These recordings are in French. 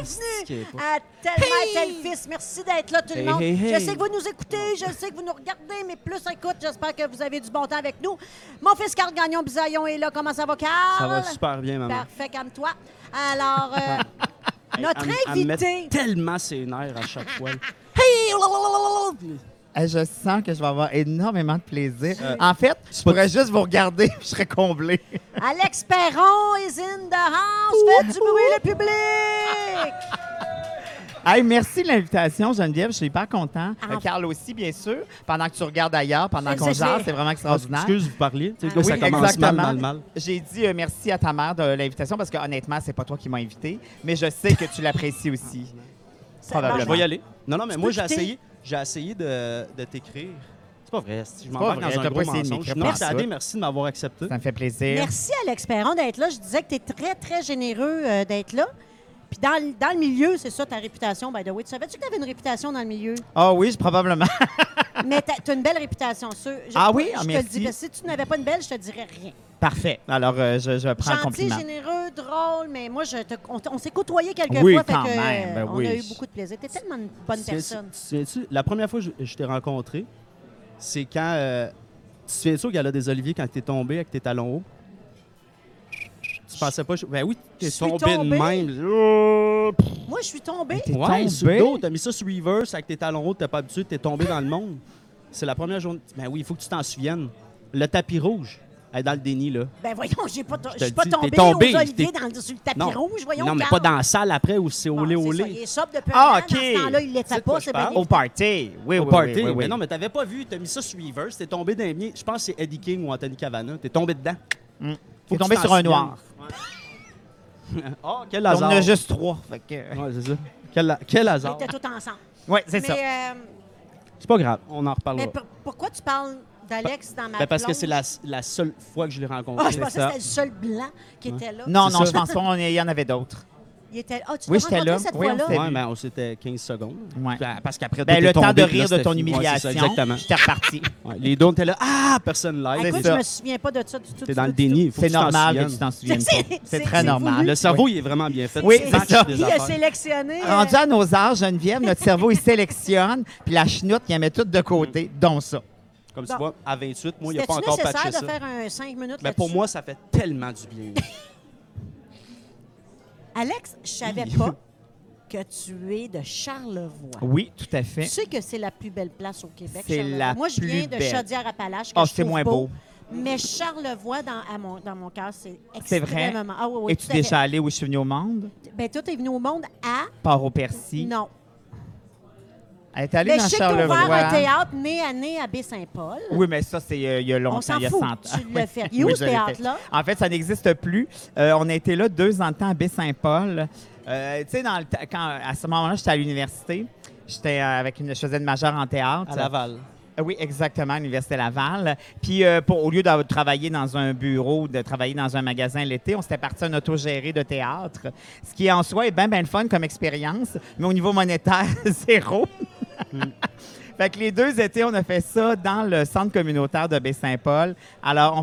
bienvenue Ah, à Tellement tel fils. Merci d'être là, tout le monde. Je sais que vous nous écoutez, je sais que vous nous regardez, mais plus écoute, j'espère que vous avez du bon temps avec nous. Mon fils Carl Gagnon-Bisaillon est là. Comment ça va, Carl? Ça va super bien, maman. Parfait, calme-toi. Alors, notre Elle me met invité... tellement ses nerfs à chaque fois. Je sens que je vais avoir énormément de plaisir. En fait, je pourrais juste vous regarder je serais comblé. Alex Perron is in the house. Faites du bruit, le public! Hey, merci de l'invitation, Geneviève. Je suis hyper content. Ah. Carl aussi, bien sûr. Pendant que tu regardes ailleurs, pendant qu'on C'est- jase, c'est vraiment extraordinaire. Excuse, vous parliez. Tu sais, Ah. là, ça Oui, commence mal. J'ai dit merci à ta mère de l'invitation parce que honnêtement, c'est pas toi qui m'as invité, mais je sais que tu l'apprécies aussi. Probablement. Je vais y aller. Non, mais Tu moi, peux quitter? j'ai essayé de t'écrire. C'est pas vrai. Je pas m'embarque vrai, dans un t'as gros pas essayé de mensonge. m'écrire Non, par Sadé, ça. merci de m'avoir accepté. Ça me fait plaisir. Merci, Alex Perron, d'être là. Je disais que tu es très, très généreux d'être là. Puis dans le milieu, c'est ça ta réputation, by the way. Tu savais-tu que tu avais une réputation dans le milieu? Ah oui, probablement. Mais tu as une belle réputation. Ah oui? Je te le Merci. dis. Parce que si tu n'avais pas une belle, je te dirais rien. Parfait. Alors, je prends le Gentil, compliment. généreux, drôle, mais moi, on s'est côtoyés quelques Oui, fois. quand fait que, même, ben on oui. a eu beaucoup de plaisir. Tu es tellement une bonne personne. Tu te souviens-tu, la première fois que je t'ai rencontré, c'est quand... tu te souviens-tu au Gala des Oliviers, quand tu es tombé avec tes talons hauts? Tu pensais pas... Ben oui, tu es suis tombé de tombée? même. Moi, je suis tombée. T'es Ouais, tombé? sur le dos, t'as mis ça sur reverse avec tes talons hauts, t'es pas habitué, t'es tombé dans le monde. C'est la première journée. Ben oui, il faut que tu t'en souviennes. Le tapis rouge, elle est dans le déni, là. Ben voyons, je suis pas te le tombée dis, t'es tombé, aux Oliviers t'es- sur le tapis Non. rouge. Voyons, Non, mais Carl. pas dans la salle après où c'est Bon, olé c'est ça, olé. il est sobre depuis Ah, un an. OK. Dans ce temps-là, il C'est l'était de quoi pas, je c'est bien parle? évident. Au party. Oui, Au oui, party. oui, oui, oui. Mais non, mais t'avais pas vu, t'as mis ça sur reverse, t'es tombé dans les miens. Je pense que c'est Eddie King ou Anthony Cavana. T'es tombé dedans. T'es Faut que tombé tu sur t'en un noir. souviennes. Ah, quel On hasard. en a juste 3. Fait que... Ouais, c'est ça. Quel Ils hasard. étaient tous ensemble. Oui, c'est Mais, ça. C'est pas grave, on en reparlera. mais pourquoi tu parles d'Alex dans ma Ben, parce que blonde? c'est la seule fois que je l'ai rencontré. Ah, je pensais que ça. c'était le seul blanc qui était là. Non, c'est non, ça. je pense pas. Il y en avait d'autres. Il était... Ah, tu Oui, l'as j'étais rencontré là. cette Oui, on fois-là? s'était Ouais, vu. mais on s'était 15 secondes. Ouais. Parce qu'après, Ben, t'es le temps tombé, de puis là, rire de c'était ton fini. Ouais, c'est humiliation, ça, exactement. j'étais reparti. Ouais, les deux, on était là. Ah, personne live. C'est Écoute, ça. je me souviens pas de ça du tout. T'es du dans tout, le du tout. déni. Il faut C'est que tu t'en normal que souviennes. tu t'en souviennes C'est- pas. c'est C'est très normal. voulu. Le cerveau, il est vraiment bien fait. Oui, Il c'est match ça. des Qui a affaires. sélectionné? Rendu à nos âges, Geneviève, notre cerveau, il sélectionne, puis la chenoute, il la met toute de côté, dont ça. Comme Bon. tu vois, à 28, moi, il n'y a pas C'était-tu encore nécessaire patché de ça. faire un 5 minutes Mais là-dessus? pour moi, ça fait tellement du bien. Alex, je savais Oui. pas que tu es de Charlevoix. Oui, tout à Tu fait. sais que c'est la plus belle place au Québec, C'est Charlevoix. la Moi, je viens plus de belle. Chaudière-Appalaches, que Ah, je c'est trouve moins beau. Mais Charlevoix, dans mon cœur, c'est C'est vrai? extrêmement... Ah oui, oui, Es-tu tout à fait. déjà allé où je suis venu au monde? Ben, toi, t'es venu au monde à... Port-au-Percy. Non. Elle est allée Mais dans je sais que t'as ouvert Charlevoix. un théâtre nez à nez à Baie-Saint-Paul. Oui, mais ça, c'est il y a longtemps, On s'en il y a fout. 100 ans. Tu l'as fait. Il est où, Oui, ce je l'ai fait. théâtre-là? En fait, ça n'existe plus. On a été là 2 ans de temps à Baie-Saint-Paul. Tu sais, à ce moment-là, j'étais à l'université. Je faisais une majeure en théâtre. À Laval. Oui, exactement, à l'Université Laval. Puis, au lieu de travailler dans un bureau, de travailler dans un magasin l'été, on s'était parti un autogéré de théâtre, ce qui, en soi, est bien le fun comme expérience, mais au niveau monétaire, zéro. Fait que les 2 étés, on a fait ça dans le centre communautaire de Baie-Saint-Paul. Alors,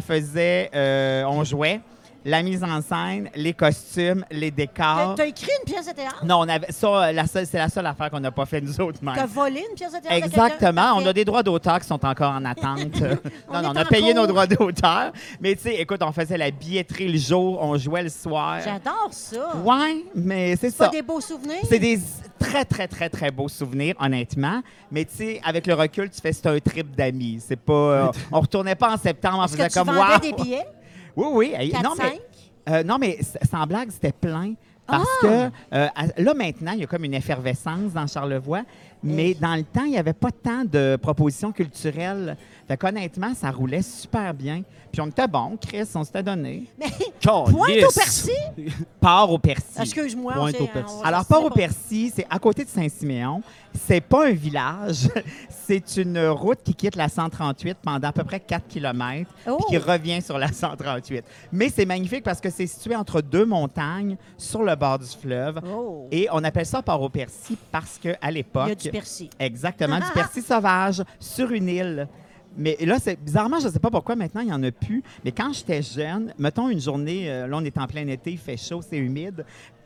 on jouait la mise en scène, les costumes, les décors. T'as écrit une pièce de théâtre? Non, on avait ça, c'est la seule affaire qu'on n'a pas fait nous autres même. T'as volé une pièce de théâtre? de Exactement. quelqu'un? On a des droits d'auteur qui sont encore en attente. On est on a en payé cours. nos droits d'auteur. Mais tu sais, écoute, on faisait la billetterie le jour, on jouait le soir. J'adore ça. Ouais, mais c'est Pas ça. des beaux souvenirs? C'est des très, très, très, très beaux souvenirs, honnêtement. Mais tu sais, avec le recul, tu fais c'est un trip d'amis. C'est pas... on retournait pas en septembre, on Est-ce faisait que tu comme... vendais Wow! des billets? Oui, oui. Hey, 4, non, mais, 5? non, mais sans blague, c'était plein. Parce que là, maintenant, il y a comme une effervescence dans Charlevoix. Mais dans le temps, il n'y avait pas tant de propositions culturelles. Fait qu'honnêtement, ça roulait super bien. Puis on était bon, Chris, on s'était donné. Mais Calisse. Pointe-au-Percy? Port-au-Percy. Excuse-moi. Pointe-au-Percy. Alors, Port-au-Percy, c'est à côté de Saint-Siméon. C'est pas un village. C'est une route qui quitte la 138 pendant à peu près 4 km Oh. puis qui revient sur la 138. Mais c'est magnifique parce que c'est situé entre 2 montagnes sur le bord du fleuve. Oh. Et on appelle ça Port-au-Percy parce qu'à l'époque... Il y a du persil. Exactement, du persil sauvage sur une île. Mais là, c'est bizarrement, je ne sais pas pourquoi maintenant, il n'y en a plus. Mais quand j'étais jeune, mettons une journée, là, on est en plein été, il fait chaud, c'est humide.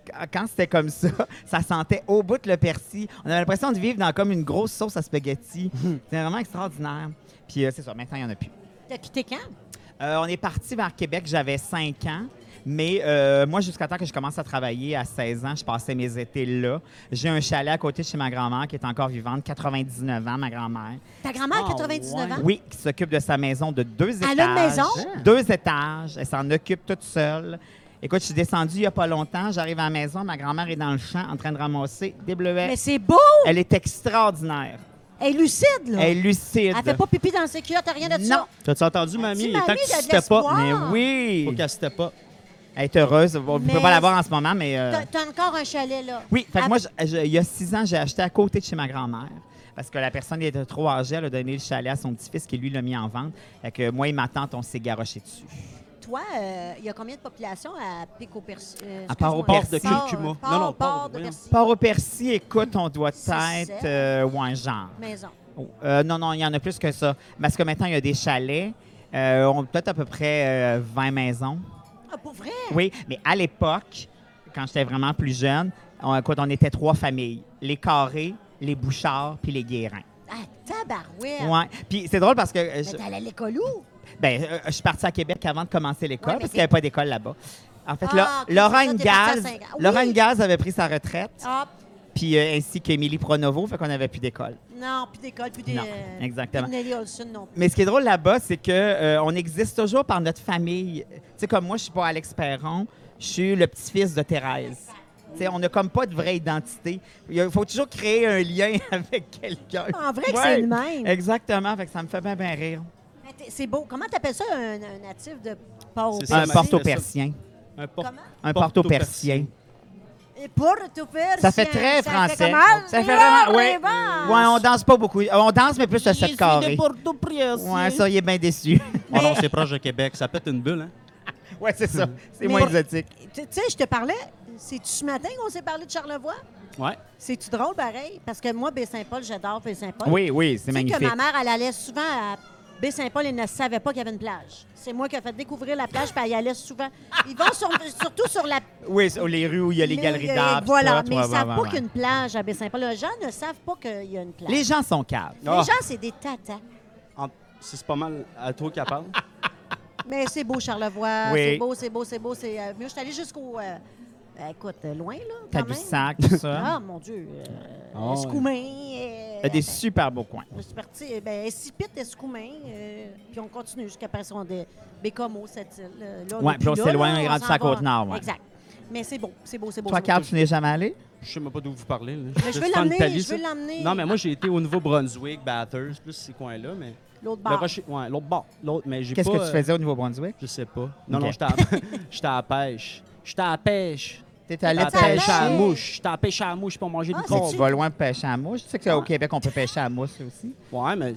quand c'était comme ça, ça sentait au bout le persil. On avait l'impression de vivre dans comme une grosse sauce à spaghetti. C'était vraiment extraordinaire. Puis c'est ça, maintenant, il n'y en a plus. T'as quitté quand? On est parti vers Québec, j'avais 5 ans. Mais moi, jusqu'à temps que je commence à travailler à 16 ans, je passais mes étés là. J'ai un chalet à côté de chez ma grand-mère qui est encore vivante, 99 ans, ma grand-mère. Ta grand-mère, 99 ans? Oui, qui s'occupe de sa maison de 2 étages. Elle a une maison? 2 étages. Elle s'en occupe toute seule. Écoute, je suis descendue il n'y a pas longtemps. J'arrive à la maison, ma grand-mère est dans le champ en train de ramasser des bleuets. Mais c'est beau! Elle est extraordinaire. Elle est lucide, là. Elle est lucide. Elle fait pas pipi dans ses culottes, rien de Non. ça. T'as-tu entendu, mamie? Dis, Il est temps mamie, que tu il y a de citais pas. l'espoir. Mais oui! Faut qu'elle citait pas. Elle est heureuse. On ne Mais peut pas la voir en ce moment, mais... T'as encore un chalet, là. Oui, fait que Ah, moi, il y a 6 ans, j'ai acheté à côté de chez ma grand-mère parce que la personne était trop âgée. Elle a donné le chalet à son petit-fils qui, lui, l'a mis en vente. Fait que moi et ma tante, on s'est garoché dessus. Toi, il y a combien de population à Pic-au-Percy? À Port-au-Percy. Port de Curcuma. Non, non, Port de voyons. Percy. Port-au-Percy, écoute, on doit Six, être... ouais, genre. Maison. Non, il y en a plus que ça. Parce que maintenant, il y a des chalets. On a peut-être à peu près 20 maisons. Ah, pour vrai? Oui, mais à l'époque, quand j'étais vraiment plus jeune, on était 3 familles. Les Carrés, les Bouchards puis les Guérins. Ah, tabarouette! Ouais. Puis c'est drôle parce que... Mais t'allais à l'école où? je suis partie à Québec avant de commencer l'école Ouais, mais parce qu'il n'y avait pas d'école là-bas. En fait, Ah, ok, Laurent c'est ça, t'es partie à Gaz, 5 ans. Oui. Laurent Gaz avait pris sa retraite, Ah, puis ainsi qu'Émilie Pronovo, fait qu'on n'avait plus d'école. non, plus d'école, plus des... Non, exactement. Plus de Nelly Olson non plus. Mais ce qui est drôle là-bas, c'est que on existe toujours par notre famille. Tu sais, comme moi, je suis pas Alex Perron, je suis le petit-fils de Thérèse. Tu sais, on n'a comme pas de vraie identité. Il faut toujours créer un lien avec quelqu'un. En vrai que Ouais, c'est le même. Exactement, fait que ça me fait bien rire. Mais c'est beau. Comment t'appelles ça, un natif de Port-au-Percy? C'est ça, Un ma- porto-persien. Comment? Un porto-persien. Et Port-au-Percy. Ça fait très Ça français. fait comment? Ça fait vraiment. Oui. Vraiment. Ouais, on danse pas beaucoup. On danse, mais plus à 7 carrés. Port-au-Percy. Ouais, ça, il est bien déçu. Oh non, c'est proche de Québec. Ça pète une bulle, hein? Ouais, c'est ça. C'est Mais- moins exotique. Tu sais, je te parlais, c'est-tu ce matin qu'on s'est parlé de Charlevoix? Ouais. C'est-tu drôle, pareil? Parce que moi, Baie-Saint-Paul, j'adore Baie-Saint-Paul. Oui, oui, c'est Tu sais que magnifique. ma mère, elle allait souvent à Baie-Saint-Paul et ne savait pas qu'il y avait une plage. C'est moi qui ai fait découvrir la plage, puis elle y allait souvent. Ils vont surtout sur la... Oui, sur les rues où il y a les galeries d'arbres. Voilà, tout, mais ouais, ils ne savent ouais, pas ouais. qu'il y a une plage à Baie-Saint-Paul. Les gens ne savent pas qu'il y a une plage. Les gens sont caves. Les Ah. gens, c'est des tatas. C'est pas mal à toi qui parle. Mais c'est beau, Charlevoix. Oui. C'est beau, c'est beau, c'est beau. Je suis allée jusqu'au... écoute, loin, là, quand même. Tadoussac, tout ça. Ah, mon Dieu. Ah, ouais. Escoumins. Il y a des super beaux coins. Je suis partie, Escipit, Escoumins, puis on continue jusqu'à après ça, on est Bécomo, cette île. Là, Ouais, est puis on plus s'éloigne, là, on est rendu s'en sur la va. Côte-Nord, ouais. Exact. Mais c'est beau, c'est beau, c'est beau. Toi, c'est beau. Carl, tu n'es jamais allé? Je sais même pas d'où vous parlez. Là. Mais je veux C'est en l'emmener, Italie, je veux ça? l'emmener. Non, mais moi, j'ai été au Nouveau-Brunswick, Bathurst, plus ces coins-là, mais... L'autre Le bord. Rocher... Ouais, l'autre bord. L'autre, mais j'ai pas... Qu'est-ce que tu faisais au Nouveau-Brunswick? Je sais pas. Non, Ok. non, j'étais à la pêche. J'étais à la pêche. T'étais allé J'étais à la pêcher. pêche à la mouche. J'étais à la pêche à la mouche pour manger Ah, du c'est-tu? corps. Tu vas loin pour pêcher à la mouche. Tu sais qu'au Québec, on peut pêcher à la mouche aussi. Ouais, mais...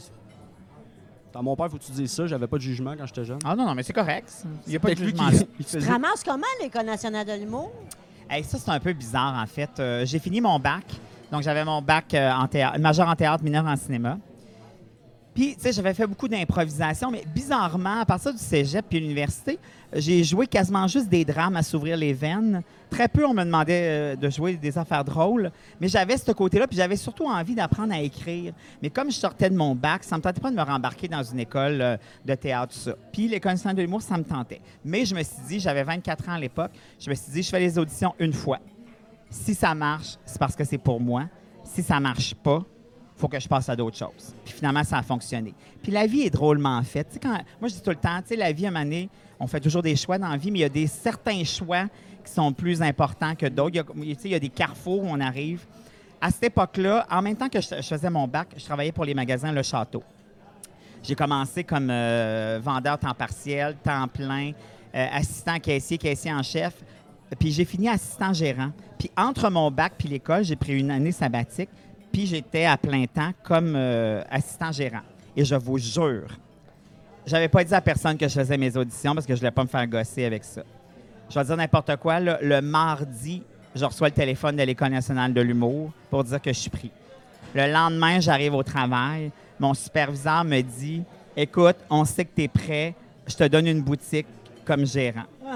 Dans mon père, faut que tu dises ça. J'avais pas de jugement quand j'étais jeune. Ah non, non, mais c'est correct. Il n'y a pas de Peut-être lui jugement qui- là. il Tu te faisait... ramasses comment à l'École nationale de l'humour? Hey, ça, c'est un peu bizarre, en fait. J'ai fini mon bac. Donc, j'avais mon bac en théâtre, majeur en théâtre, mineur en cinéma. Puis, tu sais, j'avais fait beaucoup d'improvisation, mais bizarrement, à partir du cégep puis l'université, j'ai joué quasiment juste des drames à s'ouvrir les veines. Très peu, on me demandait de jouer des affaires drôles, mais j'avais ce côté-là, puis j'avais surtout envie d'apprendre à écrire. Mais comme je sortais de mon bac, ça me tentait pas de me rembarquer dans une école de théâtre, tout ça. Puis l'École nationale de l'humour, ça me tentait. Mais je me suis dit, j'avais 24 ans à l'époque, je me suis dit, je fais les auditions une fois. Si ça marche, c'est parce que c'est pour moi. Si ça marche pas, faut que je passe à d'autres choses. Puis finalement, ça a fonctionné. Puis la vie est drôlement faite. Tu sais, moi, je dis tout le temps, tu sais, la vie, à un moment donné, on fait toujours des choix dans la vie, mais il y a certains choix qui sont plus importants que d'autres. Tu sais, il y a des carrefours où on arrive. À cette époque-là, en même temps que je faisais mon bac, je travaillais pour les magasins Le Château. J'ai commencé comme vendeur temps partiel, temps plein, assistant caissier, caissier en chef. Puis j'ai fini assistant gérant. Puis entre mon bac puis l'école, j'ai pris une année sabbatique. Puis j'étais à plein temps comme assistant gérant. Et je vous jure, j'avais pas dit à personne que je faisais mes auditions parce que je voulais pas me faire gosser avec ça. Je vais dire n'importe quoi. Là, le mardi, je reçois le téléphone de l'École nationale de l'humour pour dire que je suis pris. Le lendemain, j'arrive au travail. Mon superviseur me dit « Écoute, on sait que tu es prêt. Je te donne une boutique comme gérant. »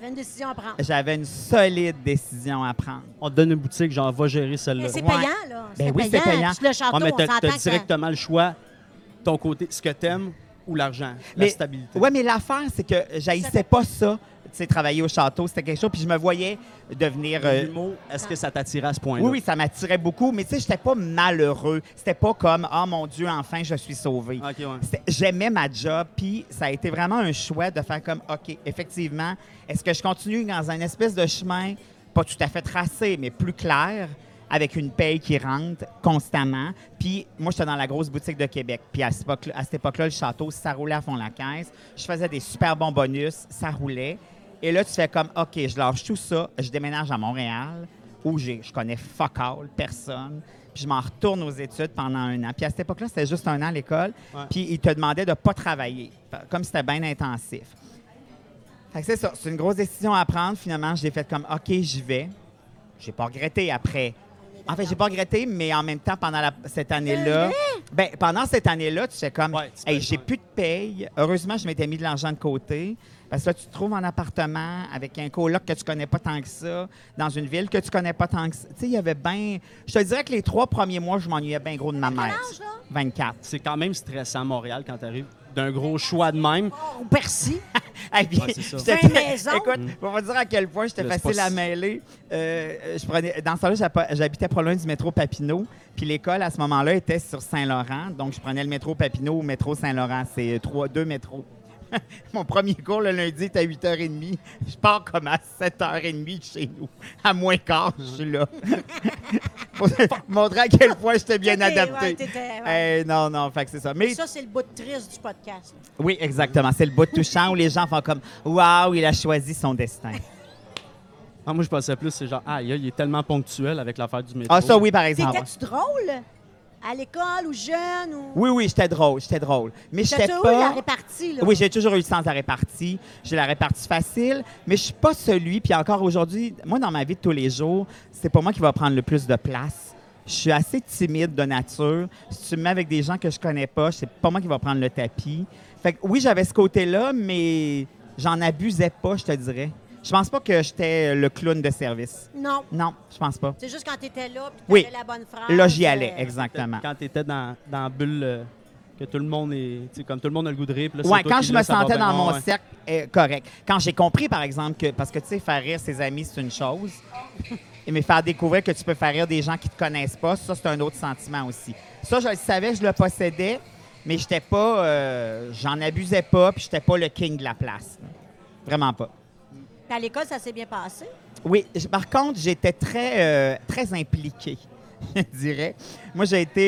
T'avais une décision à prendre. J'avais une solide décision à prendre. On te donne une boutique, genre, va gérer celle-là. Mais c'est Ouais. payant, là. Ben oui, c'est payant. Puis le château, mais on s'entend t'as que directement le choix, ton côté, ce que t'aimes ou l'argent, la stabilité. Oui, mais l'affaire, c'est que j'haïssais pas ça. Tu sais, travailler au château, c'était quelque chose. Puis je me voyais devenir... L'humour, est-ce que ça t'attirait à ce point-là? Oui, oui, ça m'attirait beaucoup. Mais tu sais, j'étais pas malheureux. C'était pas comme « Ah, mon Dieu, enfin, je suis sauvé. OK, ouais. J'aimais ma job, puis ça a été vraiment un choix de faire comme « OK, effectivement, est-ce que je continue dans un espèce de chemin, pas tout à fait tracé, mais plus clair, avec une paye qui rentre constamment. » Puis moi, j'étais dans la grosse boutique de Québec. Puis à cette époque-là, le château, ça roulait à fond la caisse. Je faisais des super bons bonus, ça roulait. Et là, tu fais comme, OK, je lâche tout ça, je déménage à Montréal, où je connais fuck all, personne. Puis je m'en retourne aux études pendant 1 an. Puis à cette époque-là, c'était juste 1 an à l'école. Ouais. Puis ils te demandaient de ne pas travailler, comme c'était bien intensif. Fait que c'est ça, c'est une grosse décision à prendre. Finalement, j'ai fait comme, OK, j'y vais. J'ai pas regretté après. En fait, j'ai pas regretté, mais en même temps, pendant cette année-là, pendant cette année-là, tu fais comme, Ouais, hey, j'ai plus de paye. Heureusement, je m'étais mis de l'argent de côté. Parce que là, tu te trouves en appartement avec un coloc que tu connais pas tant que ça, dans une ville que tu connais pas tant que ça. Tu sais, il y avait bien... Je te dirais que les 3 premiers mois, je m'ennuyais bien gros de ma mère. âge, là? 24. C'est quand même stressant à Montréal quand tu arrives d'un gros choix de même. Au Percy. Hey, puis, Ouais, c'est ça. j'étais- Fin maison. Écoute, on va dire à quel point j'étais Là, c'est facile pas à si- mêler. Dans ce temps-là, j'habitais pas loin du métro Papineau. Puis l'école, à ce moment-là, était sur Saint-Laurent. Donc, je prenais le métro Papineau ou métro Saint-Laurent. C'est 2 métros. Mon premier cours le lundi était à 8h30. Je pars comme à 7h30 de chez nous. À moins quart, je suis là. Pour montrer à quel point j'étais bien adapté. Non, fait que c'est ça. Mais Ça, c'est le bout triste du podcast. oui, exactement. C'est le bout touchant où les gens font comme « Waouh, il a choisi son destin. Ah, moi, je pensais plus, c'est genre, il est tellement ponctuel avec l'affaire du » métro. Ah, ça, oui, par exemple. T'étais-tu drôle? À l'école ou jeune? Ou... Oui, j'étais drôle. Mais j'étais T'as-tu eu pas... la répartie, là? Oui, j'ai toujours eu le sens de la répartie. J'ai la répartie facile, mais je suis pas celui. Puis encore aujourd'hui, moi, dans ma vie de tous les jours, c'est pas moi qui va prendre le plus de place. Je suis assez timide de nature. Si tu me mets avec des gens que je connais pas, c'est pas moi qui va prendre le tapis. Fait que oui, j'avais ce côté-là, mais j'en abusais pas, je te dirais. Je pense pas que j'étais le clown de service. Non. Non, je pense pas. C'est juste quand t'étais là, puis Oui. t'avais la bonne phrase. Là, j'y allais, exactement. Quand tu étais dans la bulle, que tout le monde est. Tu sais, comme tout le monde a le goût de rire. puis là, Oui, c'est toi quand qui je là, me ça va sentais bien. dans mon Ouais. cercle, correct. Quand j'ai compris, par exemple, que, parce que tu sais, faire rire ses amis, c'est une chose, mais faire découvrir que tu peux faire rire des gens qui te connaissent pas, ça, c'est un autre sentiment aussi. Ça, je le savais, je le possédais, mais j'étais pas, j'en abusais pas, puis j'étais pas le king de la place. Vraiment pas. Puis à l'école, ça s'est bien passé. Oui, par contre, j'étais très impliqué, je dirais. Moi, j'ai été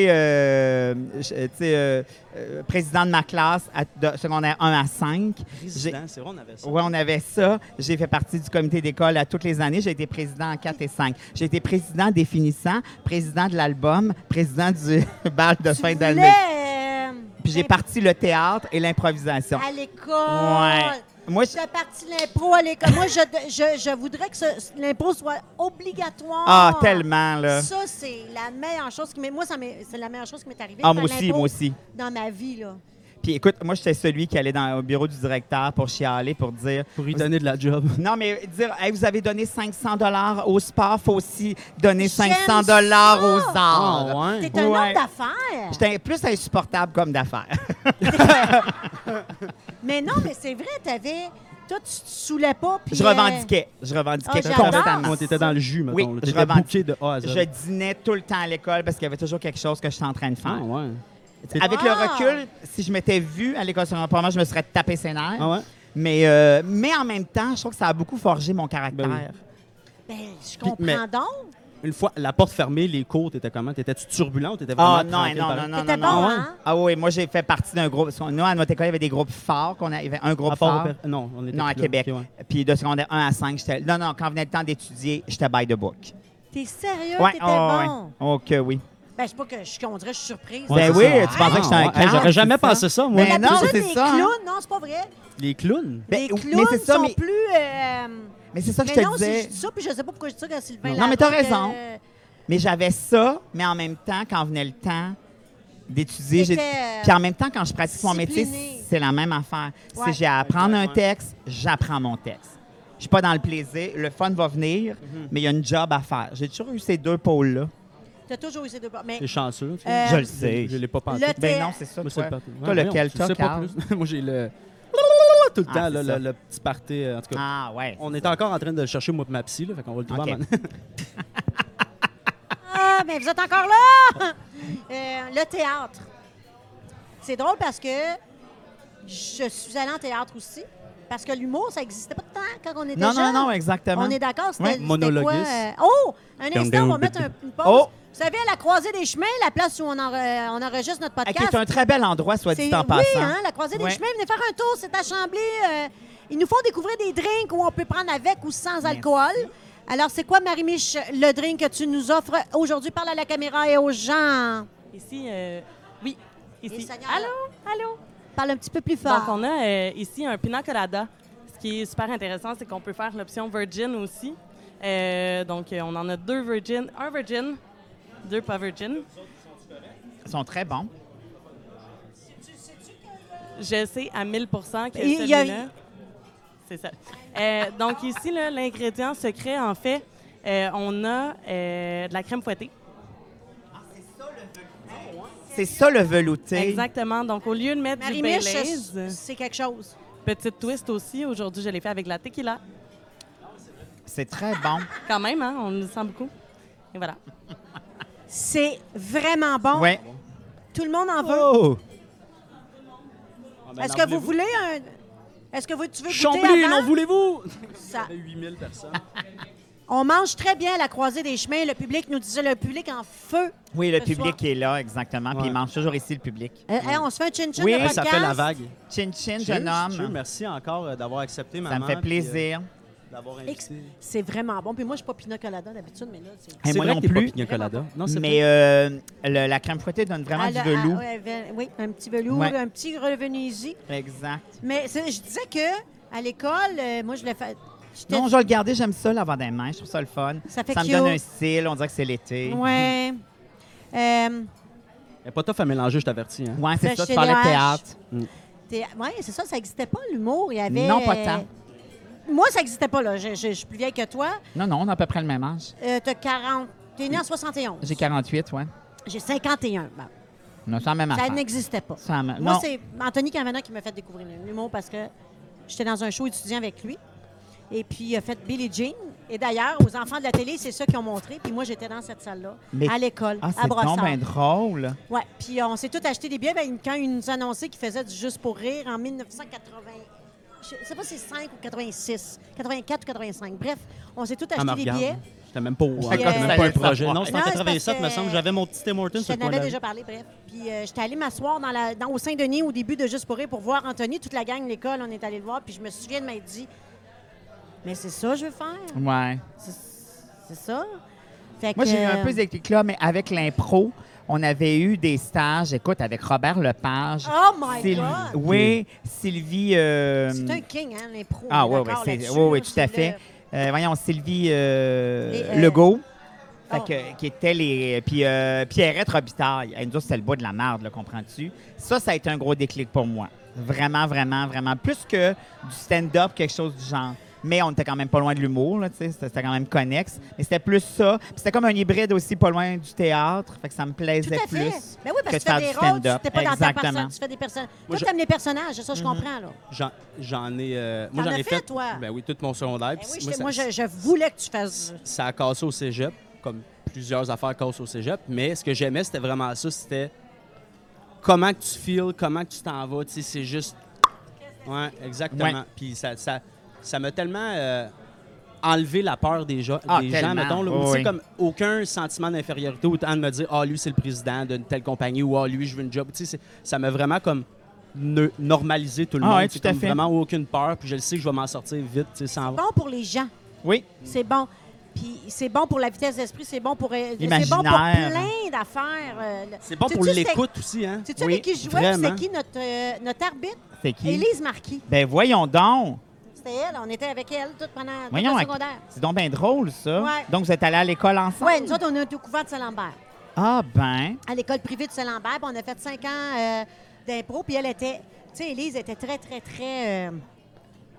président de ma classe de secondaire 1 à 5. Président, c'est vrai, on avait ça. Oui, on avait ça. J'ai fait partie du comité d'école à toutes les années. J'ai été président en 4 et 5. J'ai été président définissant, président de l'album, président du bal de fin d'année. Puis j'ai parti le théâtre et l'improvisation. À l'école. Ouais. Moi, J'ai parti l'impro à l'école. Moi, je voudrais que l'impro soit obligatoire. Ah, tellement, là. Ça, c'est la meilleure chose qui m'est... Moi, c'est la meilleure chose qui m'est arrivée. Ah, de moi faire aussi, l'impro moi aussi. Dans ma vie, là. Puis écoute, moi, j'étais celui qui allait au bureau du directeur pour chialer, pour dire... Pour lui donner de la job. Non, mais dire, hey, vous avez donné 500 $ au sport, il faut aussi donner J'aime 500 $ ça! aux arts. Ah, ouais. T'es un Ouais. homme d'affaires. J'étais plus insupportable comme d'affaires. Mais non, mais c'est vrai, t'avais... Toi, tu te saoulais pas. Puis, Je revendiquais Ah, j'adore. constamment. Moi, t'étais dans le jus, mettons. Oui, là. je T'étais revendique. booké de A à Z. Je dînais tout le temps à l'école parce qu'il y avait toujours quelque chose que j'étais en train de faire. Ah, ouais. Avec le Ah! recul, si je m'étais vu à l'école secondaire, probablement, je me serais tapé ses nerfs. Ah, ouais. Mais en même temps, je trouve que ça a beaucoup forgé mon caractère. Ben Ben, je comprends mais- donc. Une fois, la porte fermée, les cours, t'étais comment? T'étais-tu turbulent ou t'étais vraiment Ah non, tranquille, non, pareil? non, non, T'étais non, bon, non. hein? Ah oui, moi j'ai fait partie d'un groupe. Nous, à notre école, il y avait des groupes forts. Il y avait un groupe À part fort. Non, on était Non, à plus là. Québec. Ok, ouais. Puis de secondaire 1 à 5, j'étais... Non, quand venait le temps d'étudier, j'étais by the book. T'es sérieux? Ouais, T'étais ouais. bon? Ok, oui. Ben, je sais pas que on dirait que je suis surprise. Ben c'est oui, ça. tu pensais que j'étais un Ah, ouais. Hey, cadre, j'aurais jamais c'est ça? pensé ça, moi. Mais La non, plupart c'est des ça, hein. clowns, non, c'est pas vrai. Les clowns? Ben, Les mais clowns c'est ça, sont mais- plus... Mais c'est ça que mais je te non, disais. je dis ça, puis je sais pas pourquoi je dis ça quand Sylvain Non, mais t'as Larocque, raison. Mais j'avais ça, mais en même temps, quand venait le temps d'étudier, T'étais, puis en même temps, quand je pratique mon métier, discipliné. c'est la même affaire. Ouais. Si j'ai à apprendre Ouais, un ouais. texte, j'apprends mon texte. Je suis pas dans le plaisir. Le fun va venir, mais il y a une job à faire. J'ai toujours eu ces deux pôles-là. Tu as toujours eu ces deux. Mais T'es chanceux. Tu sais. Je le sais. Je l'ai pas pensé. Ben non, c'est ça. Moi, Toi, c'est le party. toi lequel tu sais t'as, pas Carl? plus. Moi, j'ai le... Tout le temps, c'est là, ça. le petit party. En tout cas, Ah, ouais. on est encore en train de le chercher, moi et ma psy. Là, fait qu'on va le trouver OK. à un moment donné. Ah, mais vous êtes encore là! Le théâtre. C'est drôle parce que je suis allée en théâtre aussi. Parce que l'humour, ça n'existait pas tant quand on était Non, jeune. non, exactement. On est d'accord? C'était Ouais. c'était Monologuiste. quoi? Oh! Un instant, on va mettre une pause. Oh! Vous savez, à la croisée des chemins, la place où on enregistre notre Qui podcast. est un très bel endroit, soit dit en passant. Oui, hein, la croisée des Ouais. chemins. Venez faire un tour, c'est à Chambly. Ils nous font découvrir des drinks où on peut prendre avec ou sans alcool. Alors, c'est quoi, Marie-Mich, le drink que tu nous offres aujourd'hui? Parle à la caméra et aux gens. Ici, oui, Et ici. Seigneur, Allô? Parle un petit peu plus fort. Donc, on a ici un pina colada. Ce qui est super intéressant, c'est qu'on peut faire l'option virgin aussi. Donc, on en a 2 virgin, 1 virgin, 2 pas virgin. Ils sont très bons. Je sais à 1000 que Il y a- celui-là... C'est ça. Donc, ici, là, l'ingrédient secret, en fait, on a de la crème fouettée. C'est ça le velouté. Exactement. Donc, au lieu de mettre du Marie-Mich, Baileys, c'est quelque chose. petite twist aussi. Aujourd'hui, je l'ai fait avec la tequila. C'est très bon. Quand même, hein? On le sent beaucoup. Et voilà. C'est vraiment bon. Ouais. Tout le monde en veut. Oh! Ah, ben, Est-ce en que vous voulez-vous? voulez un... Est-ce que tu veux goûter Chambly, avant? n'en voulez-vous? Ça- Il y avait 8000 personnes. On mange très bien à la croisée des chemins. Le public nous disait le public en feu. Oui, le Ce public soir. est là, exactement. Puis Ouais. il mange toujours ici, le public. On se fait un chin-chin Oui, de Hey, podcast. ça fait la vague. Chin-chin, Cheers, jeune homme. cheers. Merci encore d'avoir accepté ma Ça me fait plaisir. d'avoir Ex- invité. C'est vraiment bon. Puis moi, je suis pas pina colada d'habitude, mais là, c'est... Et C'est moi vrai non que t'es plus. pas pina colada. Non, c'est Mais vrai. la crème fouettée donne vraiment Ah, du le- velours. ah, ouais, oui, un petit velours, Ouais. un petit revenu easy. Exact. Mais je disais que à l'école, moi, je l'ai fait... j'étais- Non, je vais le garder. J'aime ça, lavant des mains. Je trouve ça le fun. Ça fait me cute. donne un style. On dirait que c'est l'été. Ouais. Elle est pas tough à mélanger, je t'avertis. Hein. Ouais, c'est Le ça. Tu parlais de CDH. théâtre. Oui, c'est ça, ça n'existait pas, l'humour. Il y avait... Non, pas tant. Moi, ça n'existait pas, là. Je suis plus vieille que toi. Non, non, on a à peu près le même âge. T'as 40... T'es né en 71. J'ai 48, ouais. J'ai 51. Bon, Non, c'est la même ça affaire. n'existait pas. C'est la même- Moi, non. c'est Anthony Cavana qui m'a fait découvrir l'humour parce que j'étais dans un show étudiant avec lui. Et puis, il a fait Billie Jean. Et d'ailleurs, aux enfants de la télé, c'est ça qu'ils ont montré. Puis moi, j'étais dans cette salle-là, Mais- à l'école, Ah, à c'est Brossard. donc bien drôle. Ouais. Puis on s'est tous acheté des billets. Ben, quand ils nous annonçaient qu'ils faisaient du Juste pour rire en 1980, je sais pas si c'est 5 ou 86, 84 ou 85. Bref, on s'est tous Elle me acheté des regarde. billets. J'étais même pas au Puis, j'étais même pas un savoir. projet. Non, c'était en Non, c'est parce 87, que- me semble. J'avais mon petit Tim Hortons Je sur le t'en coin de avais la déjà parlé, bref. Puis j'étais allée m'asseoir au Saint-Denis au début de Juste pour rire pour voir Anthony. Toute la gang de l'école, on est allé le voir. Puis je me souviens de m'être dit, mais c'est ça que je veux faire. Ouais. C'est ça. Fait Moi, que, j'ai eu un peu d'éclat, là, mais avec l'impro, on avait eu des stages, écoute, avec Robert Lepage. Oh my Sylvie- God! Oui, Sylvie... C'est un king, hein, l'impro. Ah on est oui, d'accord oui, là-dessus, oui, là, tout à c'est fait. Voyons, Sylvie Les, Legault, fait oh. qui était les... Puis Pierrette Robitaille. Nous autres, c'était le bois de la merde, là, comprends-tu? Ça a été un gros déclic pour moi. Vraiment, vraiment, vraiment. Plus que du stand-up, quelque chose du genre. Mais on était quand même pas loin de l'humour, là, tu sais, c'était quand même connexe. Mais c'était plus ça. Puis c'était comme un hybride aussi pas loin du théâtre. Fait que ça me Tout plaisait à fait. plus. Ben oui, parce que que de tu faire fais du des rôles, stand-up. tu n'es pas dans ta Exactement. personne, tu fais des personnages. Moi, Toi, tu aimes les personnages, c'est ça, je comprends, là. J'en ai. Moi, T'en j'en as ai fait, fait. toi? Ben oui, tout mon secondaire. Ben Puis oui, moi, moi, je voulais que tu fasses... ça a cassé au cégep, comme plusieurs affaires cassent au cégep. Mais ce que j'aimais, c'était vraiment ça. C'était comment que tu feels, comment que tu t'en vas. Tu sais, c'est juste. Ouais, exactement. Ouais. Puis ça m'a tellement enlevé la peur des gens, Ah, des gens tellement. mettons. Là, où, Oui, tu sais, oui. comme aucun sentiment d'infériorité, autant de me dire, ah, lui, c'est le président d'une telle compagnie ou ah, lui, je veux une job. Tu sais, ça m'a vraiment comme normalisé tout le Ah monde. ouais, C'est tout à comme fait. vraiment aucune peur. Puis je le sais que je vais m'en sortir vite, tu sais, sans. Bon pour les gens, Oui. c'est bon. Puis c'est bon pour la vitesse d'esprit, c'est bon pour... C'est bon pour L'imaginaire. plein d'affaires. C'est bon pour Sais-tu l'écoute aussi, hein? Sais-tu Oui, avec qui je jouais? vraiment. C'est qui notre arbitre? C'est qui? Élise Marquis. Ben voyons donc. C'était elle, on était avec elle tout pendant tout Voyons, le à- secondaire. C'est donc bien drôle, ça. Ouais. Donc, vous êtes allés à l'école ensemble? Oui, nous autres, on a été au couvent de Saint-Lambert. Ah, ben. À l'école privée de Saint-Lambert, puis on a fait 5 ans d'impro, puis elle était... Tu sais, Élise était très, très, très...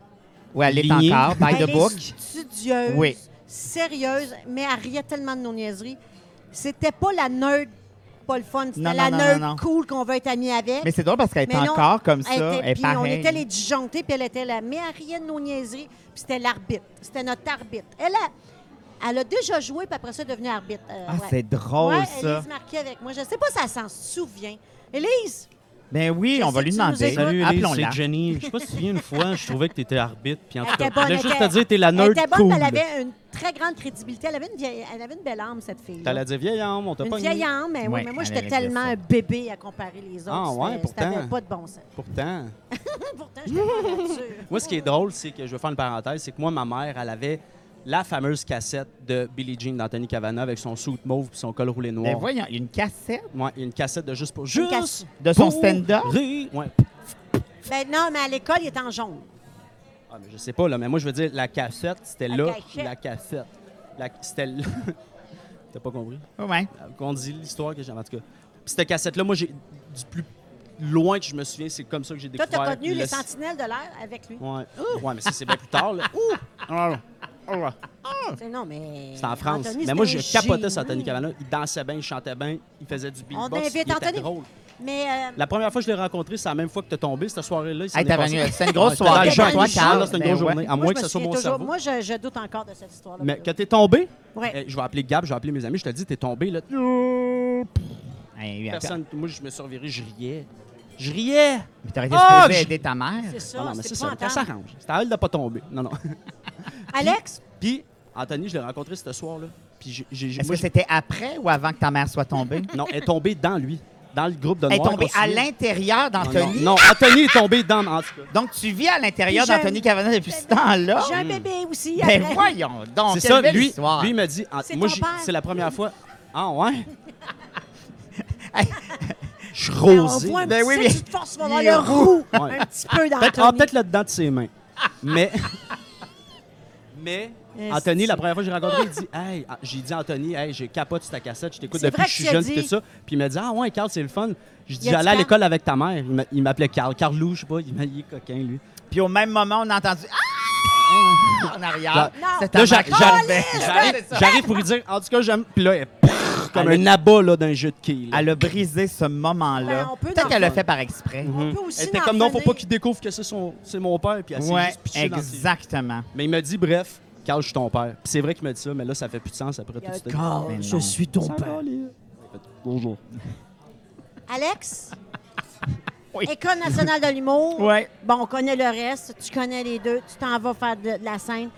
Oui, elle l'est lignée. encore, by the Elle book. est studieuse, Oui. sérieuse, mais elle riait tellement de nos niaiseries. C'était pas la nerd pas le fun, c'était Non, la non, nerd non. cool qu'on veut être amis avec. Mais c'est drôle parce qu'elle est Mais non, encore comme ça, elle est puis on pareille. était les disjonctés, puis elle était là. Mais elle riait de nos niaiseries, puis c'était l'arbitre. C'était notre arbitre. Elle a déjà joué, puis après ça, elle est devenue arbitre. Ah, c'est drôle, ouais, ça. Élise Marquis avec moi. Je ne sais pas si elle s'en souvient. Élise, Ben oui, Je on va sais lui que tu nous demander. écoutes. Salut, Elise, Appelons-la. c'est Jenny. Je sais pas si tu te souviens, une fois, je trouvais que tu étais arbitre. Puis en tout Elle cas, était bonne, je voulais elle juste était- te dire, t'es la elle nerd était bonne, cool. mais elle avait une très grande crédibilité. Elle avait une belle âme, cette fille. T'allais dire vieille âme, on t'a Une pas vieille âme, mais, oui, Ouais, mais moi, elle j'étais allait dire tellement ça. un bébé à comparer les autres. Ah, ouais, C'était- pourtant. C'était pas de bon sens. Pourtant. Pourtant, j'étais pas là-dessus. Moi, ce qui est drôle, c'est que je veux faire une parenthèse, c'est que moi, ma mère, elle avait la fameuse cassette de Billie Jean d'Anthony Cavana avec son suit mauve et son col roulé noir. Ben voyons, il y a une cassette Ouais, il y a une cassette de juste pour. Une Juste cassette. de son pour stand-up. rire. Ouais. Ben non, mais à l'école, il était en jaune. Ah, mais je sais pas, là, mais moi, je veux dire, la cassette, c'était La là. cachette. La cassette. C'était là. T'as pas compris? Ouais. Qu'on dit l'histoire que j'ai. En tout cas. Puis cette cassette-là, moi, j'ai du plus loin que je me souviens, c'est comme ça que j'ai Toi, découvert. t'as connu les le- sentinelles de l'air avec lui. Ouais. Ouais, mais ça, c'est bien plus tard, là. Ouh! Ah, Non, mais. C'était en France. Anthony, mais moi, je c'était un capotais sur génie. Anthony Cavana. Il dansait bien, il chantait bien, il faisait du beatbox. invite il était Anthony. drôle. Mais. La première fois que je l'ai rencontré, c'est la même fois que tu es tombé, cette soirée-là. il s'en Hey, est t'as passé- venu- c'était une grosse Ouais, soirée c'était dans le pour toi, jeune. Carl. C'était une Ben grosse ouais. journée, à moi, moins je que me ce soit souviens mon toujours. cerveau. Moi, je doute encore de cette histoire-là. Mais quand t'es tombé, Ouais. je vais appeler Gab, je vais appeler mes amis, je te dis, t'es tombé, là. Hey, Personne, moi, je me suis reviré, je riais. Je riais! Mais t'aurais été Ah, supposé je- aider ta mère. C'est ça. Ah non, mais c'est c'est ça, pas qu'elle s'arrange. C'était à elle de pas tomber. Non, non. Alex, Puis, Anthony, je l'ai rencontré ce soir-là. Puis, Est-ce moi, que c'était après ou avant que ta mère soit tombée? Non, elle est tombée dans lui, dans le groupe de Elle est Noirs. tombée qu'on à suivait. l'intérieur Non, d'Anthony. non, Anthony est tombé dans, en tout cas. Donc, tu vis à l'intérieur Puis j'ai- d'Anthony Cavana depuis ce temps-là? j'ai un bébé aussi. Ben après. voyons donc, C'est quelle ça, belle lui, histoire. lui il m'a dit, C'est moi, ton père. c'est la première fois. Ah, ouais? Hey. Je suis On rosé. voit un Ben petit oui, peu, mais- tu te forces, tu vas voir il est le roux. Ouais. Un petit peu Peut-être d'Anthony. peut-être le dedans de ses mains. Mais, Anthony, la première fois que j'ai rencontré, il dit Hey, j'ai dit Anthony, hey, j'ai capote sur ta cassette, je t'écoute C'est depuis vrai que je suis que tu as jeune, dit. tout ça. Puis il m'a dit Ah ouais, Carl, c'est le fun. Je dis Il a dit J'allais à quand? l'école avec ta mère. Il m'appelait Carl. Carlou, je sais pas, il est coquin, lui. Puis au même moment, on a entendu Ah! En arrière. Non. C'est ta Là, mère qui arrivait. j'arrive pour lui dire En tout cas, j'aime. Puis là, comme Elle un abat là, d'un jeu de quilles. là. Elle a brisé ce moment-là. Ben, on peut Peut-être en qu'elle l'a faire. fait par exprès. On peut aussi Elle était en comme non, faut revenir. pas qu'il découvre que c'est mon père. Puis elle s'est Ouais, juste pitchée dans ses- exactement. Mais il m'a dit Bref, Carl, je suis ton père. Puis c'est vrai qu'il m'a dit ça, mais là, ça fait plus de sens après Il y a tout ce Carl, Mais je non. suis ton père. Bonjour. Alex, Oui. École nationale de l'humour. Ouais. Bon, on connaît le reste. Tu connais les deux. Tu t'en vas faire de la scène.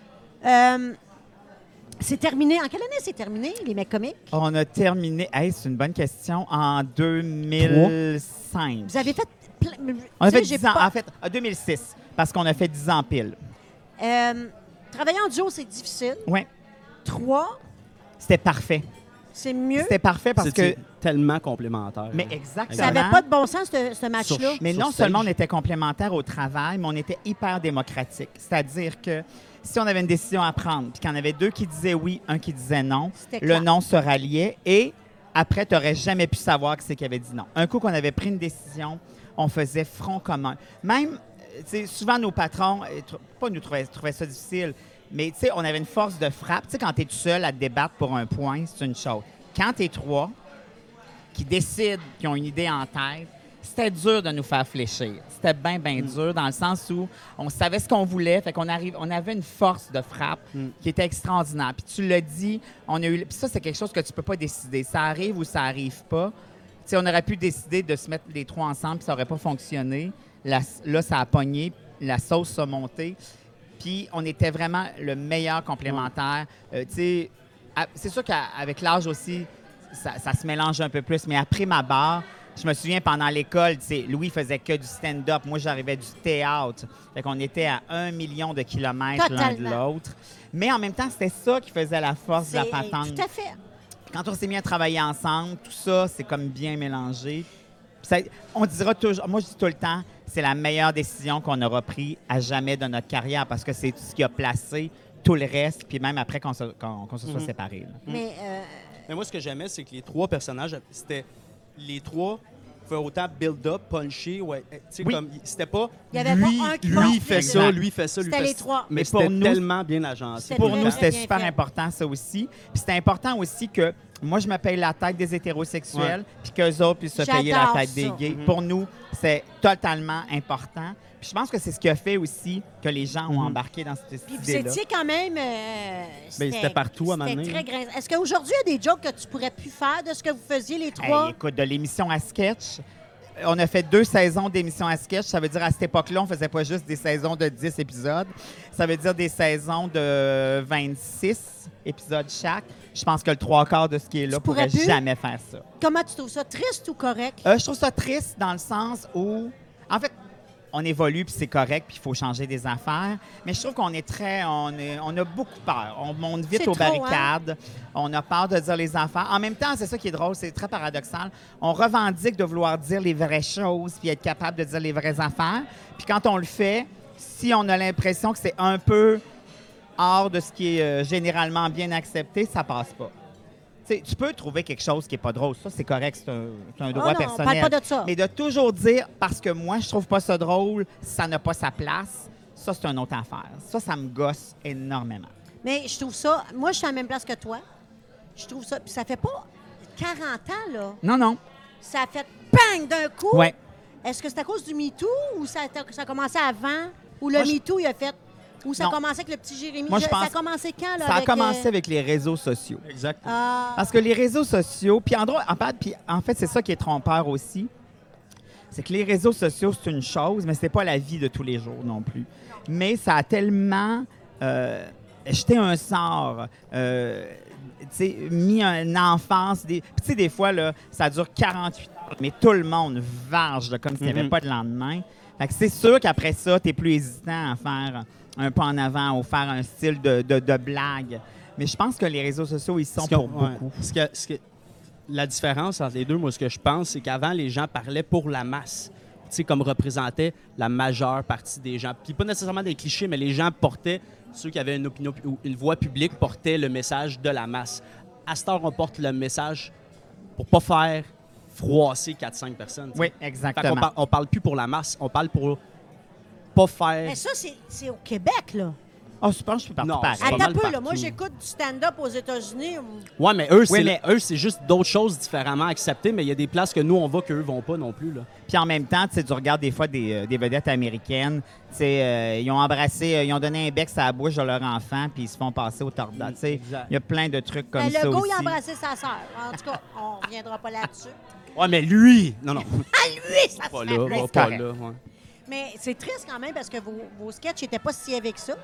C'est terminé. En quelle année c'est terminé, les mecs comiques? On a terminé. Hey, c'est une bonne question. En 2005. Vous avez fait... On a fait Tu sais, 10 ans. En fait, en 2006. Parce qu'on a fait 10 ans pile. Travailler en duo, c'est difficile. Oui. 3, C'était parfait. c'est mieux. C'était parfait parce que. C'était tellement complémentaire. Mais là. exactement. Ça n'avait pas de bon sens, ce match-là. Sur- Mais non stage. seulement on était complémentaires au travail, mais on était hyper démocratique. C'est-à-dire que si on avait une décision à prendre, puis qu'il y en avait deux qui disaient oui, un qui disait non, C'était le clair. non se ralliait et après, tu n'aurais jamais pu savoir qui c'est qui avait dit non. Un coup qu'on avait pris une décision, on faisait front commun. Même, tu sais, souvent nos patrons, pas nous trouvaient ça difficile, mais tu sais, on avait une force de frappe. Tu sais, quand tu es tout seul à te débattre pour un point, c'est une chose. Quand tu es trois, qui décident, qui ont une idée en tête, c'était dur de nous faire fléchir. C'était bien, bien dur, dans le sens où on savait ce qu'on voulait, fait qu'on on avait une force de frappe qui était extraordinaire. Puis tu l'as dit, on a eu... Puis ça, c'est quelque chose que tu peux pas décider. Ça arrive ou ça arrive pas. Tu sais, on aurait pu décider de se mettre les trois ensemble, puis ça aurait pas fonctionné. Là, ça a pogné, la sauce s'est montée. Puis on était vraiment le meilleur complémentaire. Tu sais, c'est sûr qu'avec l'âge aussi, ça se mélange un peu plus. Mais après ma barre, je me souviens, pendant l'école, tu sais, Louis faisait que du stand-up. Moi, j'arrivais du théâtre. Fait qu'on était à 1 million de kilomètres l'un de Totalement. l'autre. Mais en même temps, c'était ça qui faisait la force de la patente. Tout à fait. Quand on s'est mis à travailler ensemble, tout ça, c'est comme bien mélangé. Puis on dira toujours, moi je dis tout le temps, c'est la meilleure décision qu'on aura prise à jamais de notre carrière parce que c'est ce qui a placé tout le reste, puis même après qu'on se soit séparés. Là. Mais Mais moi, ce que j'aimais, c'est que les trois personnages, c'était les trois pouvait autant build up, puncher, ouais, tu sais, Oui. comme, c'était pas, Il y avait lui, pas un qui lui porte fait les ça, deux. lui fait ça, lui C'était fait les ça. trois. Mais Mais pour c'était nous, tellement bien agencé. C'était Pour très, nous, très c'était bien super fait. important, ça aussi. Puis c'était important aussi que moi, je me paye la tête des hétérosexuels, puis qu'eux autres puissent se payer la J'adore tête des ça. gays. Pour nous, c'est totalement important. Puis je pense que c'est ce qui a fait aussi que les gens ont embarqué dans cette Puis vous idée-là. étiez quand même. c'était partout à un moment donné. C'était très grinçant. Est-ce qu'aujourd'hui, il y a des jokes que tu pourrais plus faire de ce que vous faisiez les Hey, trois? écoute, de l'émission à sketch, on a fait 2 saisons d'émissions à sketch. Ça veut dire, à cette époque-là, on faisait pas juste des saisons de 10 épisodes. Ça veut dire des saisons de 26 épisodes chaque. Je pense que le 3/4 de ce qui est là Tu pourrais pourrait plus? jamais faire ça. Comment tu trouves ça? Triste ou correct? Je trouve ça triste dans le sens où, en fait, on évolue puis c'est correct puis il faut changer des affaires. Mais je trouve qu'on est on a beaucoup peur. On monte vite C'est aux trop, hein? barricades. On a peur de dire les affaires. En même temps, c'est ça qui est drôle, c'est très paradoxal. On revendique de vouloir dire les vraies choses puis être capable de dire les vraies affaires. Puis quand on le fait, si on a l'impression que c'est un peu hors de ce qui est généralement bien accepté, ça passe pas. Tu sais, tu peux trouver quelque chose qui n'est pas drôle. Ça, c'est correct. C'est un droit non, on personnel. parle pas de ça. Mais de toujours dire, parce que moi, je trouve pas ça drôle, ça n'a pas sa place, ça, c'est une autre affaire. Ça me gosse énormément. Mais je trouve ça. Moi, je suis à la même place que toi. Je trouve ça. Puis ça fait pas 40 ans, là. Non, non. Ça a fait bang d'un coup. Ouais. Est-ce que c'est à cause du MeToo ou ça a commencé avant? Ou le Moi, je- MeToo, il a fait. Ou ça a Non. commencé avec le petit Jérémy? Moi, je Ça pense- a commencé quand, là? Ça a avec, commencé avec les réseaux sociaux. Exact. Parce que les réseaux sociaux, puis en fait, c'est ça qui est trompeur aussi, c'est que les réseaux sociaux, c'est une chose, mais c'est pas la vie de tous les jours non plus. Mais ça a tellement jeté un sort, tu sais, mis une enfance. Puis tu sais, des fois, là, ça dure 48 heures, mais tout le monde varge là, comme s'il n'y avait pas de lendemain. Fait que c'est sûr qu'après ça, tu es plus hésitant à faire un pas en avant ou faire un style de blague. Mais je pense que les réseaux sociaux, ils sont pour beaucoup. La différence entre les deux, moi, ce que je pense, c'est qu'avant, les gens parlaient pour la masse. Tu sais, comme représentait la majeure partie des gens. Puis pas nécessairement des clichés, mais les gens portaient, ceux qui avaient une opinion, une voix publique, portaient le message de la masse. À cette heure, on porte le message pour pas faire froisser 4-5 personnes. tu sais. Oui, Fait qu'on exactement. on parle plus pour la masse, on parle pour pas faire... Mais ça, c'est au Québec, là. Oh, je pense que je suis partout Non, pareil. c'est pas Attends un mal peu, là. partout. Moi, j'écoute du stand-up aux États-Unis. Ouais, mais eux, Oui, mais- eux, c'est juste d'autres choses différemment acceptées, mais il y a des places que nous, on va, qu'eux vont pas non plus. Là. Puis en même temps, tu sais, tu regardes des fois des vedettes américaines, tu sais, ils ont embrassé, ils ont donné un bec à la bouche de leur enfant, puis ils se font passer au tordant. Tu sais, Exact. il y a plein de trucs comme Ben, ça le gars, aussi. il a embrassé sa sœur. En tout cas, on ne reviendra pas là-dessus. Ouais, mais lui! Non, non. À lui, ça Pas se là, fait va plaisir. pas correct. là. Ouais. Mais c'est triste quand même parce que vos sketchs n'étaient pas si avec ça.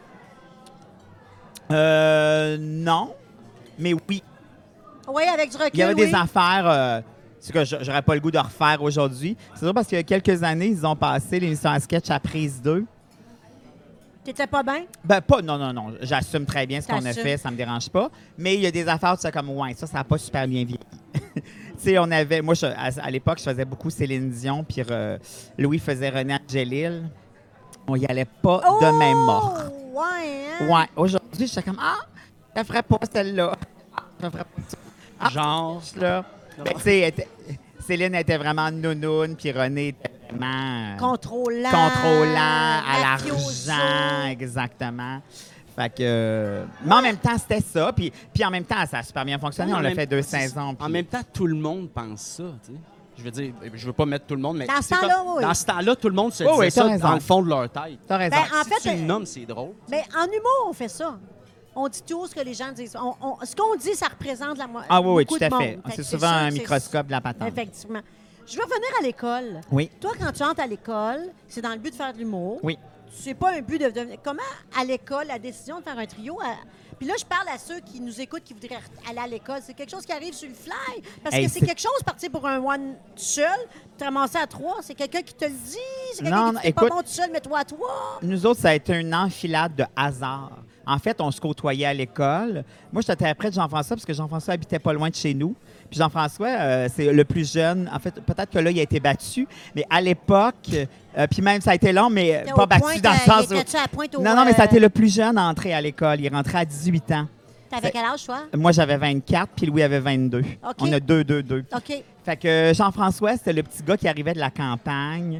Non, mais oui. Oui, avec du recul, Il y avait des oui. affaires c'est que j'aurais pas le goût de refaire aujourd'hui. C'est sûr parce qu'il y a quelques années, ils ont passé l'émission à sketch à prise 2. T'étais pas bien? Ben, pas, non, j'assume très bien ce qu'on a T'assumes. fait, ça me dérange pas. Mais il y a des affaires, tu sais, comme, ouais, ça n'a pas super bien vieilli. Tu sais, on avait, moi, à l'époque, je faisais beaucoup Céline Dion, puis Louis faisait René Angélil. On y allait pas de même mort. Oh, ouais, hein? Ouais, aujourd'hui, j'étais comme, je ne ferais pas celle-là. Je ne ferais pas ça. Genre, Là. Ben, tu sais, Céline était vraiment nounoune, puis René était vraiment Contrôlant. à mafioso. l'argent, exactement. Fait que, mais en même temps, c'était ça. Puis en même temps, ça a super bien fonctionné. en On l'a même- fait 2 c'est- saisons. En puis- même temps, tout le monde pense ça, tu sais. Je veux dire, je veux pas mettre tout le monde, mais Dans ce c'est temps-là, comme- oui. Dans ce temps-là, tout le monde se Oui, disait oui, t'as ça raison. dans le fond de leur tête. T'as raison. Ben, en Si fait, tu le nommes, c'est drôle. Mais en humour, on fait ça. On dit tout ce que les gens disent. Ce qu'on dit, ça représente la moitié. Ah oui, tout à fait. Fait C'est que souvent sûr un que c'est- microscope de la patente. Effectivement. Je veux revenir à l'école. Oui. Toi, quand tu entres à l'école, c'est dans le but de faire de l'humour. Oui. C'est pas un but de devenir. Comment, à l'école, la décision de faire un trio. Puis là, je parle à ceux qui nous écoutent, qui voudraient aller à l'école. C'est quelque chose qui arrive sur le fly. Parce Hey, que c'est c'est- quelque chose, partir pour un one seul, te ramasser à 3. C'est quelqu'un qui te le dit. C'est quelqu'un Non, qui non, dit t'es pas écoute- bon tout seul, mets-toi à 3. Nous autres, ça a été une enfilade de hasard. En fait, on se côtoyait à l'école. Moi, j'étais après de Jean-François parce que Jean-François habitait pas loin de chez nous. Puis Jean-François, c'est le plus jeune. En fait, peut-être que là, il a été battu. Mais à l'époque, puis même, ça a été long, mais pas battu dans le sens où... Étais-tu à Pointe au, Non, mais ça a été le plus jeune à entrer à l'école. Il est rentré à 18 ans. T'avais quel âge, toi? Moi, j'avais 24, puis Louis avait 22. OK. On a 2. OK. Fait que Jean-François, c'était le petit gars qui arrivait de la campagne.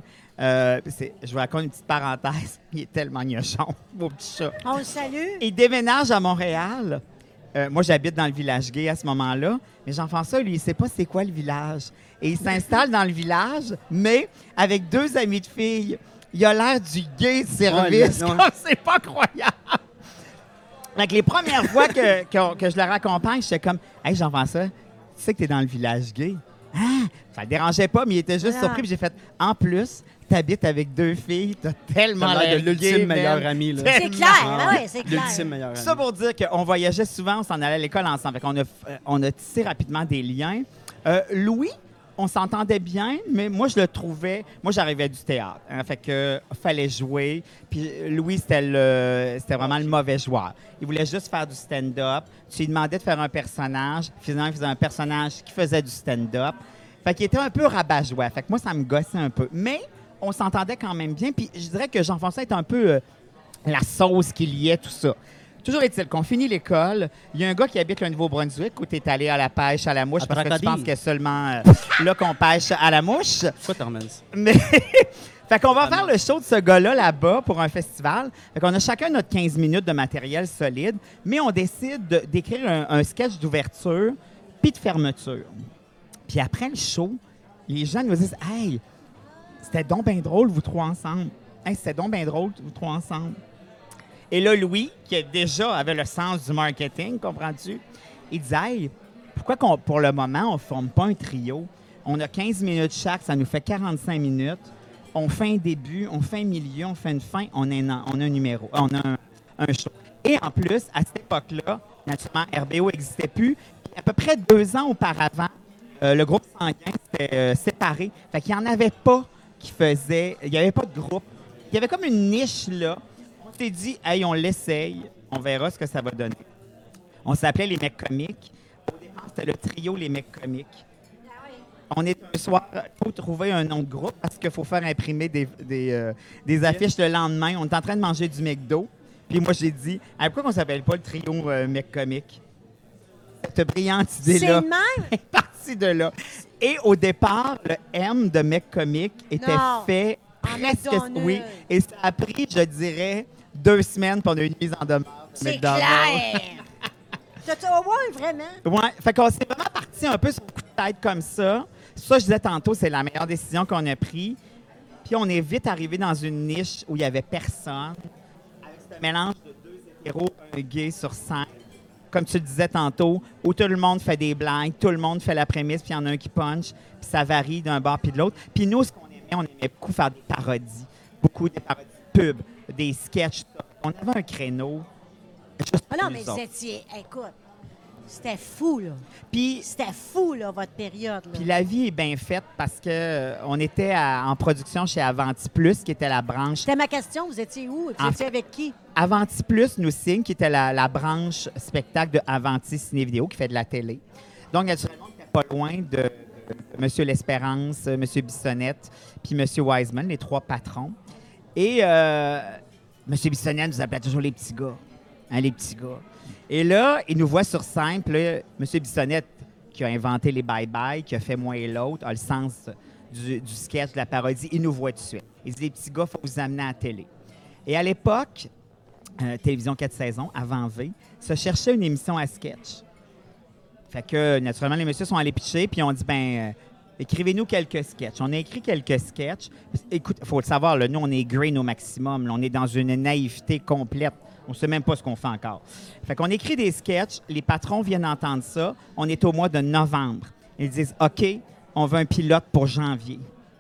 Je vous raconte une petite parenthèse. Il est tellement gnochon, beau petit chat. On le salue. Il déménage à Montréal. Moi, j'habite dans le village gay à ce moment-là. Mais Jean-François, lui, il ne sait pas c'est quoi le village. Et il s'installe dans le village, mais avec 2 amis de filles. Il a l'air du gay de service. Ouais, comme c'est pas croyable. Fait que les premières fois que je le raccompagne, j'étais comme « Hey, Jean-François, tu sais que tu es dans le village gay? » Ah! Ça le dérangeait pas, mais il était juste surpris. Puis j'ai fait « En plus, tu habites avec 2 filles, tu as tellement T'as l'air l'air de l'ultime gay, meilleur man. ami. Là. C'est clair. Ah ouais, c'est clair. L'ultime meilleur ami. Ça pour dire qu'on voyageait souvent, on s'en allait à l'école ensemble. Fait qu'on on a tissé rapidement des liens. Louis, on s'entendait bien, mais moi, je le trouvais... Moi, j'arrivais du théâtre. Hein, fait que fallait jouer. Puis Louis, c'était vraiment le mauvais joueur. Il voulait juste faire du stand-up. Tu lui demandais de faire un personnage. Finalement, il faisait un personnage qui faisait du stand-up. Fait qu'il était un peu rabat-joie. Fait que moi, ça me gossait un peu. Mais on s'entendait quand même bien. Puis je dirais que Jean-François était un peu la sauce qui liait tout ça. Toujours est-il qu'on finit l'école, il y a un gars qui habite le Nouveau-Brunswick où tu es allé à la pêche à la mouche parce que tu penses que c'est seulement là qu'on pêche à la mouche. Pourquoi tu ramènes ça? Mais fait qu'on va faire le show de ce gars-là là-bas pour un festival. Fait qu'on a chacun notre 15 minutes de matériel solide, mais on décide d'écrire un sketch d'ouverture puis de fermeture. Puis après le show, les gens nous disent « Hey, c'était donc bien drôle, vous 3 ensemble. Hey, c'était donc bien drôle, vous 3 ensemble. » Et là, Louis, qui déjà avait le sens du marketing, comprends-tu? Il disait, hey, pourquoi pour le moment, on ne forme pas un trio? On a 15 minutes chaque, ça nous fait 45 minutes. On fait un début, on fait un milieu, on fait une fin, on a un numéro, on a un show. Et en plus, à cette époque-là, naturellement, RBO n'existait plus. Puis à peu près 2 ans auparavant, le groupe sanguin s'était séparé. Fait qu'il n'y en avait pas qui faisait... Il n'y avait pas de groupe. Il y avait comme une niche là. On s'est dit, hey, on l'essaye, on verra ce que ça va donner. On s'appelait les mecs comiques. Au départ, c'était le trio Les mecs comiques. On est un soir, il faut trouver un nom de groupe parce qu'il faut faire imprimer des affiches le lendemain. On est en train de manger du McDo. Puis moi, j'ai dit, hey, pourquoi on ne s'appelle pas le trio mecs comiques? Cette brillante idée-là. C'est le même? est partie de là. Et au départ, le M de mec comique était fait presque... McDonald's. Oui. Et ça a pris, je dirais, 2 semaines pour une mise en demeure. C'est McDonald's. clair! Ouais, vraiment? Oui, fait qu'on s'est vraiment parti un peu sur le coup de tête comme ça. Ça, je disais tantôt, c'est la meilleure décision qu'on a prise. Puis on est vite arrivé dans une niche où il n'y avait personne, avec ce mélange de 2 hétéros, un gay sur 5, comme tu le disais tantôt, où tout le monde fait des blagues, tout le monde fait la prémisse, puis il y en a un qui punch, puis ça varie d'un bord puis de l'autre. Puis nous, ce qu'on aimait, on aimait beaucoup faire des parodies, beaucoup des parodies de pubs, des sketchs. On avait un créneau. Juste Ah non, pour mais nous autres. vous étiez... Écoute, c'était fou, là. Puis C'était fou, là, votre période. Là. Puis la vie est bien faite parce que on était en production chez Avanti Plus, qui était la branche. C'était ma question. Vous étiez où? Vous En étiez avec qui? Avanti Plus nous signe, qui était la branche spectacle de Avanti Ciné Vidéo, qui fait de la télé. Donc, naturellement, on n'était pas loin de M. L'Espérance, M. Bissonnette, puis M. Wiseman, les 3 patrons. Et M. Bissonnette nous appelait toujours les petits gars. Hein, les petits gars. Et là, il nous voit sur scène, puis là, M. Bissonnette, qui a inventé les bye-bye, qui a fait Moi et l'autre, a le sens du sketch, de la parodie, il nous voit tout de suite. Il dit, les petits gars, il faut vous amener à la télé. Et à l'époque, Télévision 4 saisons, avant V, se cherchait une émission à sketch. Fait que, naturellement, les messieurs sont allés pitcher, puis on dit, écrivez-nous quelques sketchs. On a écrit quelques sketchs. Écoute, il faut le savoir, là, nous, on est green au maximum. Là, on est dans une naïveté complète. On ne sait même pas ce qu'on fait encore. Fait qu'on écrit des sketchs, les patrons viennent entendre ça. On est au mois de novembre. Ils disent, OK, on veut un pilote pour janvier.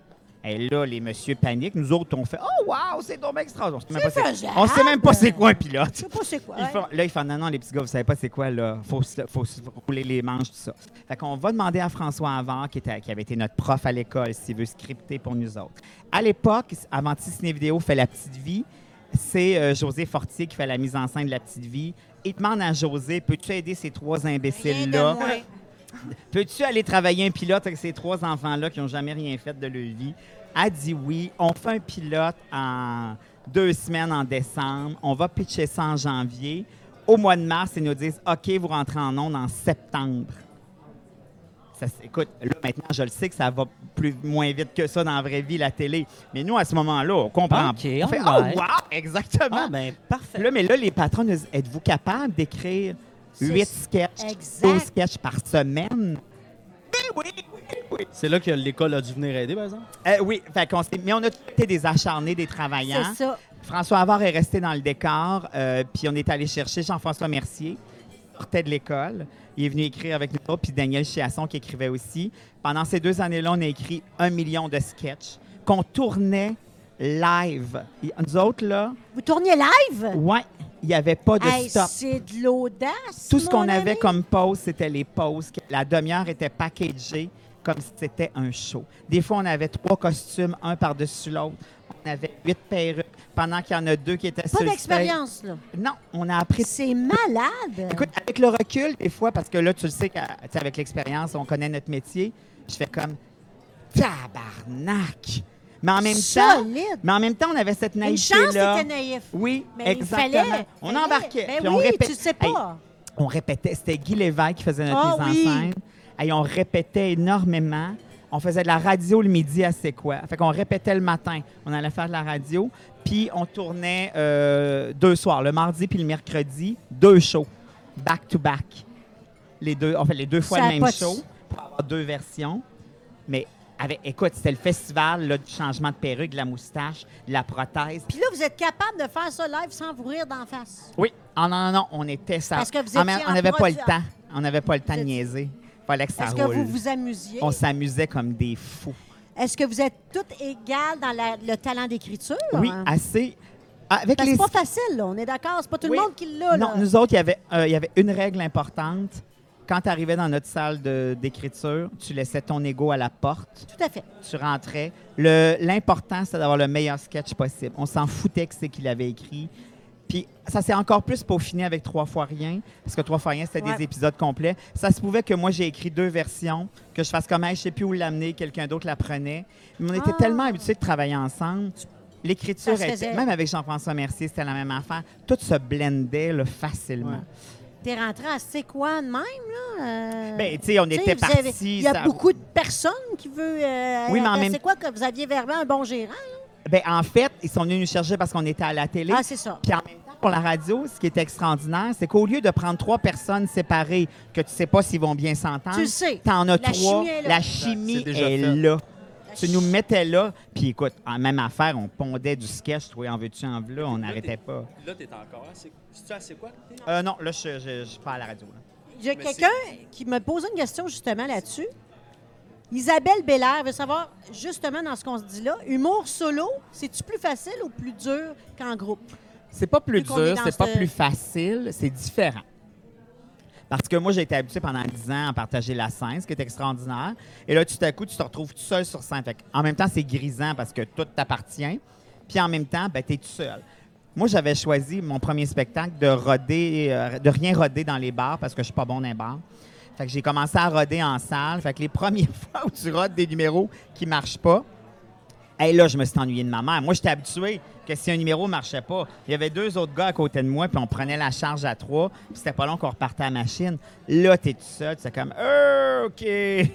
Et là, les messieurs paniquent. Nous autres, on fait, oh, wow, c'est donc extraordinaire. On ne sait même pas c'est quoi un pilote. Je sais pas c'est quoi. Là, ils font, non, les petits gars, vous savez pas c'est quoi, là. Faut se rouler les manches, tout ça. Fait qu'on va demander à François Havard, qui avait été notre prof à l'école, s'il veut scripter pour nous autres. À l'époque, Avanti Ciné Vidéo fait La Petite Vie. C'est José Fortier qui fait la mise en scène de La Petite Vie. Il demande à José, peux-tu aider ces 3 imbéciles-là? Peux-tu aller travailler un pilote avec ces 3 enfants-là qui n'ont jamais rien fait de leur vie? Elle dit oui. On fait un pilote en 2 semaines en décembre. On va pitcher ça en janvier. Au mois de mars, ils nous disent, OK, vous rentrez en ondes en septembre. Écoute, là, maintenant, je le sais que ça va moins vite que ça dans la vraie vie, la télé. Mais nous, à ce moment-là, on comprend. OK, On fait, alright. oh, wow! Exactement. Ah, ben, parfait. Mais là, les patrons nous disent, êtes-vous capable d'écrire C'est 8 sketchs, exact. 12 sketchs par semaine? C'est là que l'école a dû venir aider, par exemple? Oui, mais on a été des acharnés, des travaillants. C'est ça. François Havard est resté dans le décor, puis on est allé chercher Jean-François Mercier, qui sortait de l'école. Il est venu écrire avec nous autres, puis Daniel Chiasson qui écrivait aussi. Pendant ces 2 années-là, on a écrit 1 million de sketchs qu'on tournait live. Nous autres, là, Vous tourniez live? ouais, il n'y avait pas de Hey, stop. c'est de l'audace. Tout ce qu'on mon avait ami. comme pause, c'était les pauses. La demi-heure était packagée comme si c'était un show. Des fois, on avait 3 costumes, un par-dessus l'autre. On avait 8 perruques, pendant qu'il y en a 2 qui étaient sur Pas le d'expérience, là. stage. Non, on a appris. C'est malade. Écoute, avec le recul, des fois, parce que là, tu le sais, avec l'expérience, on connaît notre métier, je fais comme tabarnak. Mais en même temps, on avait cette Une chance, naïveté-là. c'était naïf. Oui, Mais exactement. il fallait. On embarquait. Ben puis oui, on répétait. tu sais pas. On répétait. C'était Guy Lévesque qui faisait notre Ah mise en oui. scène. Et on répétait énormément. On faisait de la radio le midi à C'est quoi. Fait qu'on répétait le matin. On allait faire de la radio. Puis on tournait 2 soirs, le mardi puis le mercredi, 2 shows, back-to-back. On fait les 2 fois Ça le a même pas de show pour avoir 2 versions. Mais écoute, c'était le festival là, du changement de perruque, de la moustache, de la prothèse. Puis là, vous êtes capable de faire ça live sans vous rire d'en face. Oui. Ah non, on était ça. Parce que vous Ah, étiez mais on en n'avait pas le produ- temps. On n'avait pas le temps de Vous êtes- niaiser. Fallait que ça Est-ce que roule. vous vous amusiez? On s'amusait comme des fous. Est-ce que vous êtes toutes égales dans le talent d'écriture? Oui, hein? assez. Avec Parce que les c'est pas facile, là. On est d'accord. C'est pas tout Oui. le monde qui l'a, là. Non, nous autres, il y avait une règle importante. Quand tu arrivais dans notre salle d'écriture, tu laissais ton ego à la porte, Tout à fait. tu rentrais. L'important, c'était d'avoir le meilleur sketch possible. On s'en foutait que c'est qu'il avait écrit. Puis ça s'est encore plus peaufiné avec 3 fois rien, parce que 3 fois rien, c'était Ouais. des épisodes complets. Ça se pouvait que moi, j'ai écrit 2 versions, que je fasse comme, hey, je sais plus où l'amener, quelqu'un d'autre la prenait. Mais on était Ah. tellement habitués de travailler ensemble. L'écriture, Ça se faisait. même avec Jean-François Mercier, c'était la même affaire. Tout se blendait là, facilement. Ouais. T'es rentré à C'est quoi de même, là? Ben, tu sais, on Tu sais, était vous avez- partis. Il y a ça- beaucoup de personnes qui veulent... Oui, mais en même- C'est quoi que vous aviez vraiment un bon gérant? Ben, en fait, ils sont venus nous chercher parce qu'on était à la télé. Ah, c'est ça. Puis en même temps, pour la radio, ce qui est extraordinaire, c'est qu'au lieu de prendre 3 personnes séparées, que tu sais pas s'ils vont bien s'entendre, Tu le sais. t'en as La 3. chimie est là. La C'est chimie déjà est fait. là. Tu nous mettais là, puis écoute, en même affaire, on pondait du sketch, toi, en veux-tu, en veux-là, on n'arrêtait pas. Là, t'es encore assez. C'est-tu assez quoi? Non, là, je suis pas à la radio. Là. J'ai Mais quelqu'un qui me pose une question justement là-dessus. Isabelle Bélair veut savoir, justement, dans ce qu'on se dit là, humour solo, c'est-tu plus facile ou plus dur qu'en groupe? C'est pas plus Vu qu'on est dur, dans c'est pas ce- plus facile, c'est différent. Parce que moi, j'ai été habitué pendant 10 ans à partager la scène, ce qui est extraordinaire. Et là, tout à coup, tu te retrouves tout seul sur scène. Fait en même temps, c'est grisant parce que tout t'appartient. Puis en même temps, ben, tu es tout seul. Moi, j'avais choisi mon premier spectacle de roder, de rien roder dans les bars parce que je suis pas bon dans les bars. Fait que j'ai commencé à roder en salle. Fait que les premières fois où tu rodes des numéros qui marchent pas, hey, là, je me suis ennuyé de ma mère. Moi, j'étais habitué que si un numéro ne marchait pas, il y avait 2 autres gars à côté de moi, puis on prenait la charge à 3, puis c'était pas long qu'on repartait à la machine. Là, t'es tout seul, c'est comme OK.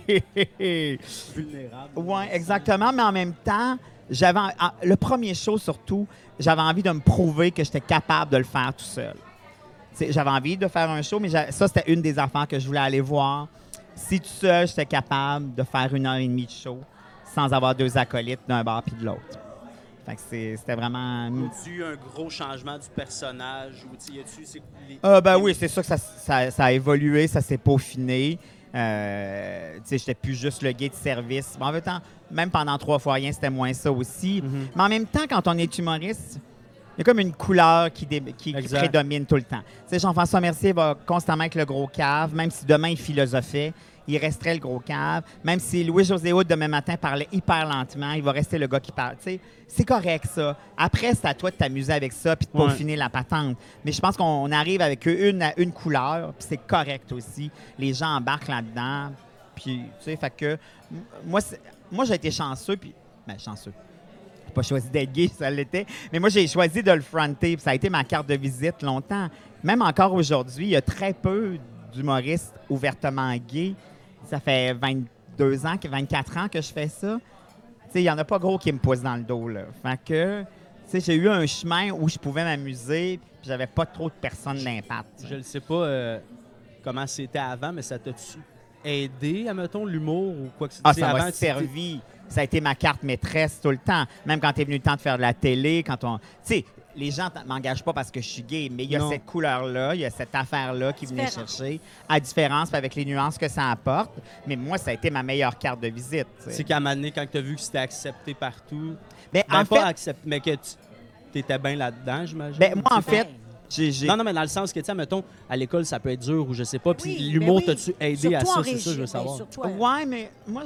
Vulnérable. Oui, exactement, mais en même temps, le premier show surtout, j'avais envie de me prouver que j'étais capable de le faire tout seul. T'sais, j'avais envie de faire un show, mais ça, c'était une des affaires que je voulais aller voir. Si tout seul, j'étais capable de faire 1h30 de show sans avoir 2 acolytes d'un bord puis de l'autre. Fait que c'était vraiment... As-tu eu un gros changement du personnage? Ou y a-tu. Ben oui, c'est sûr que ça a évolué, ça s'est peaufiné. J'étais plus juste le gay de service. Mais en même temps, même pendant 3 fois rien, c'était moins ça aussi. Mais en même temps, quand on est humoriste, il y a comme une couleur qui prédomine tout le temps. Jean-François Mercier va constamment avec le gros cave, même si demain il philosophait, il resterait le gros cave. Même si Louis-José Hood, demain matin, parlait hyper lentement, il va rester le gars qui parle. C'est correct, ça. Après, c'est à toi de t'amuser avec ça puis de peaufiner la patente. Mais je pense qu'on arrive avec une couleur, puis c'est correct aussi. Les gens embarquent là-dedans. Puis, tu sais, fait que... Moi, j'ai été chanceux, puis... Ben, chanceux. J'ai pas choisi d'être gay, ça l'était. Mais moi, j'ai choisi de le fronter, puis ça a été ma carte de visite longtemps. Même encore aujourd'hui, il y a très peu d'humoristes ouvertement gays. Ça fait 22 ans, 24 ans que je fais ça. Tu sais, il n'y en a pas gros qui me poussent dans le dos, là. Fait que, tu sais, j'ai eu un chemin où je pouvais m'amuser, puis j'avais pas trop de personnes d'impact. Je ne sais pas comment c'était avant, mais ça t'a-tu aidé, admettons, l'humour ou quoi que ce soit? Ah, ça m'a servi. Ça a été ma carte maîtresse tout le temps. Même quand t'es venu le temps de faire de la télé, quand on... Tu sais, les gens ne m'engagent pas parce que je suis gay, mais il y a cette couleur-là, il y a cette affaire-là qui venait chercher, à différence avec les nuances que ça apporte. Mais moi, ça a été ma meilleure carte de visite. T'sais. C'est qu'à un moment donné, quand tu as vu que c'était accepté partout, mais en fait, accepté, mais que tu étais bien là-dedans, j'imagine. Ben, moi, en fait, Non, mais dans le sens que, tu sais, mettons, à l'école, ça peut être dur ou je sais pas. Puis Oui, l'humour, oui. t'as-tu aidé à ça? C'est ça, je veux Ben, savoir. sur toi. ouais, mais moi,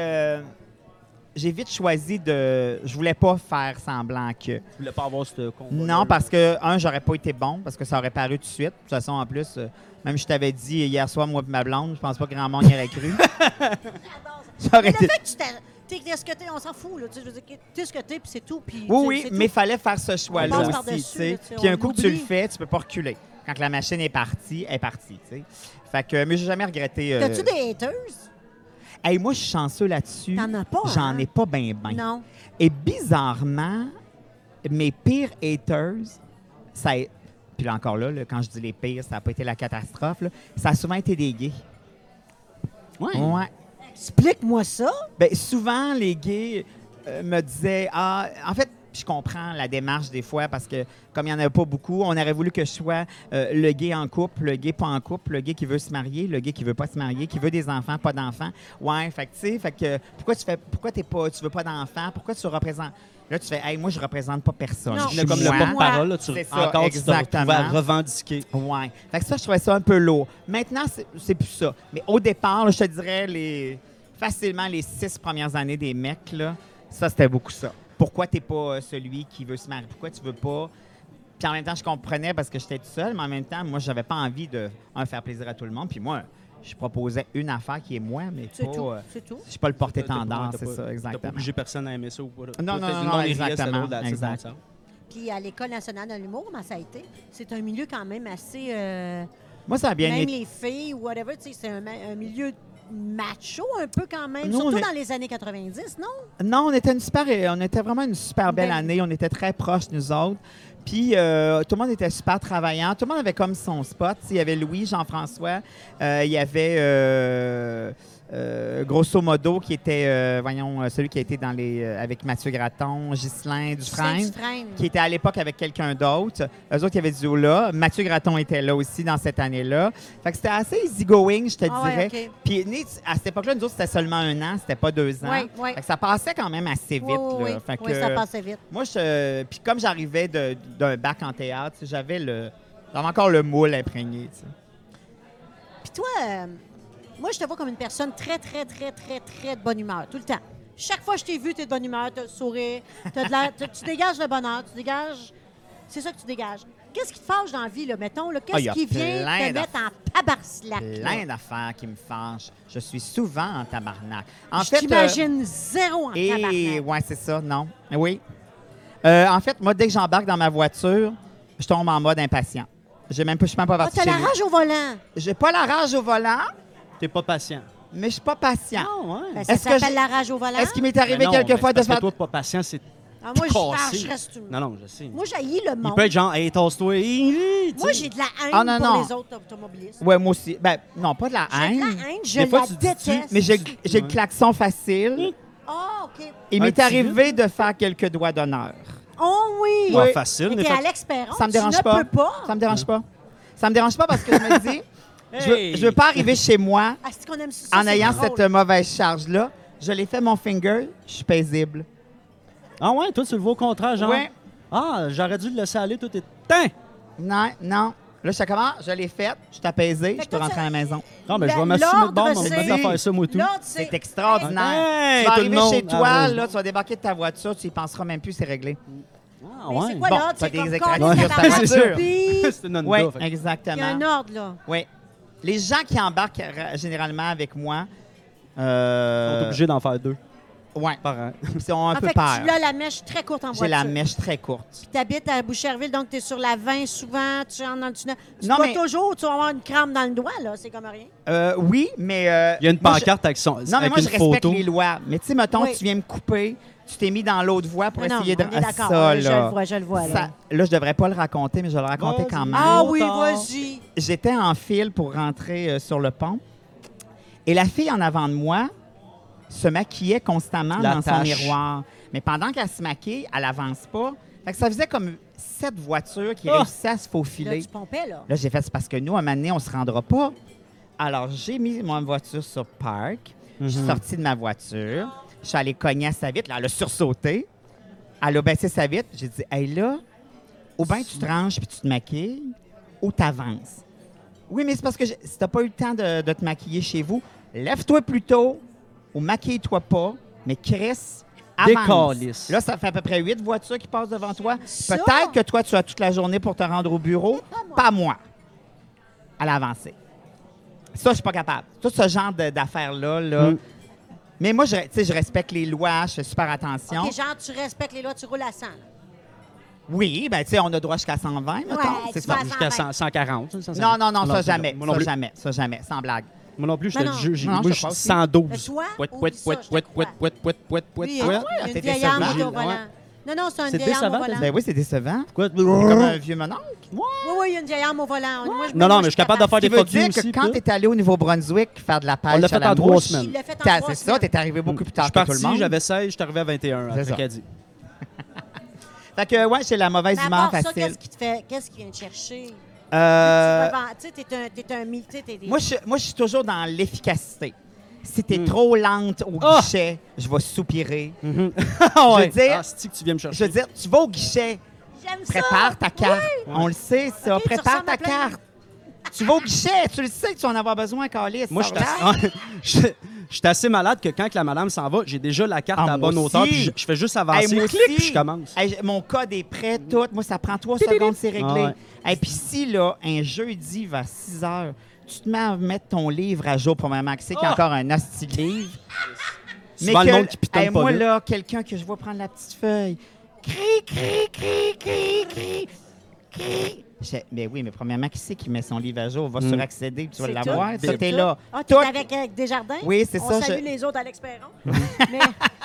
j'ai vite choisi de... Je voulais pas faire semblant que... Tu voulais pas avoir ce combat. Non, parce que, j'aurais pas été bon, parce que ça aurait paru tout de suite. De toute façon, en plus, même je t'avais dit hier soir, moi et ma blonde, je pense pas que grand monde y aurait cru. Ça aurait Mais le été... fait que tu t'es ce que t'es, on s'en fout. Là. Tu sais, je veux dire, t'es ce que t'es, puis c'est tout. Puis, Oui, c'est mais il tout. fallait faire ce choix-là On passe aussi, par-dessus, tu sais. là, tu sais, Puis un on coup que tu le l'oublie. fais, tu peux pas reculer. Quand la machine est partie, elle est partie, tu sais. Fait que, mais j'ai jamais regretté... T'as-tu des haters? Hey, moi, je suis chanceux là-dessus. T'en as pas, J'en hein? ai pas ben. Non. Et bizarrement, mes pires haters, puis là encore là, quand je dis les pires, ça n'a pas été la catastrophe, là, ça a souvent été des gays. Ouais. Ouais. Explique-moi ça. Ben, souvent, les gays me disaient, en fait, je comprends la démarche des fois parce que, comme il n'y en avait pas beaucoup, on aurait voulu que je sois le gay en couple, le gay pas en couple, le gay qui veut se marier, le gay qui veut pas se marier, qui veut des enfants, pas d'enfants. Ouais, fait que, tu sais, pourquoi tu veux pas d'enfants? Pourquoi tu représentes... Là, tu fais, hey, moi, je représente pas personne. Non. Je Là, suis comme le moi. porte-parole, là, tu C'est ça, encore tu te retrouves à exactement. revendiquer. Ouais. Fait que ça, je trouvais ça un peu lourd. Maintenant, c'est plus ça. Mais au départ, là, je te dirais, facilement, les 6 premières années des mecs, là, ça, c'était beaucoup ça. Pourquoi t'es pas celui qui veut se marier? Pourquoi tu veux pas? Puis en même temps, je comprenais parce que j'étais tout seul, mais en même temps, moi, j'avais pas envie de faire plaisir à tout le monde. Puis moi, je proposais une affaire qui est moi, mais C'est pas... tout. C'est tout. je suis pas le T'as porte-étendard, pas- c'est ça, T'as pas exactement. obligé personne à aimer ça ou pas. Non, Toi, non, le non, monde les riait, c'était exactement, drôle, that's it, exact. that's all. Puis à l'École nationale de l'humour, comment ça a été? C'est un milieu quand même assez... Moi, ça a bien même été. les filles ou whatever, tu sais, c'est un milieu macho un peu quand même. Nous, Surtout on est- dans les années 90, non? Non, on était vraiment une super belle Belle. année. On était très proches, nous autres. Puis, tout le monde était super travaillant. Tout le monde avait comme son spot. Il y avait Louis, Jean-François. Il y avait, grosso modo, qui était, celui qui a été avec Mathieu Gratton, Ghislain Dufresne, qui était à l'époque avec quelqu'un d'autre. Eux autres, il y avait du là. Mathieu Gratton était là aussi dans cette année-là. Fait que c'était assez easygoing, je te Ah ouais, dirais. OK. Puis, à cette époque-là, nous autres, c'était seulement 1 an, c'était pas 2 ans. Oui, oui. Fait que ça passait quand même assez vite. Oui, là. Fait oui, que, ça passait vite. moi, puis comme j'arrivais d'un bac en théâtre, j'avais encore le moule imprégné. Tu sais. Puis toi, moi, je te vois comme une personne très, très, très, très, très de bonne humeur, tout le temps. Chaque fois que je t'ai vu, tu es de bonne humeur, tu as le sourire, tu dégages le bonheur, c'est ça que tu dégages. Qu'est-ce qui te fâche dans la vie, là, mettons? Là? Ah, il y Qu'est-ce a qui vient plein te mettre en tabarslac? là? Plein d'affaires qui me fâchent. Je suis souvent en tabarnak. En Je fait, t'imagine zéro en et tabarnak. ouais, c'est ça, non. Oui. En fait, moi, dès que j'embarque dans ma voiture, je tombe en mode impatient. Je suis même pas Ah, parti t'as chez la lui. rage au volant. J'ai pas la rage au volant, T'es pas patient. mais je suis pas patient. Ah, ouais. Ben, ça Est-ce que s'appelle j'ai- la rage au volant. Est-ce qu'il m'est Mais arrivé non, quelquefois mais de c'est parce faire... que toi, pas patient, c'est Ah, moi, cassé. je reste... Non, je sais. Moi, j'haïs le Il monde. peut être genre, hey, tasse-toi. Moi, j'ai de la haine Ah, non, pour non. les autres automobilistes. Ouais, moi aussi. Ben, non, pas de la J'ai de haine. la haine, je Des fois, la tu dis-tu, déteste. Mais j'ai le klaxon facile. Ah, OK. Il Un m'est petit arrivé de faire quelques doigts d'honneur. Oh oui! Ouais, Oui. facile. Mais mais t'es fait- Alex Perron, Ça me dérange tu pas. ne peux pas. Ça me dérange pas. Ça me dérange pas parce que je me dis, Hey! je veux pas arriver chez moi Ah, c'est qu'on aime ça, en c'est ayant drôle. cette mauvaise charge-là. Je l'ai fait mon finger, je suis paisible. Ah ouais, toi, tu le vois au contraire, genre. Ouais. Ah, j'aurais dû le laisser aller, toi, t'es... Tain! Non, non. Là, je sais comment, je l'ai faite, je suis apaisé, Fait je que peux toi, rentrer à la maison. Non, mais je vais m'assumer de bord, l'ordre, on va c'est- mettre à faire ça, moi, tout. L'autre, C'est c'est... extraordinaire. Hey, tu vas tout le arriver monde. chez toi, Ah, là, tu vas débarquer de ta voiture, tu y penseras même plus, c'est réglé. Ah, Mais ouais. c'est quoi Bon, l'ordre? t'as C'est des comme écrans coller de ta voiture. voiture, puis C'est une Oui, Honda, fait que- il y a exactement. un ordre, là. Oui. Les gens qui embarquent généralement avec moi, On est obligé d'en faire 2. Ouais. par an. Ils ont un En peu fait, peur. tu as la mèche très courte en J'ai voiture. la mèche très courte. Puis tu habites à Boucherville, donc tu es sur la 20 souvent, tu rentres dans le tunnel. Tu Non, vas mais- toujours, tu vas avoir une crampe dans le doigt, là, c'est comme rien. Oui, mais... Il y a une moi, pancarte avec, Non, mais avec moi, je une respecte photo. les lois. Mais tu sais, mettons, Oui. tu viens me couper, tu t'es mis dans l'autre voie pour Non, essayer non, de... on est d'accord, ça, je là. le vois, là. Ça- là, je devrais pas le raconter, mais je vais le raconter Vas-y. quand même. Ah Trop oui, tard. vas-y. J'étais en file pour rentrer sur le pont. Et la fille en avant de moi se maquillait constamment La dans son tache. miroir. Mais pendant qu'elle se maquille, elle avance pas. Fait que ça faisait comme 7 voitures qui Ah! réussissaient à se Là, faufiler. tu pompais, là. Là, j'ai fait, c'est parce que nous, à un moment donné, on se rendra pas. Alors, j'ai mis ma voiture sur park. Je suis sortie de ma voiture. Je suis allée cogner à sa vitre. Là, elle a sursauté. Elle a baissé sa vitre. J'ai dit, hey là, ou bien tu te ranges puis tu te maquilles, ou tu avances. Oui, mais c'est parce que si t'as pas eu le temps de te maquiller chez vous, lève-toi plus tôt ou maquille-toi pas, mais Chris, avance. Décalisse. Là, ça fait à peu près 8 voitures qui passent devant toi. Ça? Peut-être que toi, tu as toute la journée pour te rendre au bureau. Pas moi. À l'avancer. Ça, je suis pas capable. Tout ce genre d'affaires-là, là. Mm. Mais moi, tu sais, je respecte les lois, je fais super attention. OK, genre, tu respectes les lois, tu roules à 100. là. Oui, ben tu sais, on a droit jusqu'à 120, mettons. Ouais, C'est tu ça. vas à Jusqu'à 140. Non, non, non, ça jamais. Moi non Ça plus. jamais. Ça jamais. Sans blague. Moi non plus, je Mais te non. le jure. Non, Moi, je je sais pas suis aussi. 112. Mais toi, Pouet, oublie pouet, ça, pouet, je te pouet, crois. pouet, pouet, pouet, pouet, Oui, pouet. il y a t'es une vieille âme décevant. au volant. Ouais. Non, non, c'est une C'est vieille âme au décevant, volant. Ben oui, c'est décevant. Quoi? Comme un vieux mononcle. Oui, oui, il y a une vieille âme au volant. Moi, Non, non, mais je suis capable de faire Ce qui des veut fuck you dire que aussi. quand tu es allé au Nouveau-Brunswick faire de la pêche On l'a à fait la en 3 mouche, semaines. Il l'a fait en 3 c'est semaines. ça, t'es arrivé beaucoup plus Je tard suis que tout le parti, monde. j'avais 16, je suis arrivé à 21 C'est après ça. Caddy. Fait que, ouais, j'ai la mauvaise Mais à humeur part ça, facile. qu'est-ce qui te fait... Qu'est-ce qui vient te chercher? Euh, Tu sais, t'es un militaire. moi, je suis toujours dans l'efficacité. Si t'es trop lente au Ah! guichet, je vais soupirer. Ah ouais. dire- Ah, c'est-tu que tu viens me Je chercher. veux dire, tu vas au guichet, J'aime ça! prépare ta carte. On le sait, ça. Ok, tu Prépare ressembles ta à plein de- carte. Tu vas au guichet, tu le sais que tu vas en avoir besoin, Calice. Moi, je suis Sors-la. assez- je suis assez malade que quand que la madame s'en va, j'ai déjà la carte Ah, à la moi bonne hauteur, aussi. puis je fais juste avancer, Hey, moi clic, aussi. puis je commence. Hey, mon code est prêt, tout. Moi, ça prend 3 secondes, c'est réglé. Ah ouais. Et puis si, là, un jeudi vers 6 heures, tu te mets à mettre ton livre à jour pour ma maxi, qui a Ah! encore un hostie de livre. Souvent, le monde qui pitonne hey, pas moi, vite. là, quelqu'un que je vois prendre la petite feuille, cri, cri, cri, cri, cri, cri. Mais oui, mais premièrement, qui c'est qui met son livre à jour? Va sur accéder, puis tu vas C'est l'avoir. tout, Ça, c'est t'es tout. là. Ah, t'es Tout. avec Desjardins? Oui, c'est On ça, salue je- les autres, Alex Perron. Mais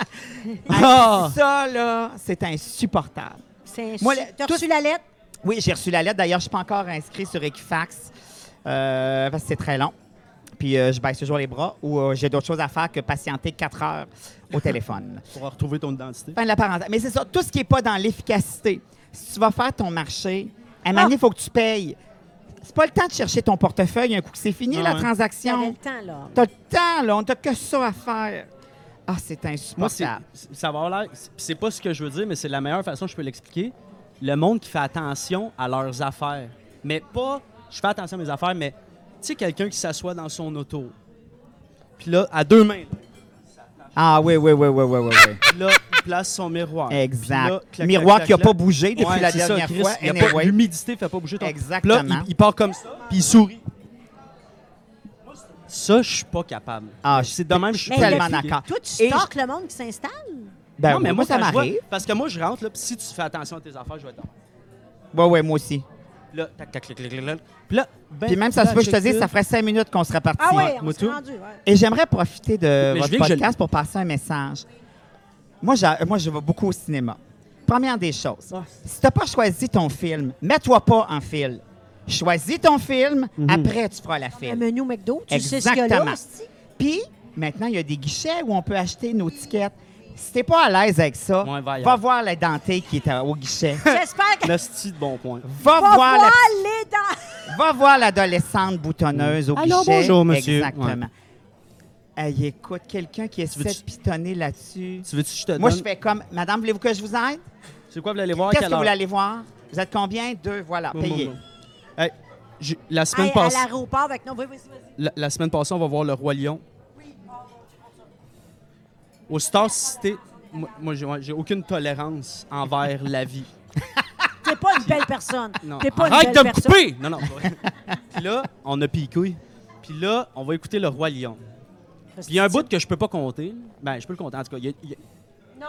Ah! Ça, là, c'est insupportable. c'est Moi, T'as tout- reçu la lettre? Oui, j'ai reçu la lettre. D'ailleurs, je ne suis pas encore inscrit sur Equifax parce que c'est très long. Puis je baisse toujours les bras ou j'ai d'autres choses à faire que patienter 4 heures au téléphone. Pour retrouver ton identité. Fin de la parenthèse. Mais c'est ça, tout ce qui n'est pas dans l'efficacité. Si tu vas faire ton marché, à un moment donné, il faut que tu payes. C'est pas le temps de chercher ton portefeuille un coup que c'est fini, Ah la ouais. T'avais transaction. le temps, là. T'as le temps, là. On n'a que ça à faire. Ah, c'est Moi, insupportable. ça va avoir l'air. C'est pas ce que je veux dire, mais c'est la meilleure façon que je peux l'expliquer. Le monde qui fait attention à leurs affaires. Mais pas. Je fais attention à mes affaires, mais tu sais, quelqu'un qui s'assoit dans son auto. Puis là, à 2 mains. Ah oui, oui, oui, oui, oui, oui. oui. Puis là, il place son miroir. Puis là, Exact. clac, Miroir clac, qui n'a clac, pas bougé depuis Ouais, la c'est ça, dernière Chris. fois. Il y a pas- Anyway. L'humidité fait pas bouger ton. Exactement. Puis là, il part comme ça, puis il sourit. Ça, je suis pas capable. Ah, C'est de même, je suis Mais tellement depuis- d'accord. Toi, tu Et stalkes le monde qui s'installe? Ben, non, mais oui, moi, ça quand je vois- m'arrive. Parce que moi, je rentre, là, puis si tu fais attention à tes affaires, je vais être là. Oui, oui, moi aussi. Puis là, tac, tac, tac, tac, tac, tac. Puis là, ben, Puis même, ça se peut, je te dis, ça ferait 5 minutes qu'on serait parti. Ah oui, on moi s'est tout. rendu. Ouais. Et j'aimerais profiter de Mais je votre viens que je- podcast pour passer un message. Moi, je vais beaucoup au cinéma. Première des choses, Ah. si tu n'as pas choisi ton film, mets-toi pas en file. Choisis ton film, après tu feras la Un file. menu McDo, tu sais ce qu'il y a Exactement. là, hostie? Puis, maintenant, il y a des guichets où on peut acheter nos tickets. Si t'es pas à l'aise avec ça, Ouais, va va ailleurs. voir la dentée qui est au guichet. J'espère que... L'hostie de bon point. Va Va voir voir la les dents! Va voir l'adolescente boutonneuse au Allô, guichet. bonjour, monsieur. Exactement. Hey, écoute, quelqu'un qui essaie de veux-tu- pitonner là-dessus. Tu veux-tu que je te Moi, donne? je fais comme, Madame, voulez-vous que je vous aide? C'est quoi, vous allez voir à Qu'est-ce quelle que vous heure? voulez aller voir? Vous êtes combien? 2, voilà, Boum, payez. boum, boum. Hey, la semaine Hey, à passée, l'aéroport avec... Non, vas-y, vas-y. la semaine passée, on va voir le Roi Lion. Au Star City, moi j'ai aucune tolérance envers la vie. T'es pas une belle personne. Non. T'es pas Arrête une de belle me personne. couper! Non, non, c'est pas vrai. Puis là, on a picouille. Puis là, on va écouter le Roi Lion. Puis il y a un bout que je peux pas compter. Ben, je peux le compter, en tout cas. Non.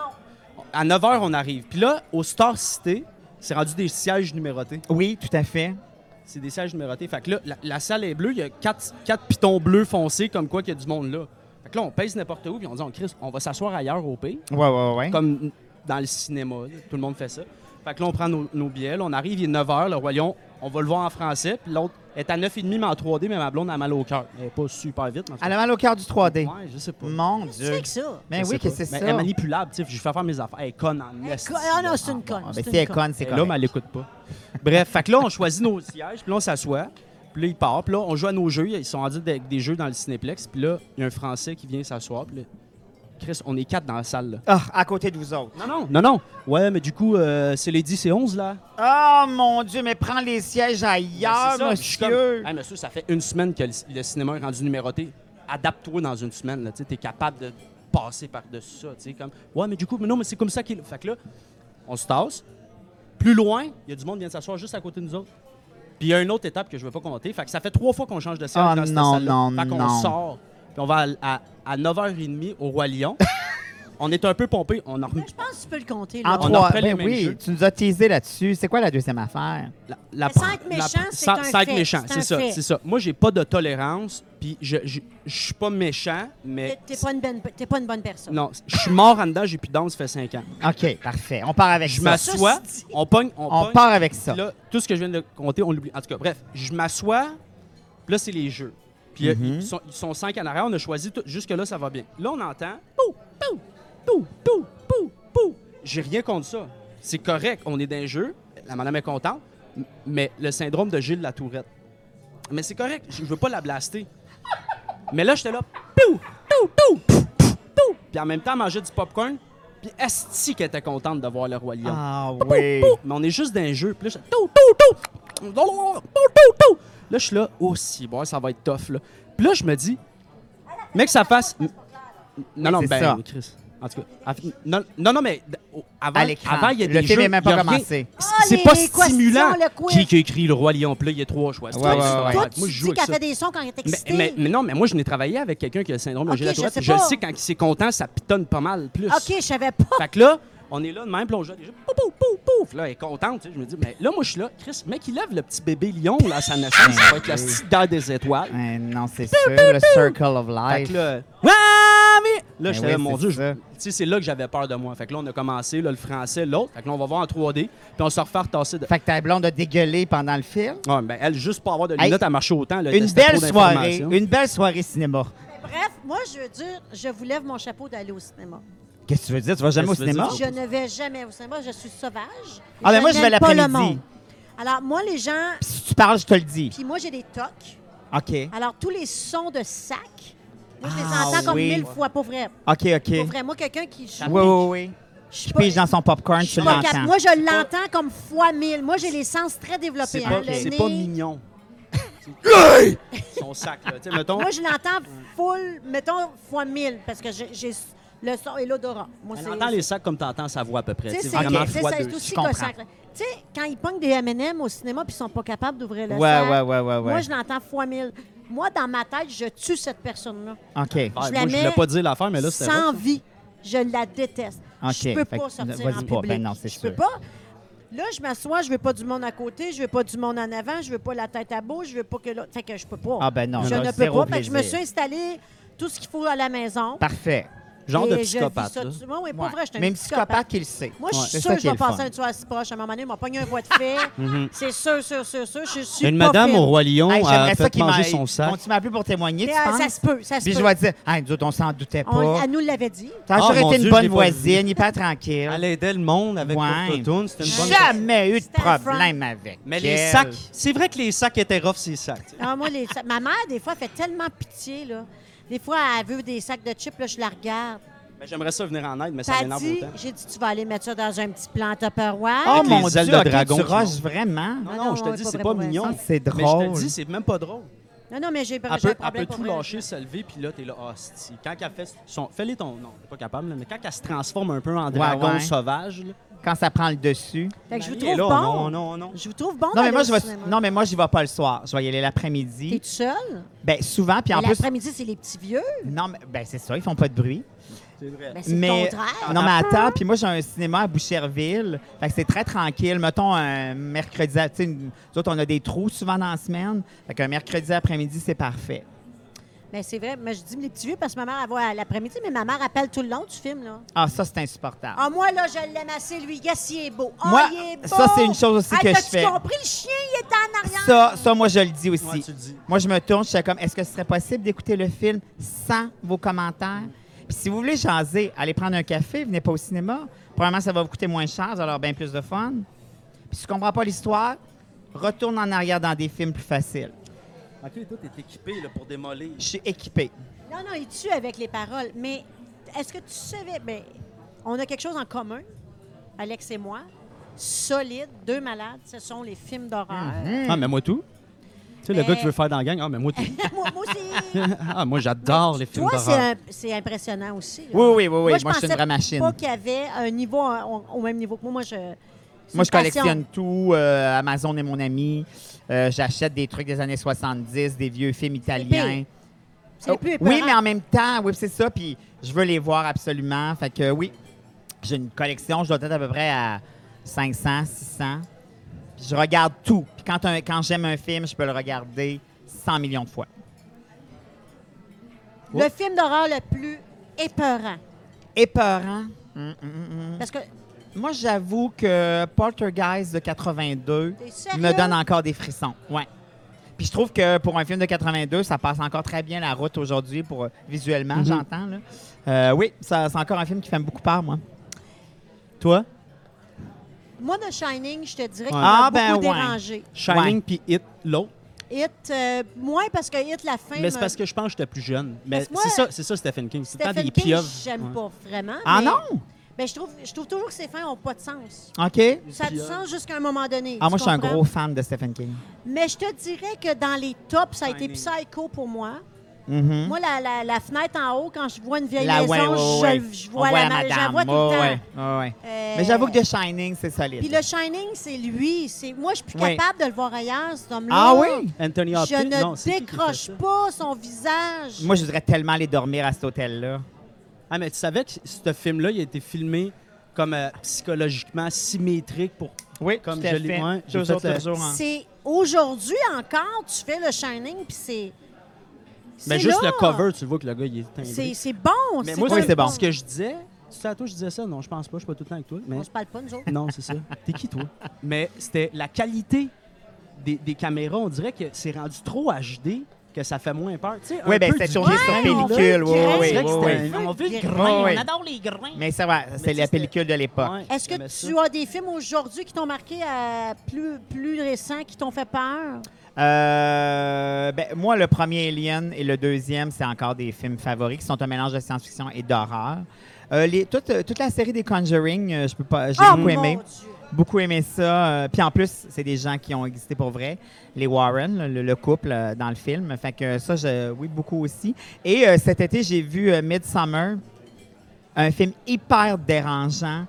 À 9 h, on arrive. Puis là, au Star City, c'est rendu des sièges numérotés. Oui, tout à fait. C'est des sièges numérotés. Fait que là, la salle est bleue. Il y a quatre pitons bleus foncés, comme quoi qu'il y a du monde là. Fait que là, on pèse n'importe où, puis on dit, Chris, on va s'asseoir ailleurs au pays. Ouais. Comme dans le cinéma. Là. Tout le monde fait ça. Fait que là, on prend nos billets. Là, on arrive, il est 9 h, le Roi Lion. On va le voir en français. Puis l'autre est à 9h30, mais en 3D, mais ma blonde a mal au cœur. Elle n'est pas super vite. Mais Elle a mal au cœur du 3D. Ouais, je sais pas. Mon Qu'est-ce que tu Dieu. fais que ça? Ben Je oui, sais que pas. c'est Mais ça. elle est manipulable, tu sais. Je fais faire mes affaires. Elle est conne en esti. Ah non, c'est une conne. Ah, ben, c'est si une elle est conne. conne, c'est Et là, correct. mais elle l'écoute pas. Bref, fait que là, on choisit nos sièges, puis là, on s'assoit. Puis là, il part. Puis là, on joue à nos jeux. Ils sont rendus avec des jeux dans le Cinéplex. Puis là, il y a un Français qui vient s'asseoir. Puis là, Chris, on est 4 dans la salle, là. Ah, à côté de vous autres. Non. Ouais, mais du coup, c'est les 10 et 11, là. Oh mon Dieu, mais prends les sièges ailleurs, Ben, c'est ça. Je suis comme, monsieur. Hey, monsieur, ça fait une semaine que le cinéma est rendu numéroté. Adapte-toi dans une semaine, là. Tu es capable de passer par-dessus ça, tu sais. Comme, ouais, mais du coup, mais non, mais c'est comme ça qu'il... Fait que là, on se tasse. Plus loin, il y a du monde qui vient de s'asseoir juste à côté de nous autres. Puis il y a une autre étape que je ne veux pas compter. Fait que ça fait 3 fois qu'on change de siège Oh dans cette non, salle-là. non, Fait qu'on non. sort. Puis on va à 9h30 au Roi Lion. On est un peu pompé. On a remis... Je pense que tu peux le compter. En Là. On trois, refait les ben mêmes oui, jeux. tu nous as teasé là-dessus. C'est quoi la deuxième affaire? La Mais cinq méchants, c'est un cinq fait. méchants, C'est c'est un ça, fait. c'est ça. Moi, j'ai pas de tolérance, puis je suis pas méchant, mais... T'es pas une bonne personne. Non, je suis mort en dedans, j'ai plus de dents, ça fait 5 ans. OK, parfait. On part avec Je ça. m'assois, Ceci dit. on pogne, On part avec ça. puis là, tout ce que je viens de compter, on l'oublie. En tout cas, bref, je m'assois, puis là, c'est les jeux. Puis ils sont 5 en arrière, on a choisi, jusque-là, ça va bien. Là, on entend... Pou, pou, pou, pou, pou, pou. J'ai rien contre ça. C'est correct, on est dans un jeu, la madame est contente, mais le syndrome de Gilles Latourette. Mais c'est correct, je veux pas la blaster. Mais là, j'étais là, pou, pou, pou, pou, pou, pou. Puis en même temps, manger du popcorn, puis esti qu'elle était contente de voir le Roi Lion. Ah Pou, oui. pou. Mais on est juste dans un jeu, puis là, j'étais tou, tou, tou, tou, tou, tou. Là, je suis là, oh si, bon, ça va être tough, là. Puis là, je me dis, mec, ça fasse... Non, c'est ben, ça. Chris. En tout cas, non, mais avant, À l'écran. avant, il y a Le des film jeux... n'est même pas il y a rien- commencé. C'est les pas questions, stimulant. le quiz. Qui a écrit le Roi Lion? Puis là, il y a 3 choix. C'est Ouais, toi, ouais, c'est ouais. toi. Toi, Moi, tu je dis joue avec qu'elle ça. fait des sons quand elle est excitée. Mais non, mais moi, je n'ai travaillé avec quelqu'un qui a le syndrome de Ok, Gilles Latourette. je sais Je le pas. sais, quand il est content, ça pitonne pas mal plus. OK, je savais pas. Fait que là, on est là de même, puis on joue déjà. Pouf, pouf, pouf, pouf. Là, elle est contente. Tu sais, je me dis, mais là, moi, je suis là. Chris, mec, il lève le petit bébé lion là, à sa naissance. Ça va être la petite guerre des étoiles. Non, c'est sûr, le circle of Fait life. que là, ouais, mais. Là, Ben j'étais oui, là, mon c'est Dieu, ça. tu sais, c'est là que j'avais peur de moi. Fait que là, on a commencé, là, le français, l'autre. Fait que là, on va voir en 3D, puis on se refait retasser de. Fait que ta blonde a dégueulé pendant le film. Ouais, ben, elle, juste pour avoir de Hey, lunettes, elle marchait autant. Là, Une c'était belle trop soirée. d'informations. Une belle soirée cinéma. Bref, moi, je veux dire, je vous lève mon chapeau d'aller au cinéma. Qu'est-ce que tu veux dire? Tu vas jamais au Qu'est-ce que tu veux cinéma? dire? Je ne vais jamais au cinéma, je suis sauvage. Ah, ben moi, je vais n'aime pas le l'après-midi. monde. Alors, moi, les gens... Puis si tu parles, je te le dis. Puis moi, j'ai des tocs. OK. Alors, tous les sons de sac, moi, je les Ah, entends comme oui. 1000 fois, pour vrai. OK, OK. Pour vrai, moi, quelqu'un qui... Oui. Je Je suis pas- pige dans son popcorn, je tu suis pas l'entends. capable. Moi, je l'entends comme fois 1000. Moi, j'ai les sens très développés. C'est hein, pas, le c'est nez. pas mignon. Son sac, là. Tu sais, mettons. Moi, je l'entends full, mettons, fois 1000, parce que j'ai le son et l'odorat. Moi, Elle c'est- entend les sacs comme tu entends sa voix à peu près. Tu sais, C'est c'est vraiment c'est fois ça, deux. c'est aussi je comprends. que sac. Tu sais, quand ils pognent des M&M au cinéma puis ils sont pas capables d'ouvrir le Ouais, sac, ouais. moi, je l'entends fois 1000. Moi, dans ma tête, je tue cette personne-là. OK. Ouais, je moi, la je mets voulais pas dire l'affaire, mais là, c'était sans rough, vie. Je la déteste. OK. Je peux Fait pas que, sortir vas-y en pas. public. Ben non, c'est je peux sûr. pas. Là, je m'assois, je veux pas du monde à côté, je veux pas du monde en avant, je veux pas la tête à bouche, je veux pas que l'autre... Fait que je peux pas. Ah ben non, je non, ne peux zéro pas. Fait que je me plaisir. suis installé tout ce qu'il faut à la maison. Parfait. Genre de Et je vis psychopathe. ça là. dessus. Moi, oui, pour Ouais. vrai, je suis un Même psychopathe. psychopathe qui le sait. Moi, je C'est suis ça sûre que qui je est vais le fun. passer une soirée si proche. À un moment donné, il m'a pogné un voie de fait. C'est sûr. Je suis Une pas madame fine. au Roi Lion Hey, a j'aimerais ça fait qu'il manger m'aille. son sac. Tu m'as appelé pour témoigner, tu Mais, penses? ça se peut, ça se Puis peut. je vais dire, nous autres, on s'en doutait pas. Elle nous l'avait dit. T'as toujours Ah, mon été une Dieu, bonne je l'ai pas voisine, hyper tranquille. Elle aidait le monde avec Ouais. Autotune. C'était une bonne... Jamais eu de C'était un problème avec. Mais les elle. sacs, c'est vrai que les sacs étaient rough, ces sacs. tu sais. Ah, moi, ma mère, des fois, fait tellement pitié. Là. Des fois, elle veut des sacs de chips, là, je la regarde. Ben, j'aimerais ça venir en aide, mais ça Puis elle m'énerve dit, autant. j'ai dit, tu vas aller mettre ça dans un petit plan Tupperware. Oh Avec mon les ailes Dieu, de ok, dragon tu qui rushes vraiment? Non, non, non, je te ouais, dis, pas c'est vrai, pas pas vrai. mignon. Ah, c'est Mais je drôle. te dis, c'est même pas drôle. Non, mais j'ai Elle un peut, elle problème peut pour tout vrai. lâcher, se lever, puis là, t'es là, hostie. Quand elle fait son... Fais-les ton... Non, t'es pas capable, là, mais quand elle se transforme un peu en dragon ouais. sauvage, là, quand ça prend le dessus. Fait que je vous Marie est trouve là, bon. Non. Je vous trouve bon. Non, mais d'aller moi, au je vais, cinéma. non, mais moi, j'y vais pas le soir. Je vais y aller T'es l'après-midi. tout seul? Ben, souvent, puis en Mais plus... l'après-midi, c'est les petits vieux. Non, mais ben, c'est ça, ils font pas de bruit. C'est vrai. Ben, c'est Mais le contraire. non, mais attends, puis moi j'ai un cinéma à Boucherville, fait que c'est très tranquille. Mettons un mercredi, tu sais, nous autres on a des trous souvent dans la semaine, fait qu'un mercredi après-midi c'est parfait. Mais c'est vrai, mais je dis les petits vieux parce que ma mère, elle voit à l'après-midi, mais ma mère appelle tout le long du film, là. Ah ça c'est insupportable. Ah, moi, là, je l'aime assez, lui. Yes, il est beau. Ah, Moi, il est beau. ça, c'est une chose aussi que je t'as-tu fais. compris, le chien, il est en arrière. Ça moi je le dis aussi. Ouais, tu le dis. Moi je me tourne, je suis comme, est-ce que ce serait possible d'écouter le film sans vos commentaires? Puis si vous voulez jaser, allez prendre un café, venez pas au cinéma. Probablement ça va vous coûter moins cher, ça va avoir bien plus de fun. Puis si tu comprends pas l'histoire, retourne en arrière dans des films plus faciles. OK, toi, t'es équipé là, pour démolir. Je suis équipé. Non, il tue avec les paroles. Mais est-ce que tu savais... Ben, on a quelque chose en commun, Alex et moi. Solide, deux malades, ce sont les films d'horreur. Ah, mais moi tout. Tu sais, le Mais- gars qui veut faire dans la gang, ah, mais moi tout. moi aussi. Ah, moi, j'adore les films Toi, d'horreur. c'est impressionnant aussi. là. Oui. Moi, je je suis une vraie pensais machine. pas qu'il y avait un niveau au même niveau que moi. Moi, c'est Moi, une je collectionne passion. tout. Amazon est mon ami. J'achète des trucs des années 70, des vieux films italiens. C'est plus Oui, épeurant. mais en même temps, oui, c'est ça. Puis je veux les voir absolument. Fait que oui, j'ai une collection. Je dois être à peu près à 500, 600. Puis je regarde tout. Puis quand j'aime un film, je peux le regarder 100 millions de fois. Le film d'horreur le plus épeurant. Épeurant. Parce que, Moi, j'avoue que Poltergeist de 82 t'es sérieux? me donne encore des frissons. Ouais. Puis je trouve que pour un film de 82, ça passe encore très bien la route aujourd'hui pour visuellement, j'entends. Là. Oui, c'est encore un film qui fait beaucoup peur, moi. Toi? Moi, The Shining, je te dirais qu'il Ah, m'a ben beaucoup ouais. dérangé. Shining puis It, l'autre. Hit, moins parce que Hit, la fin... Mais c'est me- parce que je pense que j'étais plus jeune. Mais Parce que moi, c'est ça, Stephen King. C'est tout le temps Stephen des King, pieuvres. j'aime Ouais. pas vraiment. Ah mais- non? Ben, je trouve toujours que ses fins n'ont pas de sens. OK. Ça a du sens jusqu'à un moment donné. Ah, moi, tu je suis un comprends? gros fan de Stephen King. Mais je te dirais que dans les tops, ça a été Shining. Psycho pour moi. Mhm. Moi, la fenêtre en haut, quand je vois une vieille La- maison, ouais. je On vois voit la je la vois tout le temps. Ouais. Euh, Mais j'avoue que The Shining, c'est solide. Puis le Shining, c'est lui. Moi, je suis plus Oui. capable de le voir ailleurs, cet homme-là. Ah oui? Anthony Hopkins. Je non, ne c'est qui qui fait décroche ça? pas son visage. Moi, je voudrais tellement aller dormir à cet hôtel-là. Ah, mais tu savais que ce film-là, il a été filmé comme psychologiquement symétrique pour. Oui, Comme tout à je l'ai- fait. ouais, j'ai toujours, fait le- toujours. hein. C'est aujourd'hui encore, tu fais le Shining, puis c'est. Mais c'est juste là. le cover, tu vois que le gars, il est timbré. C'est bon. Mais moi, Oui, c'est bon. ce que je disais, c'est à toi que je disais ça? Non, je pense pas, je suis pas tout le temps avec toi. Mais On se parle pas, nous autres. non, c'est ça. T'es qui, toi? Mais c'était la qualité des caméras. On dirait que c'est rendu trop HD, que ça fait moins peur. Tu sais, Oui, un bien, peu c'était du tourné grain, sur là. pellicule. Oui, grain. oui, On dirait que oui, c'était oui. un- on veut le Grain. grain, Oui. on adore les grains. Mais c'est vrai, c'est tu la sais, pellicule de l'époque. Ouais, Est-ce que j'aimais ça. tu as des films aujourd'hui qui t'ont marqué plus récents, qui t'ont fait peur? Moi, le premier Alien et le deuxième, c'est encore des films favoris qui sont un mélange de science-fiction et d'horreur. Toute la série des Conjuring, j'ai Oh, beaucoup aimé. mon Dieu! Beaucoup aimé ça. Puis en plus, c'est des gens qui ont existé pour vrai. Les Warren, le couple dans le film. Fait que ça, oui, beaucoup aussi. Et cet été, j'ai vu Midsommar, un film hyper dérangeant.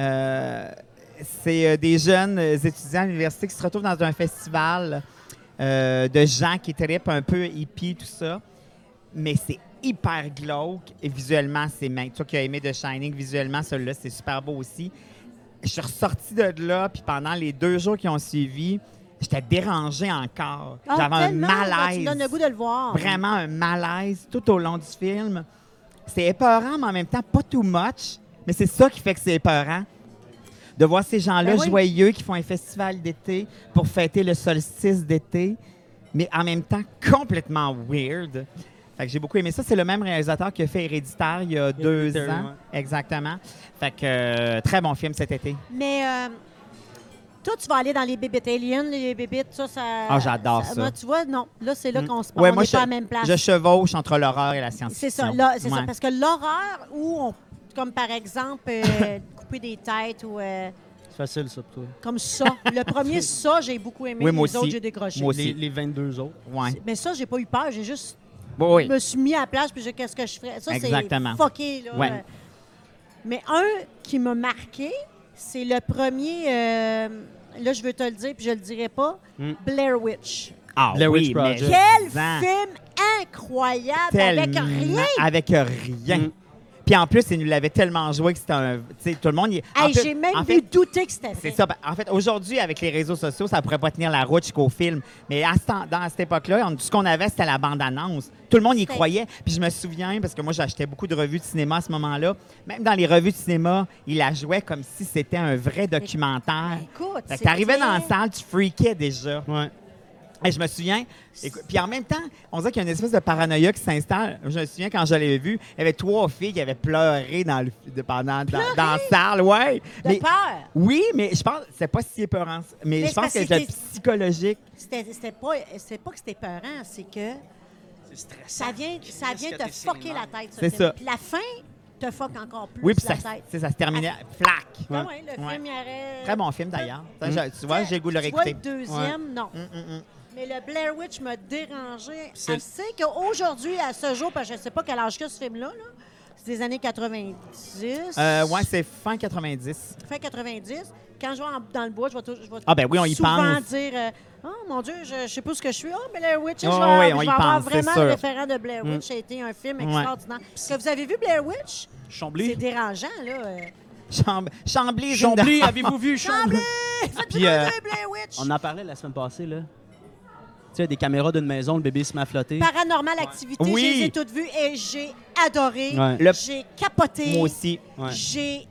C'est des jeunes étudiants à l'université qui se retrouvent dans un festival de gens qui trippent un peu hippie, tout ça. Mais c'est hyper glauque et visuellement, c'est magnifique. Toi qui as aimé The Shining, visuellement, celui-là, c'est super beau aussi. Je suis ressortie de là, puis pendant les 2 jours qui ont suivi, j'étais dérangée encore. Ah, J'avais un tellement, malaise. Tu me donnes le goût de le voir. Vraiment un malaise tout au long du film. C'est épeurant, mais en même temps, pas too much. Mais c'est ça qui fait que c'est épeurant. De voir ces gens-là Ben oui. joyeux qui font un festival d'été pour fêter le solstice d'été, mais en même temps complètement weird. Fait que j'ai beaucoup aimé ça. C'est le même réalisateur qui a fait Héréditaire il y a 2 Héréditaire, ans. ouais. Exactement. Fait que très bon film cet été. Mais toi, tu vas aller dans les bébites aliens, les bébites, ça. Ah, j'adore ça. Moi, tu vois, non. Là, c'est là qu'on se Ouais, on moi, n'est pas à la même place. Je chevauche entre l'horreur et la science-fiction. C'est ça, là, c'est ça. Ouais. Parce que l'horreur, où comme par exemple, couper des têtes ou C'est facile, ça, pour toi. comme ça. Le premier, ça, j'ai beaucoup aimé. Oui, moi les autres, aussi. j'ai décroché. Moi aussi. Les 22 autres. Ouais. Mais ça, j'ai pas eu peur. J'ai juste Bon, oui. me suis mis à la place puis j'ai qu'est-ce que je ferais. Ça, c'est Exactement. fucké, là. Ouais. Mais un qui m'a marqué, C'est le premier, là, je veux te le dire, puis je le dirai pas, Blair Witch. Ah Blair Witch oui, mais Project. Quel Zan. film incroyable, Tellement avec rien. Avec rien. Puis en plus, il nous l'avait tellement joué que c'était un... Tu sais, tout le monde... Hey, j'ai même vu douter que c'était C'est vrai. ça. En fait, aujourd'hui, avec les réseaux sociaux, ça pourrait pas tenir la route jusqu'au film. Mais à cette époque-là, tout ce qu'on avait, c'était la bande-annonce. Tout le monde y C'était- croyait. Puis je me souviens, parce que moi, j'achetais beaucoup de revues de cinéma à ce moment-là. Même dans les revues de cinéma, il la jouait comme si c'était un vrai documentaire. Écoute, Fait que t'arrivais dans la c'était- salle, tu freakais déjà. Ouais. Et je me souviien, puis en même temps, on dirait qu'il y a une espèce de paranoïa qui s'installe. Je me souviens, quand je l'avais vu, il y avait 3 filles qui avaient pleuré dans la salle. Ouais. De Mais- peur. oui, mais je pense c'est pas si épeurant. Mais Mais je pense c'est que parce c'est que psychologique. C'était pas que c'était peurant, c'est que C'est stressant. ça vient te fucker la tête, ce C'est film. ça. Puis la fin te fuck encore plus Oui, puis la ça, tête. tu sais, ça se terminait flac. Ah ouais, le Ouais. film, il y aurait... Très bon film d'ailleurs. Tu vois, j'ai le goût de le Tu vois, réécouter. le deuxième, non. Mais le Blair Witch m'a dérangé C'est- assez qu'aujourd'hui, à ce jour, parce que je ne sais pas quel âge que ce film-là, là, c'est des années 90. Ouais, c'est fin 90. Fin 90. Quand je vais dans le bois, je vais Ah ben oui, on y souvent pense. dire oh mon Dieu, je sais pas ce que je suis. Oh, Blair Witch, Oh, je vais, oui, je on vais y avoir pense, c'est vraiment sûr. le référent de Blair Witch. Ça a été un film extraordinaire. Est-ce que vous avez vu Blair Witch? C'est Chambly. dérangeant, là. Chambly, Chambly, avez-vous vu Chambly? Faites-vous Puis, Blair Witch! On en parlait la semaine passée, là. Tu sais, des caméras d'une maison, le bébé se met à flotter. Paranormal Activité, Oui. je les ai toutes vues et j'ai adoré. Ouais. J'ai capoté. Moi aussi. Ouais. J'ai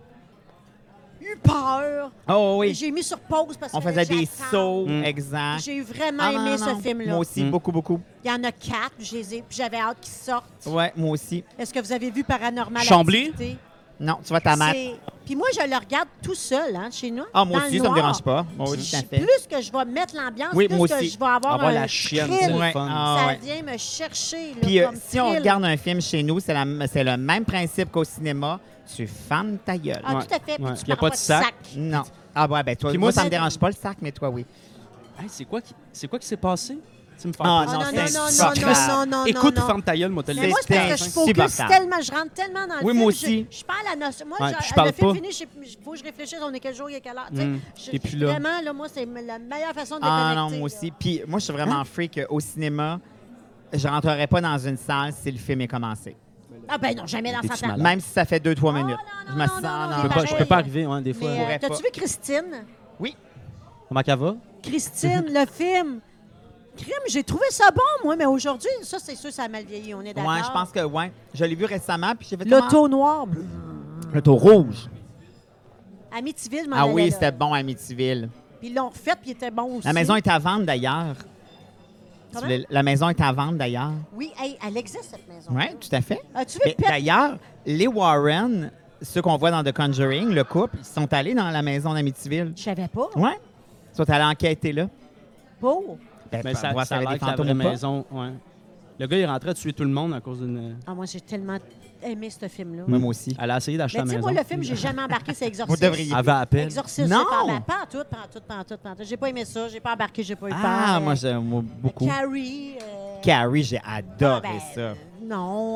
eu peur. Oh oui. J'ai mis sur pause parce que On faisait des j'attends. sauts, Mm. exact. J'ai vraiment Ah, non, aimé non, ce non. film-là. Moi aussi, Mm. beaucoup, beaucoup. Il y en a 4, puis j'avais hâte qu'ils sortent. Ouais, moi aussi. Est-ce que vous avez vu Paranormal Chambly? Activité? Non, tu vois ta mère. Puis moi, je le regarde tout seul, hein, chez nous. Ah, moi dans aussi, le ça me noir. dérange pas. Moi aussi, tout à fait. Plus que je vais mettre l'ambiance, Oui, plus moi que aussi. je vais avoir Avoir un la chienne, thrill. c'est le Ouais. fun. Ah, Ça ouais. vient me chercher. Là, Puis comme si on thrill. regarde un film chez nous, c'est le même principe qu'au cinéma. Tu fermes ta gueule. Ah, Ouais. tout à fait. Puis Ouais. tu Il y a parles pas de sac. Non. Ah ouais, ben toi, Puis moi, moi, ça me c'est- dérange pas le sac, mais toi, oui. Hey, c'est quoi qui s'est passé? Tu me fais Ah, Ah, non, non, c'est non, non, insupportable. non, non, non, Écoute, non. ferme ta gueule, moi, te le Mais dis. moi, c'est parce que je focus insupportable. tellement, je rentre tellement dans le Oui, film. moi aussi. Je parle à notion. Moi, Ouais, puis je parle le film pas. fini, il faut que je réfléchisse, on est quel jour, il y a quelle heure. Et puis là- Vraiment, là, moi, c'est la meilleure façon de Ah déconnecter. non, moi là. aussi. Puis moi, je suis vraiment freak au cinéma. Je rentrerai pas dans une salle si le film est commencé. Ah ben non, jamais dans T'es-tu sa table. malade? Même si ça fait 2-3 Oh, minutes. non, Je me non, sens... non, non, non, c'est Je pareil. peux pas arriver, ouais, des fois. Mais pourrais t'as-tu pas. vu Christine? Oui. Comment qu'elle va? Christine, le film. Crime, j'ai trouvé ça bon, moi, mais aujourd'hui, ça, c'est sûr, ça a mal vieilli, on est d'accord. Ouais, je pense que ouais. Je l'ai vu récemment, puis j'ai fait comment? L'auto noir. Le taux rouge. Amityville, je m'en Ah allais oui, là. c'était bon à Amityville. Puis ils l'ont refait, puis il était bon aussi. La maison est à vendre, d'ailleurs. Comment? La maison est à vendre, d'ailleurs. Oui, hey, elle existe, cette maison. Oui, tout à fait. As-tu vu Mais Pet? d'ailleurs, les Warren, ceux qu'on voit dans The Conjuring, le couple, ils sont allés dans la maison d'Amityville. Je savais pas. Ouais. Ils sont allés enquêter là. Beau. Ben, Mais pour ça, voir ça a s'il y avait l'air des que la vraie fantômes ou pas. maison, ouais. Le gars, il est rentré à tuer tout le monde à cause d'une... Ah, moi, j'ai tellement aimé ce film-là. Moi aussi. Elle a essayé d'acheter Mais la tu sais, maison. moi, le film, j'ai jamais embarqué, c'est Exorciste. Vous devriez. Elle avait appel. Exorciste, Non! Pas en tout. J'ai pas aimé ça. J'ai pas embarqué, j'ai pas eu peur. Ah, moi, j'aime beaucoup. Carrie. Carrie, j'ai adoré ben, ça. Non.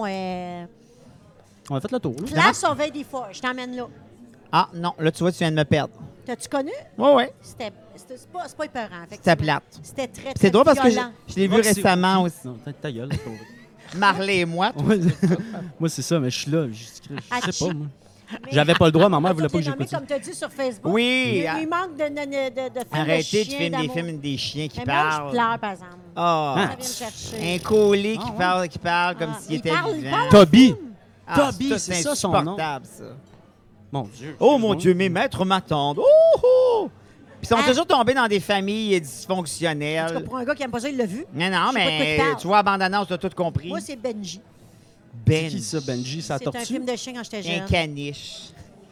On a fait le tour, là. Claire surveille des fois. Je t'emmène là. Ah, non, là, tu vois, tu viens de me perdre. T'as-tu connu? Oui, oui. C'est pas épeurant, C'était effectivement. plate. C'était très, très C'est drôle parce que violent. je l'ai vu Moi, c'est- récemment aussi. Non, ta gueule. Marley et moi. Ouais. Moi, c'est ça, mais je suis là. Je sais pas, moi. Mais- J'avais pas le droit, maman, elle Ah, voulait tu pas que t'es nommé, j'écoute ça. comme tu as dit sur Facebook. Oui. Il manque de films Arrêtez de chiens, filmer des d'amour. films des chiens qui Mais moi, je parlent. pleure, par exemple. Ah, Ça vient me chercher. un collier Ah, ouais. qui parle comme Ah, s'il il était parle- il vivant. parle en Toby. film. Ah, Toby, c'est ça son nom. insupportable, ça. Mon Dieu. Oh mon excuse-moi. Dieu, mes maîtres m'attendent. Oh, oh! Puis ils sont Ah. toujours tombés dans des familles En tout cas, dysfonctionnelles. pour un gars qui aime pas ça, il l'a vu. Non, non, Je sais pas de quoi mais tu parles. tu vois, abandonnance, tu as tout compris. Moi, c'est Benji. Ben, C'est qui ça, Benji? Ça C'est un tortue? film de chien quand j'étais un jeune. caniche.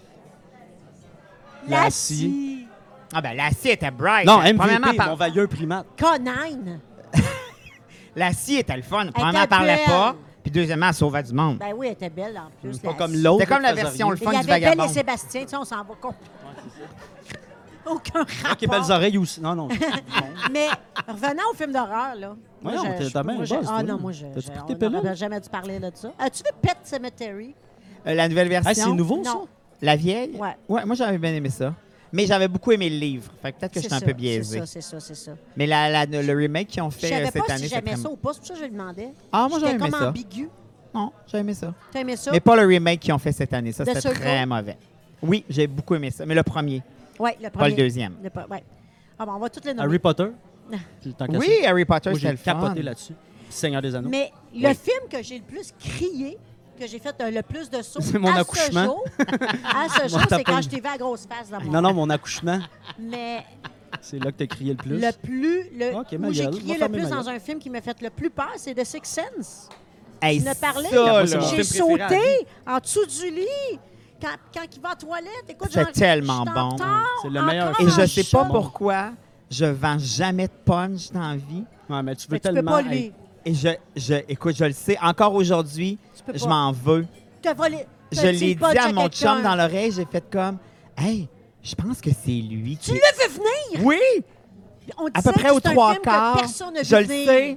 Lassie. Ah ben, Lassie était bright. Non, Premièrement, MVP, mon vailleux primate. Conine. Lassie était le fun. était Premièrement, elle parlait belle. pas. Puis deuxièmement, elle sauvait du monde. Ben oui, elle était belle en plus. Pas la- comme l'autre. C'était comme la qui faisait version rien. le Il fun y du avait Belle vagabond. et Sébastien, tu sais, on s'en va complètement. Aucun rapport. Ok, belles oreilles aussi. Non, non. Mais revenant au film d'horreur, là. Ouais, non, t'as bien moi, un je- buzz, Ah toi, non, là. moi, T'as-tu pris tes on n'aurait pilules? jamais dû parler de ça. As-tu vu Pet Cemetery? La nouvelle version. Ah, c'est nouveau, ça? Non. La vieille? Ouais. Ouais, moi, j'avais bien aimé ça. Mais j'avais beaucoup aimé le livre. Fait que peut-être que C'est j'étais un ça, peu biaisé. C'est ça. Mais le remake qu'ils ont Je fait savais cette pas année, si c'est j'aimais très... ça ou pas, c'est pour ça que je le demandais. Ah, moi, j'ai J'étais aimé comme ça. ambigu. Non, j'ai aimé ça. T'as aimé ça? Mais pas le remake qu'ils ont fait cette année. Ça, The c'était Circle? très mauvais. Oui, j'ai beaucoup aimé ça. Mais le premier, Oui, le pas premier. le deuxième. Ouais. Ah bon, on va toutes les nommer. Harry Potter. Tant qu'à Oui, ça. Harry Potter, Moi, c'était j'ai le fun. capoté là-dessus. Seigneur des Anneaux. Mais le Oui. film que j'ai le plus crié, que j'ai fait le plus de sauts C'est mon accouchement. À ce jour, c'est quand je t'ai vu à grosse face dans mon Non, mon accouchement, Mais c'est là que tu as crié le plus. Ok, ma où j'ai gueule, crié va le fermer plus ma dans gueule. un film qui m'a fait le plus peur, c'est The Sixth Sense. Hey, Tu en as parlé? ça, Moi, c'est là. mon J'ai film préféré à sauté en dessous du lit. Quand il va à la toilette, écoute, C'est genre, tellement je suis en bon. retard, C'est le meilleur encore Et film. je en sais pas shot. pourquoi je vends jamais de punch dans la vie. Ouais, mais tu veux Mais tu peux tellement pas être- lui. Et écoute, je le sais. Encore aujourd'hui, Tu peux je pas. m'en veux. T'as volé. Je t'as dit l'ai le punch dit à mon quelqu'un. chum dans l'oreille. J'ai fait comme, hey, je pense que c'est lui qui. Tu l'as vu venir? Oui! On À disait peu près que aux c'est un trois film que quarts. personne n'a vu Je le venir. sais.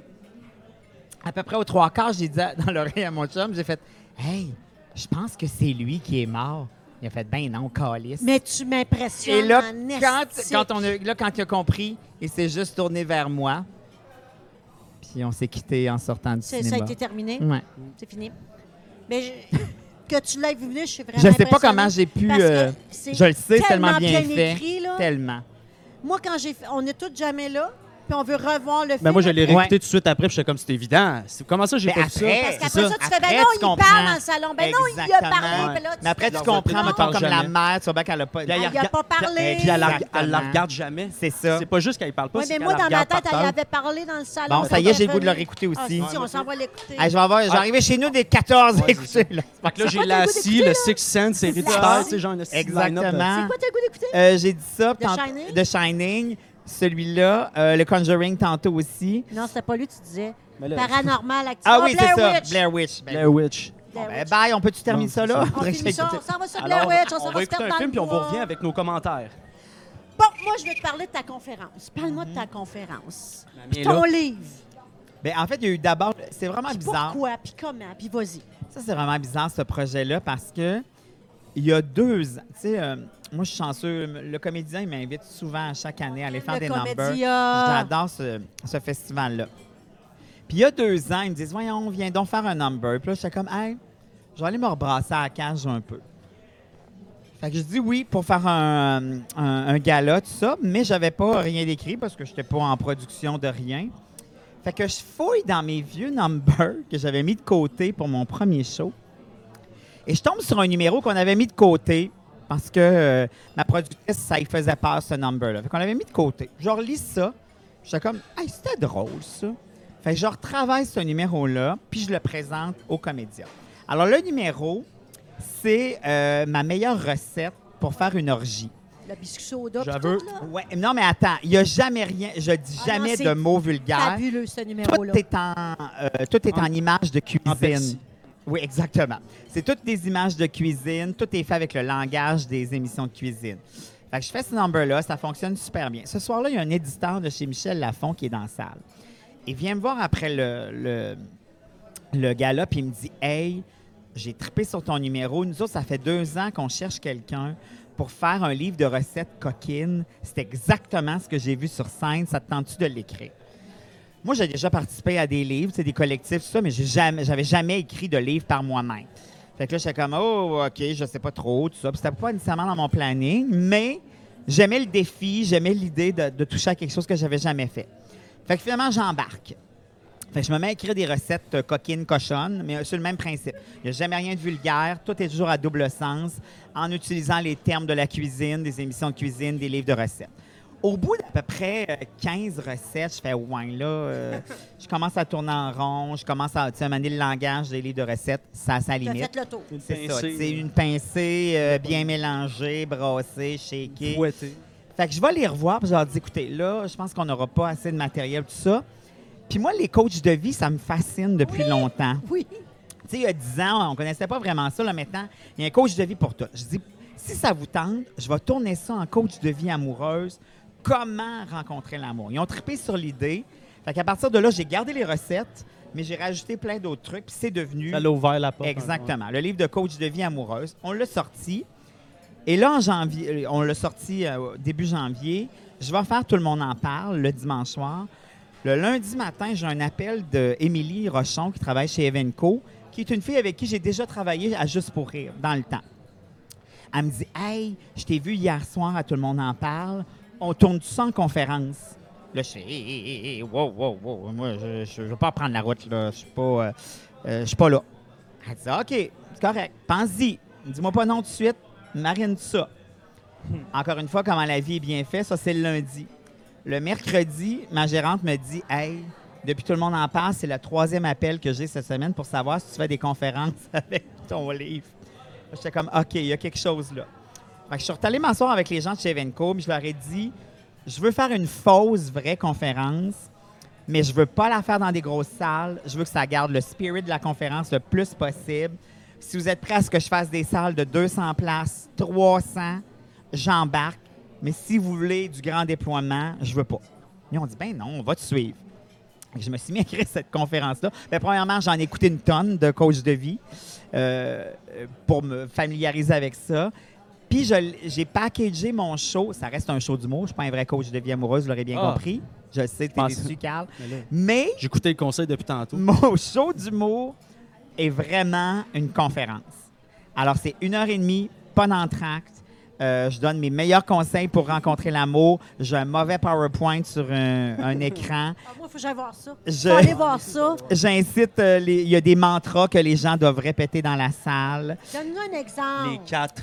À peu près aux trois quarts, j'ai dit dans l'oreille à mon chum, j'ai fait, hey, je pense que c'est lui qui est mort. Il a fait, ben non, calice. Mais tu m'impressionnes Et là, en quand estique. il a compris, il s'est juste tourné vers moi. Puis on s'est quitté en sortant du Ça a cinéma. été terminé. Ouais. C'est fini. Mais que tu l'aies vu venir, je suis vraiment Je sais pas impressionnée comment j'ai pu. parce que c'est Je le sais, c'est tellement bien fait. écrit, là. Tellement. Moi, quand j'ai fait... On est tous jamais là, puis on veut revoir le film. Ben moi, je l'ai après. réécouté tout de suite après, puis j'étais comme, c'est évident. Comment ça, j'ai Mais pas vu ça? après- Parce qu'après c'est ça, ça. tu fais, ben Après, non, tu il comprends. parle dans le salon. Ben non, il a Exactement. parlé. Puis là, Mais après, tu Non, comprends, non, mettons, parle comme la jamais. mère, tu vois bien qu'elle a pas. Puis elle il a pas parlé. Puis elle la Exactement. regarde jamais. C'est ça. C'est pas juste qu'elle parle pas, Oui, c'est mais qu'elle moi, la dans ma regarde tête, par elle terre. avait parlé dans le salon. Bon, ça y est, j'ai le goût de le réécouter Ah, aussi. si, on s'en va l'écouter. Hey, je vais arriver chez nous des 14 Ouais, écouter. Là. Fait que là, j'ai quoi t'as le goût l'assis, d'écouter, le là? Six Sense, c'est C'est héréditaire, ça. tu sais, genre un esti de Exactement. line-up, là. C'est quoi t'as le goût d'écouter? J'ai dit ça. The Shining? The Shining. Celui-là. Le Conjuring tantôt aussi. Non, c'était pas lui, tu disais. Mais là, Paranormal actif. Ah oui, c'est Blair ça. Witch. Blair Witch. Ben, Blair Witch. Blair ben, Witch. bye, on peut-tu terminer Non, ça c'est là? ça. On Faudrait que finit ça, j'écoute. on s'en va sur Blair Alors, Witch, on s'en on va va se écouter faire un dans film, le puis on bois. vous revient avec nos commentaires. Bon, moi, je vais te parler de ta conférence. Parle-moi de ta conférence. Puis mienne, ton là. livre. Ben, en fait, il y a eu d'abord. C'est vraiment Puis bizarre. pourquoi, puis comment, puis vas-y. Ça, c'est vraiment bizarre, ce projet-là, parce que il y a 2 ans, tu sais, moi, je suis chanceux. Le comédien, il m'invite souvent chaque année à aller faire Le des numbers. Comédia. J'adore ce festival-là. Puis il y a 2 ans, ils me disent, voyons, viens donc faire un number. Puis là, j'étais comme, hey, je vais aller me rebrasser à la cage un peu. Fait que je dis oui pour faire un gala, tout ça, mais j'avais pas rien d'écrit parce que je n'étais pas en production de rien. Fait que je fouille dans mes vieux numbers que j'avais mis de côté pour mon premier show. Et je tombe sur un numéro qu'on avait mis de côté parce que ma productrice, ça y faisait peur, ce number-là. Fait qu'on l'avait mis de côté. Je relis ça. J'étais comme, hey, c'était drôle, ça. Fait que je retravaille ce numéro-là, puis je le présente aux comédiens. Alors, le numéro, c'est ma meilleure recette pour faire une orgie. Le biscuit soda, puis J'avoue. tout, là. Ouais, non, mais attends, il n'y a jamais rien, je dis Ah non, jamais c'est de mots vulgaires. Fabuleux, ce Tout numéro-là. est en images de En cuisine. Pepsi. Oui, exactement. C'est toutes des images de cuisine. Tout est fait avec le langage des émissions de cuisine. Fait que je fais ce number-là, ça fonctionne super bien. Ce soir-là, il y a un éditeur de chez Michel Lafon qui est dans la salle. Il vient me voir après le gala, puis il me dit « Hey, j'ai trippé sur ton numéro. Nous autres, ça fait 2 ans qu'on cherche quelqu'un pour faire un livre de recettes coquines. C'est exactement ce que j'ai vu sur scène. Ça te tente-tu de l'écrire? » Moi, j'ai déjà participé à des livres, des collectifs, tout ça, mais j'avais jamais écrit de livre par moi-même. Fait que là, j'étais comme, oh, OK, je sais pas trop, tout ça. Puis c'était pas nécessairement dans mon planning, mais j'aimais le défi, j'aimais l'idée de toucher à quelque chose que j'avais jamais fait. Fait que finalement, j'embarque. Fait que je me mets à écrire des recettes coquines, cochonnes, mais sur le même principe. Il n'y a jamais rien de vulgaire, tout est toujours à double sens, en utilisant les termes de la cuisine, des émissions de cuisine, des livres de recettes. Au bout d'à peu près 15 recettes, je fais « ouais, là, je commence à tourner en rond, je commence à manier le langage des livres de recettes, ça a sa T'as limite. fait le tour. Une C'est ça, pincée, c'est une pincée bien mélangée, brassée, shakée. fouettée. Fait que je vais les revoir, puis je leur dis, écoutez, là, je pense qu'on n'aura pas assez de matériel, tout ça. Puis moi, les coachs de vie, ça me fascine depuis longtemps. Oui. Tu sais, il y a 10 ans, on ne connaissait pas vraiment ça. Là, maintenant, il y a un coach de vie pour tout. Je dis, si ça vous tente, je vais tourner ça en coach de vie amoureuse. Comment rencontrer l'amour? Ils ont trippé sur l'idée. Fait qu'à partir de là, j'ai gardé les recettes, mais j'ai rajouté plein d'autres trucs, puis c'est devenu... Ça l'a ouvert la porte. Exactement. Le livre de coach de vie amoureuse. On l'a sorti. Et là, en janvier, on l'a sorti début janvier. Je vais faire Tout le monde en parle le dimanche soir. Le lundi matin, j'ai un appel d'Émilie Rochon qui travaille chez Evenco, qui est une fille avec qui j'ai déjà travaillé à Juste pour rire dans le temps. Elle me dit « Hey, je t'ai vu hier soir à Tout le monde en parle. On tourne tout ça en conférence. » Là, je fais hey, wow, wow, wow. Moi, je ne veux pas prendre la route, là. Je suis pas là. Elle dit « OK, c'est correct. Pense-y. Dis-moi pas non tout de suite. Marine ça. » Encore une fois, comment la vie est bien faite, ça, c'est le lundi. Le mercredi, ma gérante me dit « Hey, depuis Tout le monde en parle, c'est le 3e appel que j'ai cette semaine pour savoir si tu fais des conférences avec ton livre. » J'étais comme « OK, il y a quelque chose là. » Fait que je suis allée m'asseoir avec les gens de chez Evenco, puis je leur ai dit « Je veux faire une fausse vraie conférence, mais je veux pas la faire dans des grosses salles. Je veux que ça garde le spirit de la conférence le plus possible. Si vous êtes prêts à ce que je fasse des salles de 200 places, 300, j'embarque. Mais si vous voulez du grand déploiement, je veux pas. » Ils ont dit « Ben non, on va te suivre. » Je me suis mis à écrire cette conférence-là. Bien, premièrement, j'en ai écouté une tonne de coach de vie pour me familiariser avec ça. Puis, j'ai packagé mon show. Ça reste un show d'humour. Je ne suis pas un vrai coach de vie amoureuse, vous l'aurez bien compris. Je le sais, tu es déçu, Carl. Mais J'ai écouté le conseil depuis tantôt. mon show d'humour est vraiment une conférence. Alors, c'est 1h30, pas d'entracte. Je donne mes meilleurs conseils pour rencontrer l'amour. J'ai un mauvais PowerPoint sur un écran. Moi, il faut que j'aille voir ça. Je- Faut aller voir ça. J'incite, il y a des mantras que les gens doivent répéter dans la salle. Donne-nous un exemple. Les 4.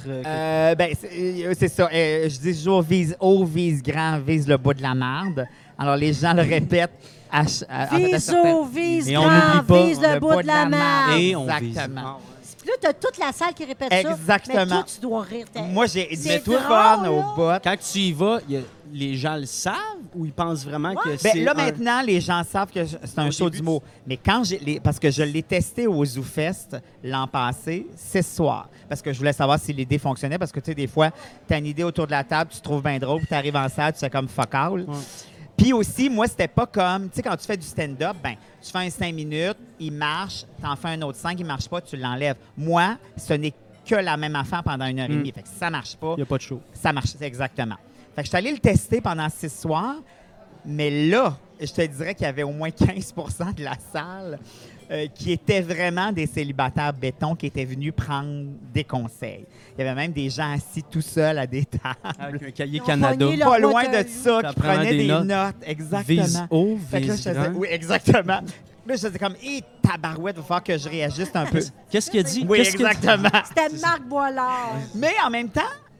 C'est ça. Je dis toujours vise haut, vise grand, vise le bout de la marde. Alors, les gens le répètent en fait, à Vise certaines- haut, vise Et on grand, n'oublie pas vise le bout de la main. Et on Exactement. Puis là, t'as toute la salle qui répète ça. Exactement. Mais toi, tu dois rire. Moi, j'ai C'est du drôle, fun là. au bout. Quand tu y vas, les gens le savent ou ils pensent vraiment que c'est. Ben, là, un- maintenant, les gens savent que c'est un Au show début, d'humour. Mais quand parce que je l'ai testé au ZooFest l'an passé, 6 soirs. Parce que je voulais savoir si l'idée fonctionnait. Parce que, tu sais, des fois, tu as une idée autour de la table, tu te trouves bien drôle, puis tu arrives en salle, tu fais comme fuck all. Ouais. Puis aussi, moi, c'était pas comme, tu sais, quand tu fais du stand-up, ben, tu fais un 5 minutes, il marche, t'en fais un autre 5, il marche pas, tu l'enlèves. Moi, ce n'est que la même affaire pendant 1h30. Fait que si ça marche pas, Il n'y a pas de show. ça marche, exactement. Fait que je suis allé le tester pendant 6 soirs, mais là, je te dirais qu'il y avait au moins 15 de la salle qui étaient vraiment des célibataires béton qui étaient venus prendre des conseils. Il y avait même des gens assis tout seuls à des tables. Avec un cahier Ils ont Canada. pogné leur Pas loin Waterloo. de ça, Ça qui prend prenaient des des notes. notes. Exactement. Vise haut, Fait que là, vise je faisais, grand. oui, exactement. Là, je faisais comme, tabarouette, il va falloir que je réajuste un peu. Qu'est-ce qu'il a dit? Oui, Qu'est-ce qu'il a dit? exactement. C'était Marc Boilard. Mais en même temps,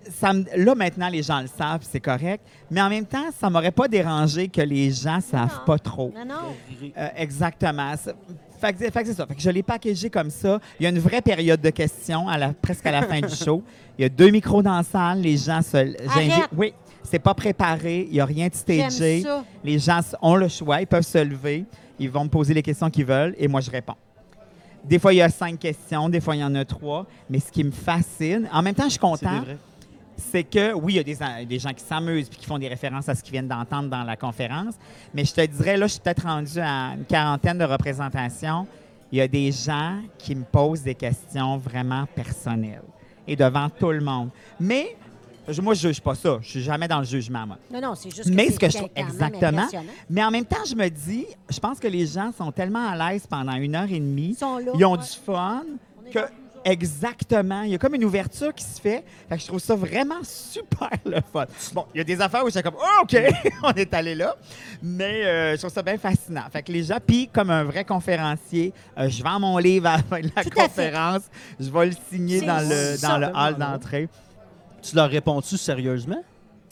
là, maintenant, les gens le savent, puis c'est correct. Mais en même temps, ça m'aurait pas dérangé que les gens savent Non. pas trop. Non, non. Exactement. Fait que c'est ça. Fait que je l'ai packagé comme ça. Il y a une vraie période de questions presque à la fin du show. Il y a 2 micros dans la salle. Les gens Arrête! Oui, c'est pas préparé. Il n'y a rien de stagé. J'aime ça. Les gens ont le choix. Ils peuvent se lever. Ils vont me poser les questions qu'ils veulent et moi, je réponds. Des fois, il y a 5 questions. Des fois, il y en a 3. Mais ce qui me fascine, en même temps, je suis C'est content. des vrais. C'est que, oui, il y a des gens qui s'amusent et qui font des références à ce qu'ils viennent d'entendre dans la conférence. Mais je te dirais, là, je suis peut-être rendu à une 40aine de représentations. Il y a des gens qui me posent des questions vraiment personnelles et devant tout le monde. Mais moi, je ne juge pas ça. Je suis jamais dans le jugement, moi. Non, non, c'est juste que Mais c'est ce que je trouve quand même exactement. impressionnant. Mais en même temps, je me dis, je pense que les gens sont tellement à l'aise pendant 1h30. Ils sont là. Ils ont ouais. du fun On est que dans- exactement, il y a comme une ouverture qui se fait. Fait que je trouve ça vraiment super le fun. Bon, il y a des affaires où j'étais comme oh, OK, on est allé là, mais je trouve ça bien fascinant. Fait que les gens, puis comme un vrai conférencier, je vends mon livre à la fin de la Tout à fait. conférence, je vais le signer C'est dans le ça. hall d'entrée. Tu leur réponds-tu sérieusement?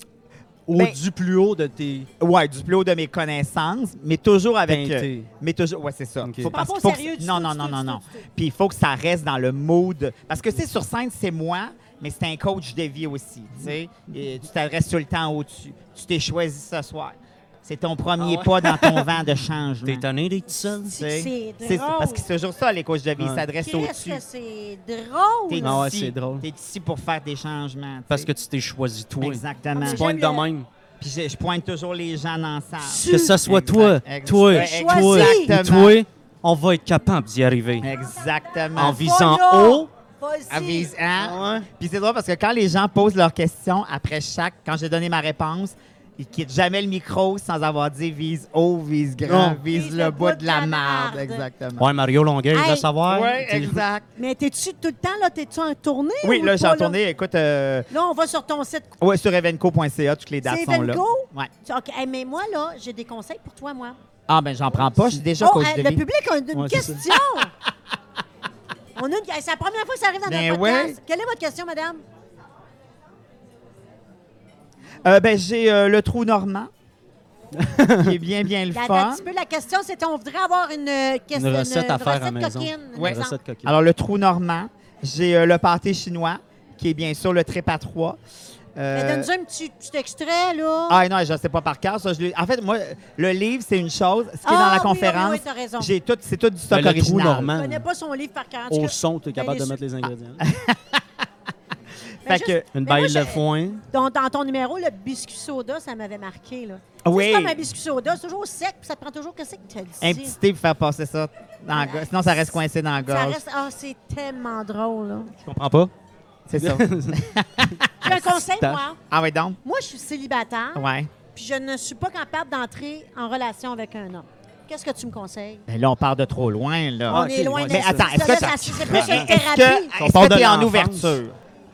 Ou Ben- du plus haut de tes Ouais, du plus haut de mes connaissances, mais toujours avec teintés? mais toujours, ouais, c'est ça. OK. Parce Pas qu'il faut que- sérieux du non, tout, non, du non, tout, non, du non. tout, du tout. Puis il faut que ça reste dans le mood. Parce que, c'est sur scène, c'est moi, mais c'est un coach de vie aussi. Tu sais, et tu t'adresses tout le temps au-dessus. Tu t'es choisi ce soir. C'est ton premier pas dans ton vent de changement. T'es tanné d'être seul? Tu sais. C'est Parce drôle. que c'est toujours ça, les coachs de vie. Ils Ouais. s'adressent Qu'est-ce au-dessus. que c'est drôle. T'es Ah ouais, ici. c'est drôle. T'es ici pour faire des changements. tu Parce sais. que tu t'es choisi toi. Exactement. Ah, mais Tu pointes J'aime de le- même. Puis je pointe toujours les gens dans la salle. Que ce soit Exact, toi, exact. toi, Ouais, Choisis. et toi, on va être capable d'y arriver. Exactement. En visant Voilà. haut Vas-y. Elle vise, hein? Puis c'est drôle parce que quand les gens posent leurs questions, quand j'ai donné ma réponse, ils quittent jamais le micro sans avoir dit vise haut, vise grand, Non. vise le bout de la marde. Exactement. Ouais, Mario Longueuil, Hey. va savoir. Oui, Tu sais, exact. Mais t'es-tu tout le temps, là? T'es-tu en tournée? Oui, ou là, j'ai pas, en tournée. Écoute, Là, on va sur ton site. ouais, sur evenco.ca, toutes les dates C'est sont là. Evenco? Ouais. OK. Hey, mais moi, là, j'ai des conseils pour toi, moi. Ah, ben j'en prends pas. Je suis déjà Oh, coach de le vie. public a une Ouais, c'est ça. question. C'est la première fois que ça arrive dans Ben notre podcast. ouais. Quelle est votre question, madame? Ben, j'ai le trou normand, qui est bien le Attends fun. un petit peu. La question, c'était on voudrait avoir une question. Une recette à faire à la maison. coquine. Ouais. exemple. Recette coquine. Alors, le trou normand. J'ai le pâté chinois, qui est bien sûr le trip à 3. Mais donne-nous un petit extrait, là. Ah non, je ne sais pas par cœur. Ça, en fait, moi, le livre, c'est une chose. Ce qui est dans Ah, la oui, conférence, oui, t'as raison. c'est tout du stock Ben, le trou original. normand. Je connais pas son livre par cœur. En tout Au cas, son, tu es capable ben, de mettre les ingrédients. Fait que, Une Mais baille moi, de j'ai- foin. dans ton numéro, le biscuit soda, ça m'avait marqué, là. Oui. C'est comme un biscuit soda, c'est toujours sec, puis ça te prend toujours. Qu'est-ce que tu as dit? un petit thé pour faire passer ça dans la gorge. Sinon, ça reste coincé dans la Ça gorge. reste. Ah, c'est tellement drôle, là. Je comprends pas. C'est ça. J'ai un conseil, moi. Ah oui, donc? Moi, je suis célibataire, Ouais. puis je ne suis pas capable d'entrer en relation avec un homme. Qu'est-ce que tu me conseilles? Ben là, on part de trop loin, là. On ok, est loin ouais, de Mais ça. attends, est-ce que Ça, t'as- c'est plus Mais une est-ce thérapie. que On part de tu es en l'enfance. ouverture?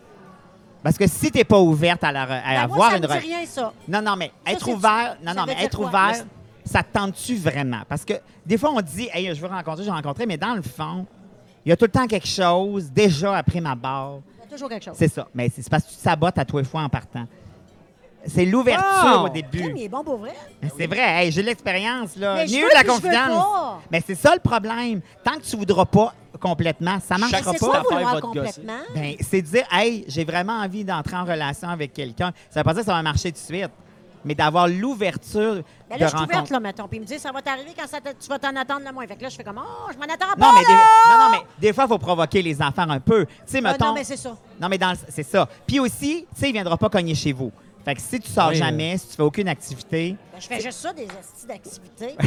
Parce que si tu n'es pas ouverte à, Ben, avoir moi, ça une me dit relation. rien, ça. Non, mais être c'est- ouvert, ça veut dire être quoi? ouvert, ça te tente-tu vraiment? Parce que des fois, on dit, hey, je veux rencontrer, je veux rencontrer, mais dans le fond, il y a tout le temps quelque chose, déjà après ma barre. Il y a toujours quelque chose. C'est ça. Mais c'est parce que tu te sabotes à toi et fois en partant. C'est l'ouverture Oh! au début. Crème, il est bon pour vrai. Mais c'est vrai, hey, j'ai de l'expérience, là. Mais je J'ai eu veux de la puis je veux confidence. pas. Mais c'est ça le problème. Tant que tu ne voudras pas complètement, ça ne Mais marchera c'est pas. quoi affaire vouloir va te gosser. complètement? Ben, c'est de dire, hey, j'ai vraiment envie d'entrer en relation avec quelqu'un. Ça veut pas dire que ça va marcher tout de suite, mais d'avoir l'ouverture Ben de là, je suis ouverte, rencontrer. là, mettons. Puis il me dit, ça va t'arriver quand tu vas t'en attendre le moins. Fait que là, je fais comme, oh, je m'en attends pas, Non, mais là! des fois, il faut provoquer les enfants un peu. Tu sais, Ah, mettons. non, mais c'est ça. Non, mais c'est ça. Puis aussi, tu sais, il ne viendra pas cogner chez vous. Fait que si tu sors Oui, jamais, si tu fais aucune activité, Ben, je fais juste ça, des astis d'activité.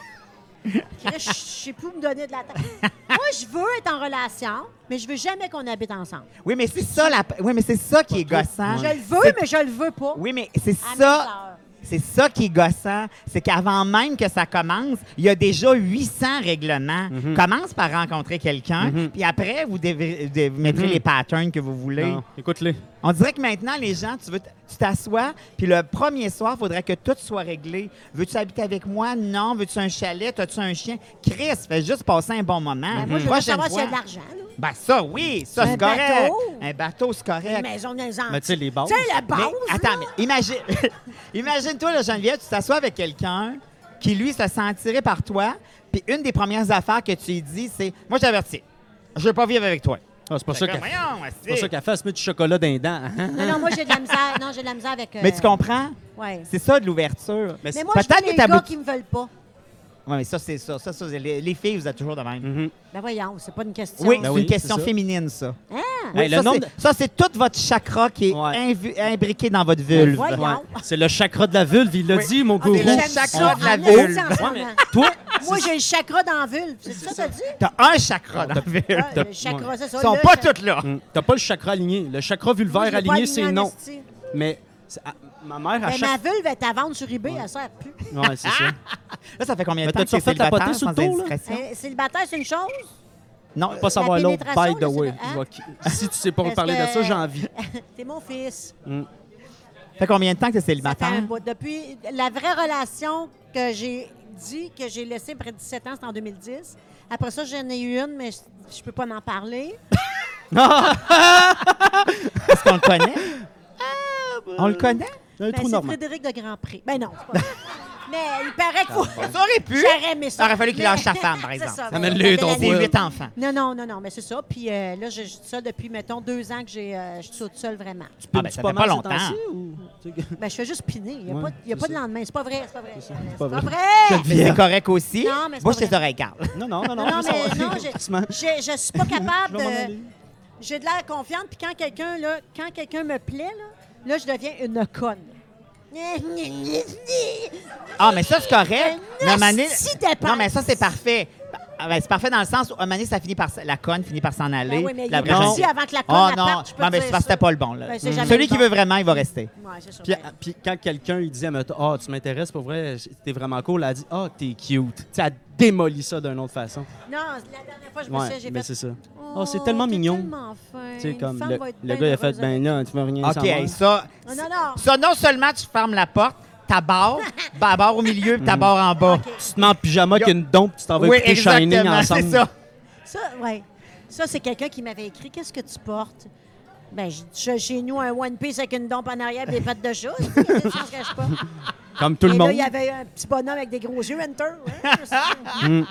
Chris, je sais plus où me donner de la tête. Moi, je veux être en relation, mais je veux jamais qu'on habite ensemble. oui, mais c'est ça, oui, mais c'est ça qui est gossant. Je le veux, mais je le veux pas. Oui, mais c'est À mes ça. heures. C'est ça qui est gossant. C'est qu'avant même que ça commence, il y a déjà 800 règlements. Commence par rencontrer quelqu'un, puis après, vous mettrez les patterns que vous voulez. Non, écoute-les. On dirait que maintenant, les gens, tu t'assois, puis le premier soir, il faudrait que tout soit réglé. Veux-tu habiter avec moi? Non. Veux-tu un chalet? As-tu un chien? Chris, fais juste passer un bon moment. Ben, moi, je veux Prochaine savoir s'il y a de fois- l'argent. là. Ben ça, oui, ça, Un c'est correct. bateau. Un bateau, c'est Une correct. maison dans les Antilles. Mais tu sais, les bases. Tu sais, la base. Mais, attends, mais imagine-toi, là, Geneviève, tu t'assois avec quelqu'un qui, lui, se sent attiré par toi, puis une des premières affaires que tu lui dis, c'est « Moi, je t'avertis, je veux pas vivre avec toi. Ah, c'est pas ça Fait que, qu'elle voyons, c'est pas ça qu'elle fait, elle se met du chocolat dans les dents. Non, non, moi, j'ai de la misère. Non, j'ai de la misère avec. Mais tu comprends? Ouais. C'est ça de l'ouverture. Mais moi, je peut-être veux les que ta gars boutique- qui me veulent pas. Oui, mais ça, c'est ça. Les filles, vous êtes toujours de même. Mhm. Ben voyons, c'est pas une question. Oui, Ben c'est oui, une question c'est ça. féminine, ça. Hein? Oui, Hey, le ça, nombre c'est- ça, c'est tout votre chakra qui est Ouais. imbriqué dans votre vulve. Voyons. Ouais. C'est le chakra de la vulve, il l'a Oui. dit, mon Ah, gourou. mais le J'aime chakra ça, de la en vulve. esti en ce moment. Toi, Moi, j'ai le chakra dans la vulve. C'est ça que t'as dit? T'as un chakra dans la vulve. Ouais, le chakra, c'est ça. Ils sont le pas chakra. toutes là. t'as pas le chakra aligné. Le chakra Moi, vulvaire je l'ai pas aligné, aligné c'est en non. esti. Mais ma mère, à Ben, chaque ma vulve est à vendre sur eBay, elle sert plus. Ouais, c'est ça. Là, ça fait combien de Mais temps que t'as-tu t'es refait tapoter célibataire sur le sans tour, là? indiscrétion? Célibataire, c'est une chose. Non, Pas savoir l'autre, pénétration, by the là, way. c'est- Je vais- Si tu sais pas Parce parler de que- ça, j'ai envie. T'es mon fils. fait combien de temps que t'es Ça fait célibataire? un bout. Depuis la vraie relation que j'ai dit, que j'ai laissée près de 17 ans, c'était en 2010. Après ça, j'en ai eu une, mais je peux pas en parler. Est-ce qu'on le connaît? On le connaît? Un Ben, trou c'est normal. Frédéric de Grandpré. Ben non, c'est pas vrai. Mais il paraît qu'il faut... Ça aurait pu. J'aurais aimé ça. Ça aurait fallu qu'il Mais- lâche sa femme, par C'est exemple. ça. Amène-le, mais- ton mais- C'est Ouais. 8 enfants. Non, mais c'est ça. Puis là, je suis seule depuis, mettons, 2 ans que je suis toute seule vraiment. Ah, ben, ça fait pas longtemps. Ben, je fais juste piner. Il n'y a, Ouais, pas, il y a c'est pas de ça. lendemain. C'est pas vrai, c'est pas vrai. C'est pas pas vrai. vrai. Mais c'est correct aussi. Non, mais c'est Bouge pas tes vrai. oreilles, Carl. Non, non, non, Non, non. mais non, Doucement. je suis pas capable Je vais m'en de... aller. J'ai de l'air confiante, puis quand quelqu'un me plaît, là, je deviens une conne. Ah, mais ça, c'est correct. Mais à un moment donné- Si dépend. Non, mais ça, c'est parfait. c'est parfait dans le sens où, à un moment donné, la conne finit par s'en aller. Ben oui, mais il La est vraie parti chanson- avant que la conne Oh elle non, parte, je peux non, te mais dire c'est parce que ça. c'était pas le bon. Là. Ben, c'est jamais Celui le qui bon. veut vraiment, il va rester. Ouais, c'est sûr. Puis quand quelqu'un il disait mettons, tu m'intéresses pour vrai, t'es vraiment cool, elle a dit t'es cute. Tu sais, elle démolit ça d'une autre façon. Non, la dernière fois, je me Ouais, suis j'ai mais fait... c'est ça. Oh, c'est tellement t'es mignon. tellement fin. Tu sais Une comme femme va être le bien gars il a fait heureuse avec là, tu veux rien OK, savoir. hey, ça, Oh, non, non. ça, non seulement tu fermes la porte, ta barre, ta barre au milieu puis ta barre en bas. Tu te mets en pyjama avec une dompe, tu t'en vas Oui, écouter Shining exactement, ensemble. c'est ça. Ça, ouais. Ça, c'est quelqu'un qui m'avait écrit. Qu'est-ce que tu portes? Ben, j'ai chez nous un One Piece avec une dompe en arrière et des pattes de chat. Ça se cache pas. Comme tout le Et monde. là, il y avait un petit bonhomme avec des gros yeux, Enter. Ouais,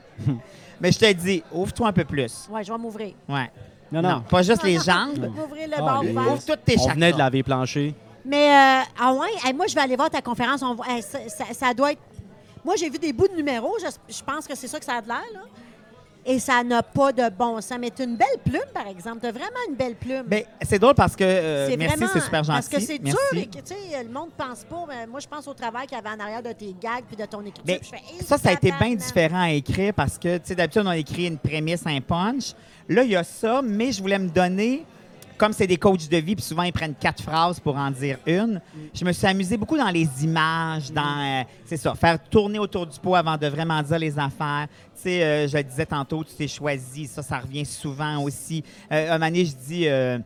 Mais je te dis, ouvre-toi un peu plus. ouais, je vais m'ouvrir. Ouais. Non, Non, pas juste les Je jambes. peux m'ouvrir le Ah, bord les- ouvert. Ouvre toutes tes On chakras. venait de laver le plancher. Mais, ah ouais, hey, moi, je vais aller voir ta conférence. Ça doit être... Moi, j'ai vu des bouts de numéros. Je pense que c'est ça que ça a de l'air, là. Et ça n'a pas de bon sens. Mais tu as une belle plume, par exemple. Tu as vraiment une belle plume. Ben, c'est drôle parce que, C'est merci, vraiment- c'est super gentil. Parce que c'est dur. Merci. Et que, tu sais, le monde pense pas. Mais moi, je pense au travail qu'il y avait en arrière de tes gags puis de ton écriture. Mais Puis je fais, hey, ça a été bien tabarnak. différent à écrire parce que, tu sais, d'habitude, on écrit une prémisse, un punch. Là, il y a ça, mais je voulais me donner, comme c'est des coachs de vie, puis souvent, ils prennent 4 phrases pour en dire une. Je me suis amusée beaucoup dans les images, dans, c'est ça, faire tourner autour du pot avant de vraiment dire les affaires. Tu sais, je le disais tantôt, tu t'es choisi, ça revient souvent aussi. Un moment donné, je dis...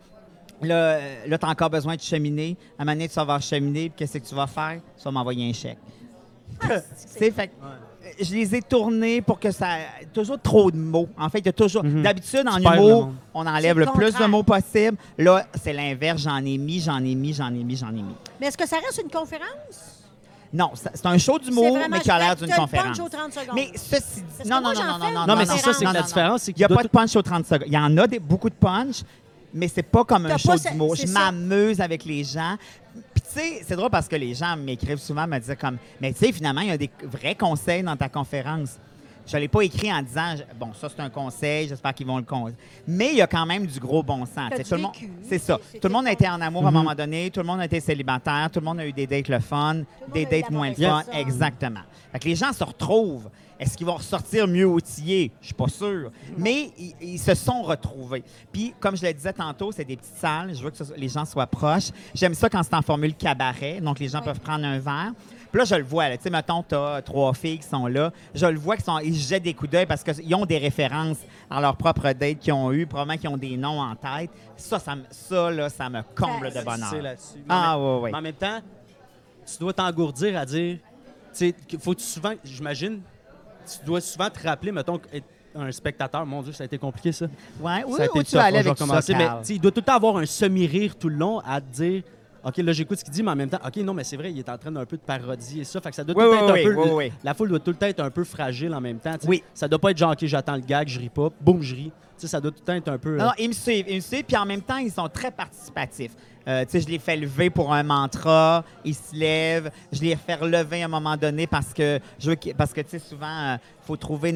Là, tu as encore besoin de cheminer. À un moment donné, tu vas avoir cheminé, puis qu'est-ce que tu vas faire? Tu vas m'envoyer un chèque. Tu sais, fait que, je les ai tournés pour que ça... Toujours trop de mots. En fait, il y a toujours... D'habitude, en Tu perds le humour, monde. on enlève C'est le le plus de contraire. mots possible. Là, c'est l'inverse. J'en ai mis. Mais est-ce que ça reste une conférence? Non, c'est un show d'humour, mais qui a l'air d'une T'as le conférence. punch aux 30 secondes. Mais ceci dit... Parce que Non, moi, non, j'en non, fais non, une non, Non, mais c'est ça, conférence. c'est que la non, différence, c'est Il n'y a qu'il pas de punch aux 30 secondes. Il y en a beaucoup de punch, mais c'est pas comme T'as un show pas ce- d'humour. c'est Je ça. m'amuse avec les gens. Puis, tu sais, c'est drôle parce que les gens m'écrivent souvent, me disent comme, mais tu sais, finalement, il y a des vrais conseils dans ta conférence. Je ne l'ai pas écrit en disant, bon, ça, c'est un conseil, j'espère qu'ils vont le conseiller. Mais il y a quand même du gros bon sens. T'as Tu sais, du tout le monde, vécu. c'est ça. C'est Tout le monde a tes été en amour à un moment donné, tout le monde a été célibataire, tout le monde a eu des dates le fun, monde des a eu dates la moins le mauvaise fun. personne. Exactement. Fait que les gens se retrouvent. Est-ce qu'ils vont ressortir mieux outillés? Je suis pas sûr. Mais ils se sont retrouvés. Puis, comme je le disais tantôt, c'est des petites salles. Je veux que les gens soient proches. J'aime ça quand c'est en formule cabaret. Donc, les gens peuvent prendre un verre. Puis là, je le vois. Tu sais, mettons, tu as 3 filles qui sont là. Je le vois qu'ils se jettent des coups d'œil parce qu'ils ont des références à leur propre date qu'ils ont eu, probablement qu'ils ont des noms en tête. Ça me comble de bonheur. C'est là-dessus. Ah, oui. Mais en même temps, tu dois t'engourdir à dire, tu sais, faut souvent, j'imagine, tu dois souvent te rappeler, mettons, être un spectateur. Mon Dieu, ça a été compliqué, ça. Ouais, oui, Ça a été où tu tough. vas aller Je vais avec ça, recommencer, mais Carl? tu sais, il doit tout le temps avoir un semi-rire tout le long à te dire, OK, là, j'écoute ce qu'il dit, mais en même temps, OK, non, mais c'est vrai, il est en train d'un peu de parodier ça. Fait que ça doit Oui, tout le temps oui, être un oui, peu. oui. La foule doit tout le temps être un peu fragile en même temps. tu sais. Oui. Ça doit pas être genre, OK, j'attends le gag, je ris pas, boum, je ris. Tu sais, ça doit tout le temps être un peu. Non, non, ils me suivent, puis en même temps, ils sont très participatifs. Tu sais, je les fais lever pour un mantra, ils se lèvent, je les fais relever à un moment donné parce que tu sais, souvent, il faut trouver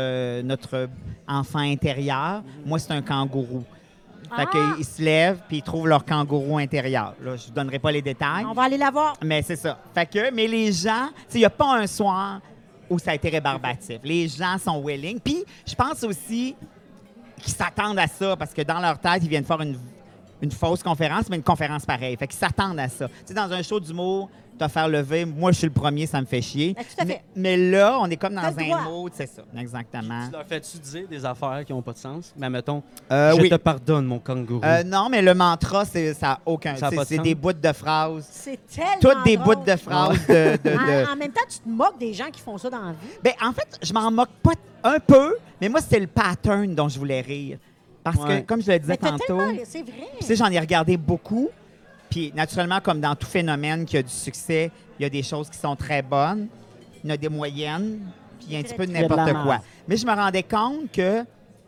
notre enfant intérieur. Moi, c'est un kangourou. Fait qu'ils se lèvent, puis ils trouvent leur kangourou intérieur. Là, je ne vous donnerai pas les détails, On va aller la voir. mais c'est ça. Fait que, mais les gens, tu sais, il n'y a pas un soir où ça a été rébarbatif. Les gens sont willing. Puis, je pense aussi qu'ils s'attendent à ça parce que dans leur tête, ils viennent faire une fausse conférence, mais une conférence pareille. Fait qu'ils s'attendent à ça. Tu sais, dans un show d'humour, te faire lever, moi, je suis le premier, ça me fait chier. Ah, tout à fait. Mais là, on est comme dans T'as le un droit. mode, c'est ça, exactement. Tu leur fais-tu dire des affaires qui n'ont pas de sens? Mais mettons, Je Oui. te pardonne, mon kangourou. Non, mais le mantra, ça n'a aucun. Ça a pas de C'est sens. des bouts de phrases. C'est tellement Toutes des drôle. bouts de phrases de... En même temps, tu te moques des gens qui font ça dans la vie. Ben, en fait, je m'en moque pas un peu, mais moi, c'était le pattern dont je voulais rire. Parce Ouais. que, comme je le disais Mais t'as tantôt, tellement... C'est vrai. tu sais, j'en ai regardé beaucoup. Puis, naturellement, comme dans tout phénomène qui a du succès, il y a des choses qui sont très bonnes, il y en a des moyennes, puis il y a un petit peu de Très, n'importe de la quoi. merde. Mais je me rendais compte que,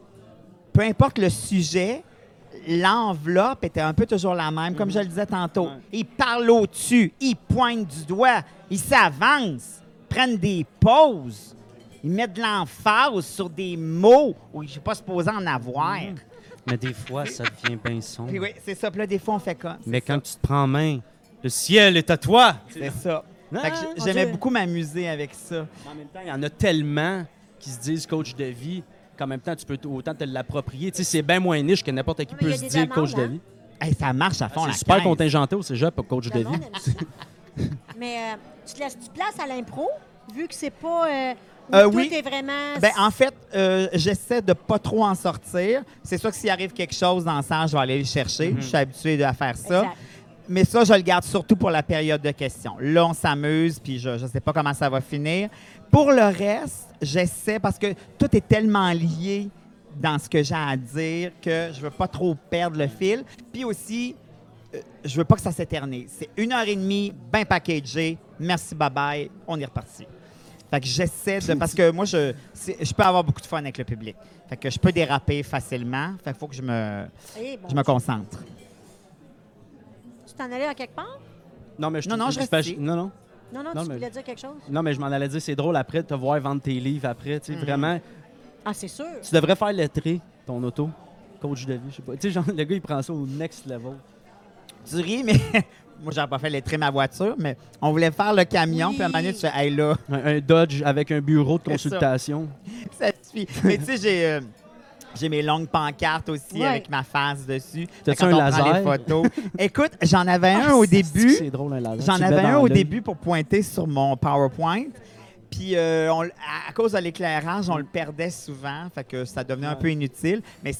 peu importe le sujet, l'enveloppe était un peu toujours la même, comme je le disais tantôt. Ouais. Ils parlent au-dessus, ils pointent du doigt, ils s'avancent, prennent des pauses, ils mettent de l'emphase sur des mots où je ne suis pas supposé en avoir. Mais des fois, ça devient bien sombre. Puis oui, c'est ça. Puis là, des fois, on fait comme. Mais quand tu te prends en main, le ciel est à toi. C'est ça. Ah, Fait que mon j'aimais Dieu. beaucoup m'amuser avec ça. Mais en même temps, il y en a tellement qui se disent coach de vie, qu'en même temps, tu peux autant te l'approprier. Tu sais, c'est bien moins niche que n'importe qui Mais il y peut a se des dire demandes, coach de hein. vie. Hey, ça marche à fond, la C'est super caisse. contingenté au cégep, coach de Le vie. monde aime ça. Mais tu te laisses-tu place à l'impro, vu que c'est pas... où oui. tout est vraiment... Ben, en fait, j'essaie de pas trop en sortir. C'est sûr que s'il arrive quelque chose dans le sens, je vais aller le chercher. Je suis habitué à faire ça. Exact. Mais ça, je le garde surtout pour la période de questions. Là, on s'amuse, puis je ne sais pas comment ça va finir. Pour le reste, j'essaie, parce que tout est tellement lié dans ce que j'ai à dire que je veux pas trop perdre le fil. Puis aussi, je veux pas que ça s'éternise. C'est 1h30, bien packagé. Merci, bye-bye, on est reparti. Fait que j'essaie de... Parce que moi, je peux avoir beaucoup de fun avec le public. Fait que je peux déraper facilement. Fait qu'il faut que je Eh, bon, me concentre. Tu t'en allais à quelque part? Non, mais Non, je reste ici. Non, non. Non, Non, tu mais- voulais dire quelque chose? Non, mais je m'en allais dire, c'est drôle après de te voir vendre tes livres après. Tu sais, vraiment, Ah, c'est sûr. tu devrais faire lettré ton auto. Coach de vie, je sais pas. Tu sais, genre, le gars, il prend ça au next level. Tu ris, mais moi, j'aurais pas fait lettrer ma voiture, mais on voulait faire le camion, Oui. puis à un moment donné, tu fais, hey là, Un Dodge avec un bureau de C'est ça. consultation. ça suffit. Mais tu sais, j'ai mes longues pancartes aussi Ouais. avec ma face dessus. T'as-tu Fait quand un on prend laser? les photos. Écoute, j'en avais un au début. C'est drôle, un laser. J'en Tu le avais mets un dans au l'œil. début pour pointer sur mon PowerPoint. Puis, à cause de l'éclairage, on le perdait souvent. Fait que ça devenait un peu inutile. Mais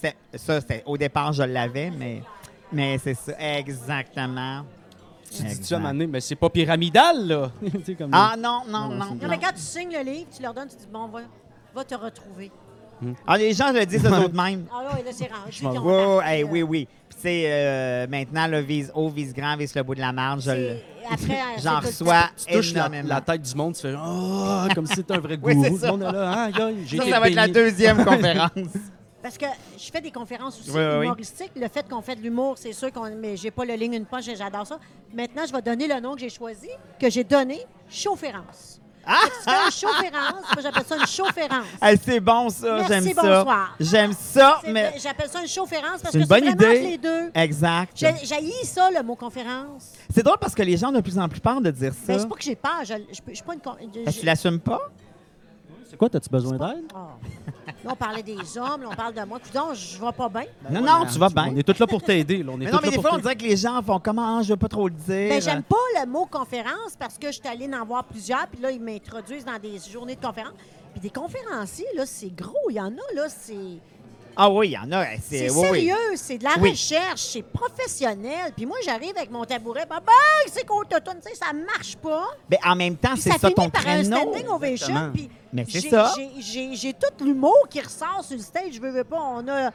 au départ, je l'avais, mais c'est ça. Exactement. Tu dis Exact. ça, Mané, mais c'est pas pyramidal, là. Tu sais, comme Ah non, non, Non, non. c'est Non, mais quand tu signes le livre, tu leur donnes, tu dis, bon, va te retrouver. Ah, les gens le disent eux autres mêmes. Ah oui, là, c'est rendu. Oui, hey, oui, oui. Puis, tu sais, maintenant, le vise haut, vise grand, vise le bout de la marge. Après, J'en c'est reçois Tu touches énormément. la tête du monde, tu fais oh, comme si c'était un vrai Oui, gourou. c'est Le ça. monde est là, ah, aïe, j'ai Ça, été ça va être la baigné. deuxième conférence. Parce que je fais des conférences aussi Oui, oui, oui. humoristiques. Le fait qu'on fait de l'humour, c'est sûr mais j'ai pas le ligne une poche, j'adore ça. Maintenant, je vais donner le nom que j'ai choisi, que j'ai donné, Chaufférence. Ah! Tu fais une chaufférence, moi j'appelle ça une chaufférence. Hey, c'est bon, ça. Merci, J'aime ça. bonsoir. J'aime ça, C'est- mais... J'appelle ça une chaufférence parce C'est que une c'est bonne vraiment idée. entre les deux. Exact. J'haïs ça, le mot conférence. C'est drôle parce que les gens ont de plus en plus peur de dire ça. Ben, c'est pas que j'ai peur. Je suis pas une... Parce que tu l'assumes pas? C'est quoi, t'as-tu besoin d'aide? Ah. Là, on parlait des hommes, là, on parle de moi. Coudonc, je vais pas bien. Non, non, tu vas bien. On est tous là pour t'aider. Là. On est Mais tous non, mais là des pour fois, on t'aider. dirait que les gens font comment, je veux pas trop le dire. Ben, j'aime pas le mot conférence parce que je suis allée en voir plusieurs, puis là, ils m'introduisent dans des journées de conférences. Puis des conférenciers, là, c'est gros. Il y en a, là, c'est Ah oui, il y en a. c'est oui, oui. sérieux, c'est de la Oui. recherche, c'est professionnel. Puis moi, j'arrive avec mon tabouret, bah, c'est qu'automne, tu sais, ça marche pas. Mais en même temps, Puis c'est ça ça finit ton par un créneau. standing ovation. Exactement. Puis Mais c'est j'ai- ça. J'ai tout l'humour qui ressort sur le stage. Je veux pas.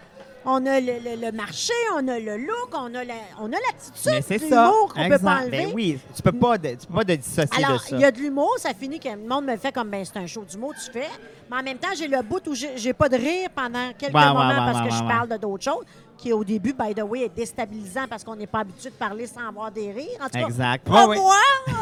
On a le marché, on a le look, on a l'attitude Mais c'est de ça. l'humour qu'on peut Exact. pas enlever. Ben oui, tu peux pas te dissocier Alors, de ça. il y a de l'humour, ça finit que le monde me fait comme, ben c'est un show d'humour, tu fais. Mais en même temps, j'ai le bout où j'ai pas de rire pendant quelques Ouais, ouais, moments ouais, parce ouais, que je ouais, parle de d'autres choses, qui au début, by the way, est déstabilisant parce qu'on n'est pas habitué de parler sans avoir des rires. En tout cas, Exact. pas Ouais, ouais. moi!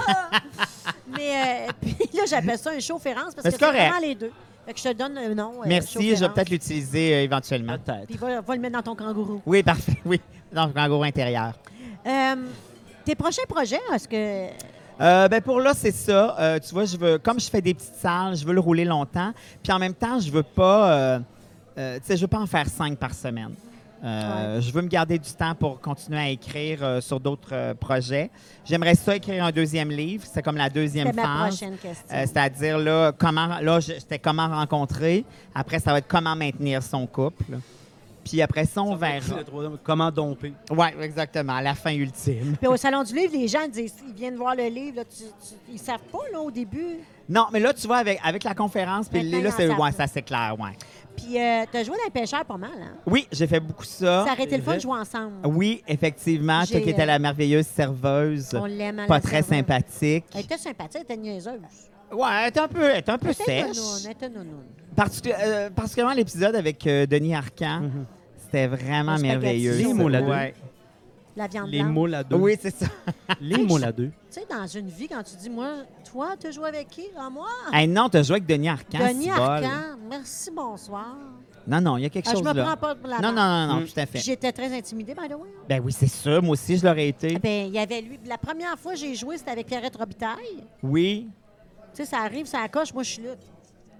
Mais puis là, j'appelle ça un chaufférence parce Mais que c'est c'est correct. vraiment les deux. Fait que je te donne le nom. Merci, je vais chaufférance. peut-être l'utiliser éventuellement. Peut-être. Puis va le mettre dans ton kangourou. Oui, parfait. Oui, dans le kangourou intérieur. Tes prochains projets, est-ce que... Ben pour là, c'est ça. Tu vois, comme je fais des petites salles, je veux le rouler longtemps. Puis en même temps, je veux pas, je veux pas en faire 5 par semaine. Je veux me garder du temps pour continuer à écrire sur d'autres projets. J'aimerais ça écrire un deuxième livre. C'est comme la deuxième C'est ma phase. prochaine question. C'est-à-dire, là, c'était comment rencontrer. Après, ça va être comment maintenir son couple. Puis après ça, on verra. Le troisième, comment domper? Oui, exactement. La fin ultime. Puis au Salon du Livre, les gens disent, ils viennent voir le livre, là, ils savent pas, là, au début. Non, mais là, tu vois, avec la conférence, puis Maintenant, là, ils en savent. ça c'est clair, ouais. Puis, tu as joué dans les pêcheurs pas mal, hein? Oui, j'ai fait beaucoup ça. Ça aurait été le fun vrai. de jouer ensemble. Oui, effectivement. Toi J'ai, qui étais la merveilleuse serveuse, On l'aime à pas la très serveuse. sympathique. Elle était sympathique, elle était niaiseuse. Ouais, elle était un peu Elle était sèche. nounoune, elle était nounoune. Particulièrement l'épisode avec Denis Arcand, c'était vraiment Le spaghetti. merveilleux. Les moules à deux. Ouais. La viande Les blanche. moules à deux. Oui, c'est ça. Les moules à deux. Tu sais, dans une vie, quand tu dis, moi, toi, tu joué avec qui? Ah, moi? Hey, non, tu as joué avec Denis Arcand. Denis c'est bol. Arcand, merci, bonsoir. Non, non, il y a quelque Ah, je chose me là. prends pas pour la Non, barre. non, non, non, tout à fait. J'étais très intimidée, by the way. hein. Ben oui, c'est sûr. Moi aussi, je l'aurais été. Ben, il y avait lui. La première fois que j'ai joué, c'était avec Pierrette Robitaille. Oui. Tu sais, ça arrive, ça accroche, moi, je suis là.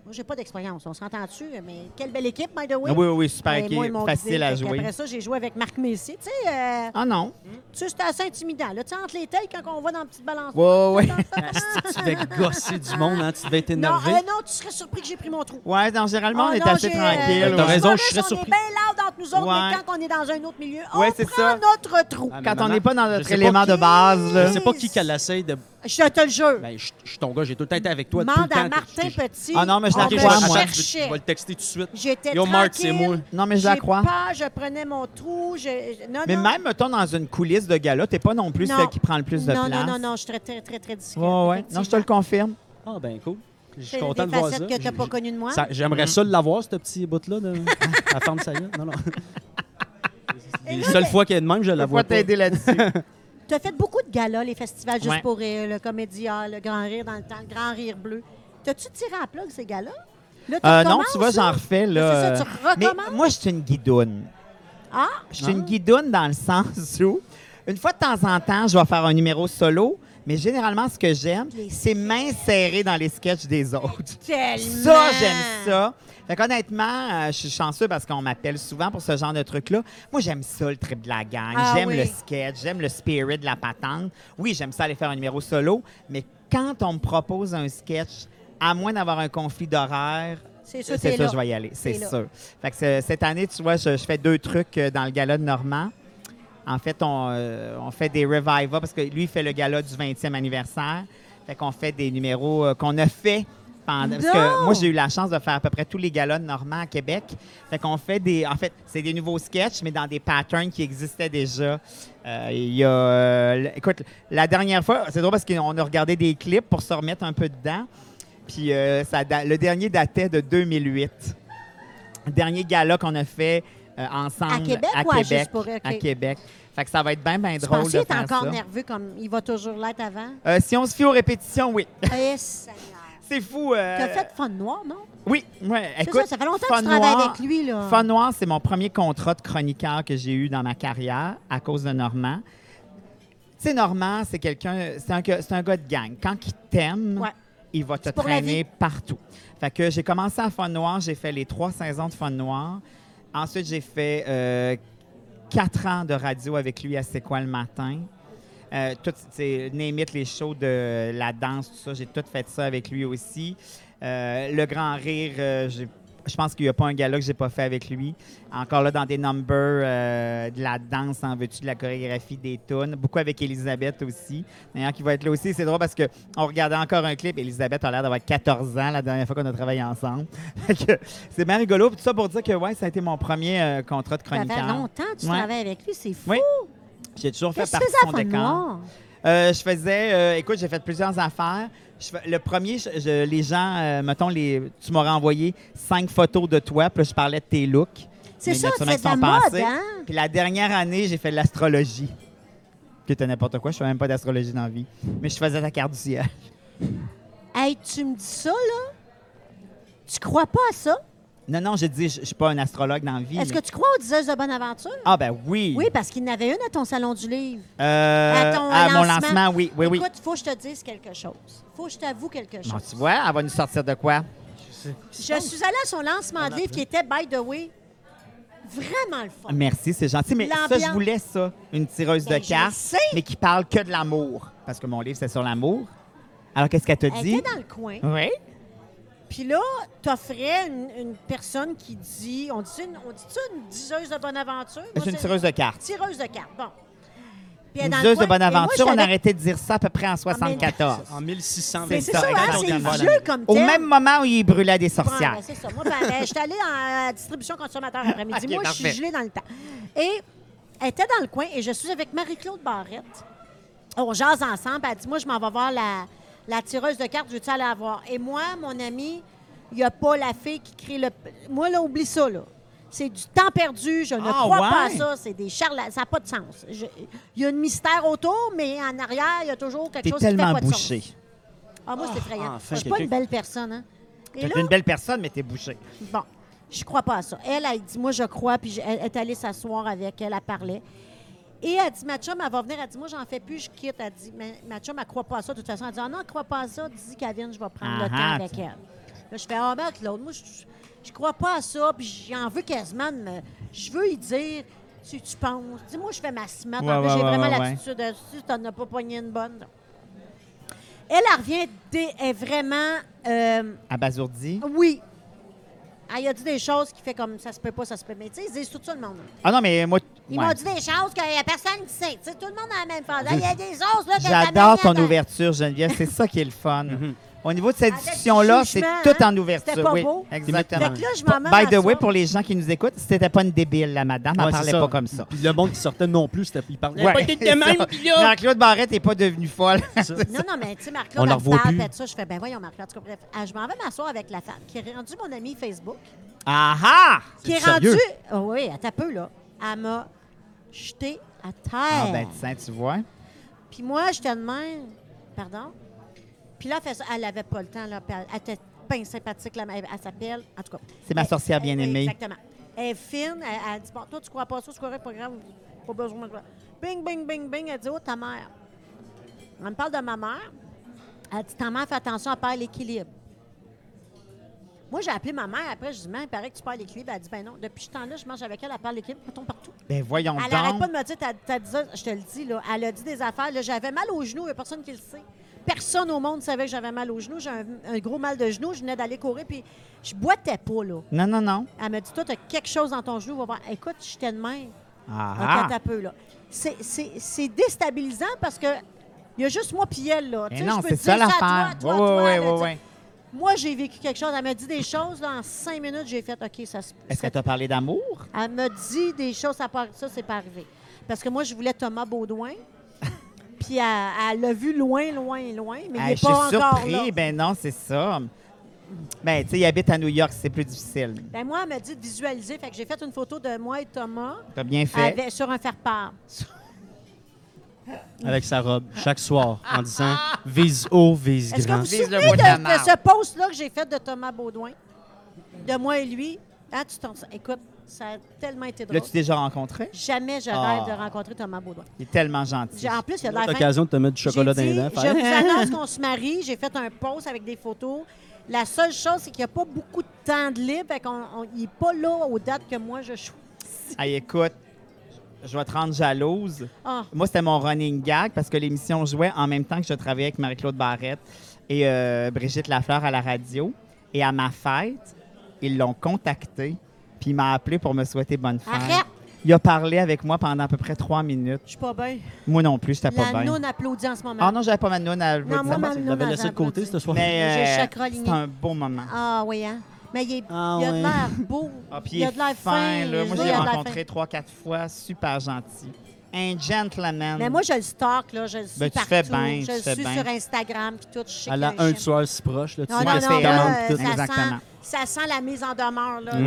Moi, j'ai pas d'expérience, on s'entend dessus, mais quelle belle équipe, by the way. Ah oui, super Ben, moi, ils équipe, m'ont facile guidé. à Fait jouer. Après ça, j'ai joué avec Marc Messier. Tu sais, Ah non? c'était assez intimidant. Là, tu sais, entre les têtes, quand on va dans la petite balance. Ouais. Tu devais gosser du monde, hein? Tu devais être Non, énervé. non, tu serais surpris que j'ai pris mon trou. Ouais, non, généralement, on Ah est non, assez j'ai, tranquille. T'as ouais. raison, souvent, je serais on surpris. est bien loud entre nous autres, Ouais. mais quand on est dans un autre milieu, Ouais, on c'est prend ça. notre trou. Ah, mais Quand on maman, n'est pas dans je notre sais pas élément qui- de base, Je là. sais pas qui qu'elle essaye de. Je te le jure. Ben, je suis ton gars, j'ai tout le temps été avec toi. tout le Demande temps. à Martin Petit. Ah non, mais je la on me crois, moi. Attends, je cherchait. vais le texter tout de suite. J'étais Yo, Marc, c'est tranquille. moi. Non, mais je la J'ai crois. peur, je prenais mon trou. Non, Mais non. même, mettons, dans une coulisse de gala, t'es pas non plus Non. celle qui prend le plus de non, place. non, je suis très, très, très, très discrète. Ouais. Non, je te le confirme. Ah, ben, cool. Je suis C'est content des de voir ça. facettes que tu n'as pas connues de moi. J'aimerais ça l'avoir, ce petit bout-là. La femme, ça y est. Non. Les seules fois qu'elle est de même, je la Je vois vais pas. t'aider là-dessus. Tu as fait beaucoup de galas, les festivals Juste Ouais. pour rire, le Comédia, le Grand Rire dans le temps, le Grand Rire bleu. T'as-tu tiré à plug ces galas? Là, tu Non, recommences, tu vois, j'en là? refais, C'est là. ça, tu Mais recommences? moi, je suis une guidoune. Ah, Je suis une guidoune dans le sens où, une fois de temps en temps, je vais faire un numéro solo, mais généralement, ce que j'aime, c'est m'insérer dans les sketchs des autres. tellement! Ça, j'aime ça. Fait qu'honnêtement, je suis chanceux parce qu'on m'appelle souvent pour ce genre de truc-là. Moi, j'aime ça, le trip de la gang. Ah j'aime oui. le sketch, j'aime le spirit de la patente. Oui, j'aime ça aller faire un numéro solo, mais quand on me propose un sketch, à moins d'avoir un conflit d'horaire, C'est sûr, c'est t'es ça, là. je vais y aller, c'est T'es là. sûr. Fait que cette année, tu vois, je fais 2 trucs dans le gala de Normand. En fait, on fait des revivals parce que lui, il fait le gala du 20e anniversaire. Fait qu'on fait des numéros qu'on a fait pendant. Parce que Non! moi, j'ai eu la chance de faire à peu près tous les galas de Normand à Québec. Fait qu'on fait des. En fait, c'est des nouveaux sketchs, mais dans des patterns qui existaient déjà. Il y a. Écoute, la dernière fois, c'est drôle parce qu'on a regardé des clips pour se remettre un peu dedans. Puis le dernier datait de 2008. Le dernier gala qu'on a fait ensemble À Québec ou à Juste pour rire? À OK. Québec. Fait que ça va être bien, bien Tu drôle penses de qu'il est faire encore ça. nerveux comme il va toujours l'être avant? Si on se fie aux répétitions, oui. Eh, Seigneur! C'est fou. T'as fait Fun Noir, non? Oui, ouais. C'est Écoute, ça fait longtemps Fun que tu travailles Noir- avec lui, là. Fun Noir, c'est mon premier contrat de chroniqueur que j'ai eu dans ma carrière à cause de Normand. Tu sais, Normand, c'est un gars de gang. Quand il t'aime, Ouais. il va te C'est pour la traîner vie. partout. Fait que j'ai commencé à Fun Noir, j'ai fait les 3 saisons de Fun Noir. Ensuite, j'ai fait 4 ans de radio avec lui à C'est quoi le matin. Tout, name it, les shows de la danse, tout ça, j'ai tout fait ça avec lui aussi. Le Grand Rire, je pense qu'il n'y a pas un gala que j'ai pas fait avec lui. Encore là, dans des numbers, de la danse, en veux-tu, de la chorégraphie, des tunes. Beaucoup avec Elisabeth aussi. D'ailleurs, qui va être là aussi. C'est drôle parce qu'on regardait encore un clip. Elisabeth a l'air d'avoir 14 ans la dernière fois qu'on a travaillé ensemble. Fait que c'est bien rigolo. Puis tout ça pour dire que ouais, ça a été mon premier contrat de Ça fait chroniqueur. longtemps que tu Ouais. travailles avec lui, c'est fou! Oui. J'ai toujours fait Qu'est-ce que partie tu de faisais son à Fun décor. Noir? Je faisais, écoute, j'ai fait plusieurs affaires. Le premier, les gens, mettons, tu m'aurais envoyé 5 photos de toi, puis là, je parlais de tes looks. C'est Mais il y ça, en a sûrement c'est qui de la sont mode, passés. hein? Puis la dernière année, j'ai fait de l'astrologie. Que t'as n'importe quoi, je fais même pas d'astrologie dans la vie. Mais je faisais ta carte du ciel. Hey, tu me dis ça, là? Tu crois pas à ça? Non, j'ai dit, je suis pas un astrologue dans la vie. Est-ce mais- que tu crois aux diseuses de bonne aventure? Ah, ben oui. Oui, parce qu'il y en avait une à ton salon du livre. À ton mon lancement. lancement, oui. Écoute, il faut que je te dise quelque chose. Il faut que je t'avoue quelque chose. Bon, tu vois, elle va nous sortir de quoi? Je suis allée à son lancement de livre qui était, by the way, vraiment le fun. Merci, c'est gentil. Mais ça, L'ambiance. je voulais ça, une tireuse Ben, de je cartes, sais. mais qui parle que de l'amour. Parce que mon livre, c'est sur l'amour. Alors, qu'est-ce qu'elle te Elle dit? était dans le coin. Oui. Puis là, t'offrais une personne qui dit... On dit-tu une diseuse de bonne aventure? Moi, C'est une tireuse de cartes. Tireuse de cartes, bon. Puis elle est Une dans le tireuse de coin. bonne Et moi, aventure, je on a savais- arrêté de dire ça à peu près en 74. En 1600. Mais C'est c'est ça, ça, hein, exactement. c'est Voilà. vieux comme Au tel. même moment où il brûlait des Ouais, sorcières. ben, c'est ça. Moi, j'étais allée à la distribution consommateur après-midi. Ok, Moi, je suis parfait. gelée dans le temps. Et elle était dans le coin et je suis avec Marie-Claude Barrette. On jase ensemble. Elle dit, moi, je m'en vais voir la tireuse de cartes. Veux-tu aller la voir? Et moi, mon ami, il n'y a pas la fille qui crie le... Moi, là, oublie ça, là. C'est du temps perdu. Je ne Ah, crois pas à ouais? ça. C'est des charlatans. Ça n'a pas de sens. Il y a un mystère autour, mais en arrière, il y a toujours quelque T'es chose qui fait tellement pas de bouché. sens. Ah, moi, c'est effrayant. enfin, Je suis pas une quelqu'un- belle personne, hein? Et T'es là, une belle personne, mais t'es bouché. bon, je crois pas à ça. Elle dit, moi, je crois, puis elle est allée s'asseoir avec elle, elle parlait. Et elle dit, ma chum, elle va venir, elle dit, moi, j'en fais plus, je quitte. Elle dit, mais ma chum, elle croit pas à ça. De toute façon, elle dit, ah non, elle croit pas à ça, dis qu'elle vienne, je vais prendre le Ah, temps avec elle. Là, je fais, ah, ben, Claude, moi, je crois pas à ça, puis j'en veux quasiment je veux y dire, tu penses. Tu sais, moi, je fais ma semaine. En plus, j'ai vraiment l'attitude dessus, tu n'en as pas pogné une bonne. Elle revient, est vraiment... Abasourdi? Oui. Elle a dit des choses qui fait comme ça se peut pas, ça se peut. Mais tu sais, ils disent tout ça, le monde. Ah non, mais moi... Ils ouais. m'ont dit des choses qu'il n'y a personne qui sait. Tu sais, tout le monde a la même phrase. Il y a des choses, là, que J'adore ta ton ouverture, Geneviève. C'est ça qui est le fun. Au niveau de cette Avec discussion-là, du c'est jugement, tout hein? en ouverture. C'était pas oui, beau? exactement. Fait que là, je m'en mets By the way, m'asseoir. pour les gens qui nous écoutent, c'était pas une débile, la madame. Elle Ouais, parlait c'est pas comme ça. Puis le monde qui sortait non plus, il parlait Ouais, pas tout de c'est même, ça. puis là... Marc-Claude Barrette n'est pas devenue folle. Non, mais tu sais, On Marc-Claude, la elle me revoit parle, plus. fait ça. Je fais, ben voyons, Marc-Claude. En tout cas, bref, je m'en vais m'asseoir avec la femme qui est rendue mon amie Facebook. Ah ah! Qui est sérieux? rendue... Oh, oui, elle t'a peu, là. Elle m'a jeté à terre. Ah ben, tiens, tu vois. Puis moi, j'étais de même. Pardon? Puis là, elle n'avait pas le temps. Là, puis elle était bien sympathique. Là, elle s'appelle... En tout cas... C'est ma sorcière bien-aimée. Exactement. Elle est fine. Elle dit, bon, toi, tu crois pas ça, c'est correct, pas grave. Pas besoin de... Bing, bing, bing, bing. Elle dit, oh, ta mère. Elle me parle de ma mère. Elle dit, ta mère, fais attention, elle perd l'équilibre. Moi, j'ai appelé ma mère. Après, je dis, mais il paraît que tu perds l'équilibre. Elle dit, ben non, depuis ce temps-là, je mange avec elle, elle perd l'équilibre, elle tombe partout. Ben voyons Elle n'arrête donc. pas de me dire, t'as dit ça, je te le dis, là. Elle a dit des affaires. Là, j'avais mal au genou, il n'y a personne qui le sait. Personne au monde savait que j'avais mal au genou. J'ai un gros mal de genou. Je venais d'aller courir, puis je boitais pas, là. Non, non, non. Elle m'a dit, toi, tu as quelque chose dans ton genou, va voir. Écoute, j'étais de même. Ah OK, ah! t'as peu, là. C'est déstabilisant parce que il y a juste moi puis elle, là. Tu Mais sais, non, je peux c'est te ça dire à l'affaire. toi, Oui, toi, oui, là, oui, tu sais. oui. Moi, j'ai vécu quelque chose. Elle m'a dit des choses, là, en 5 minutes, j'ai fait, OK, ça se... Est-ce qu'elle t'a parlé d'amour? Elle m'a dit des choses, ça, c'est pas arrivé. Parce que moi, je voulais Thomas Baudouin. Puis elle l'a vu loin, loin, loin, mais il Hey, n'est je suis pas encore surpris. là. Ben non, c'est ça. Ben, tu sais, il habite à New York, c'est plus difficile. Ben moi, elle m'a dit de visualiser. Fait que j'ai fait une photo de moi et Thomas T'as bien fait. sur un faire-part. Avec sa robe, chaque soir, en disant « Vise haut, vise Est-ce que grand vous vous Vise le souvenez bout de la de marde. ce post-là que j'ai fait de Thomas Baudouin? De moi et lui? Ah, écoute, ça a tellement été drôle. L'as-tu déjà rencontré? Jamais je Ah. rêve de rencontrer Thomas Baudouin. Il est tellement gentil. En plus, il a de l'air fin. l'occasion de te mettre du chocolat dans J'ai les dit, dents. je faire, vous annonce qu'on se marie. J'ai fait un post avec des photos. La seule chose, c'est qu'il n'y a pas beaucoup de temps de libre. Fait il n'est pas là aux dates que moi, je choisis. Hey, écoute, je vais te rendre jalouse. Ah, Moi, c'était mon running gag parce que l'émission jouait en même temps que je travaillais avec Marie-Claude Barrette et Brigitte Lafleur à la radio. Et à ma fête, ils l'ont contacté, puis il m'a appelé pour me souhaiter bonne fête. arrête! Il a parlé avec moi pendant à peu près 3 minutes. Je suis pas bien. Moi non plus, j'étais pas La bien. noune applaudit en ce moment. Ah non, j'avais pas ma noune à Non, moi, ma Tu noune, l'avais elle laissé de côté applaudit. ce soir. Mais J'ai le chakra aligné. c'est un beau moment. Ah oui, hein? Mais il Ah, a de ouais. l'air beau. Ah, puis il a de l'air fin. là. Moi, Oui, je il l'ai a de l'air rencontré 3-4 fois. Super gentil. Un gentleman. Mais moi, je le stalk, là. Je le suis Ben, tu partout. fais bien, je tu le fais suis bien. sur Instagram, puis tout. Je sais Elle a qu'il y a un chien. tueur si proche, là, tu Non, sais, non, qu'est-ce non, qu'il là, commande, puis tout. Exactement. ça sent la mise en demeure, là.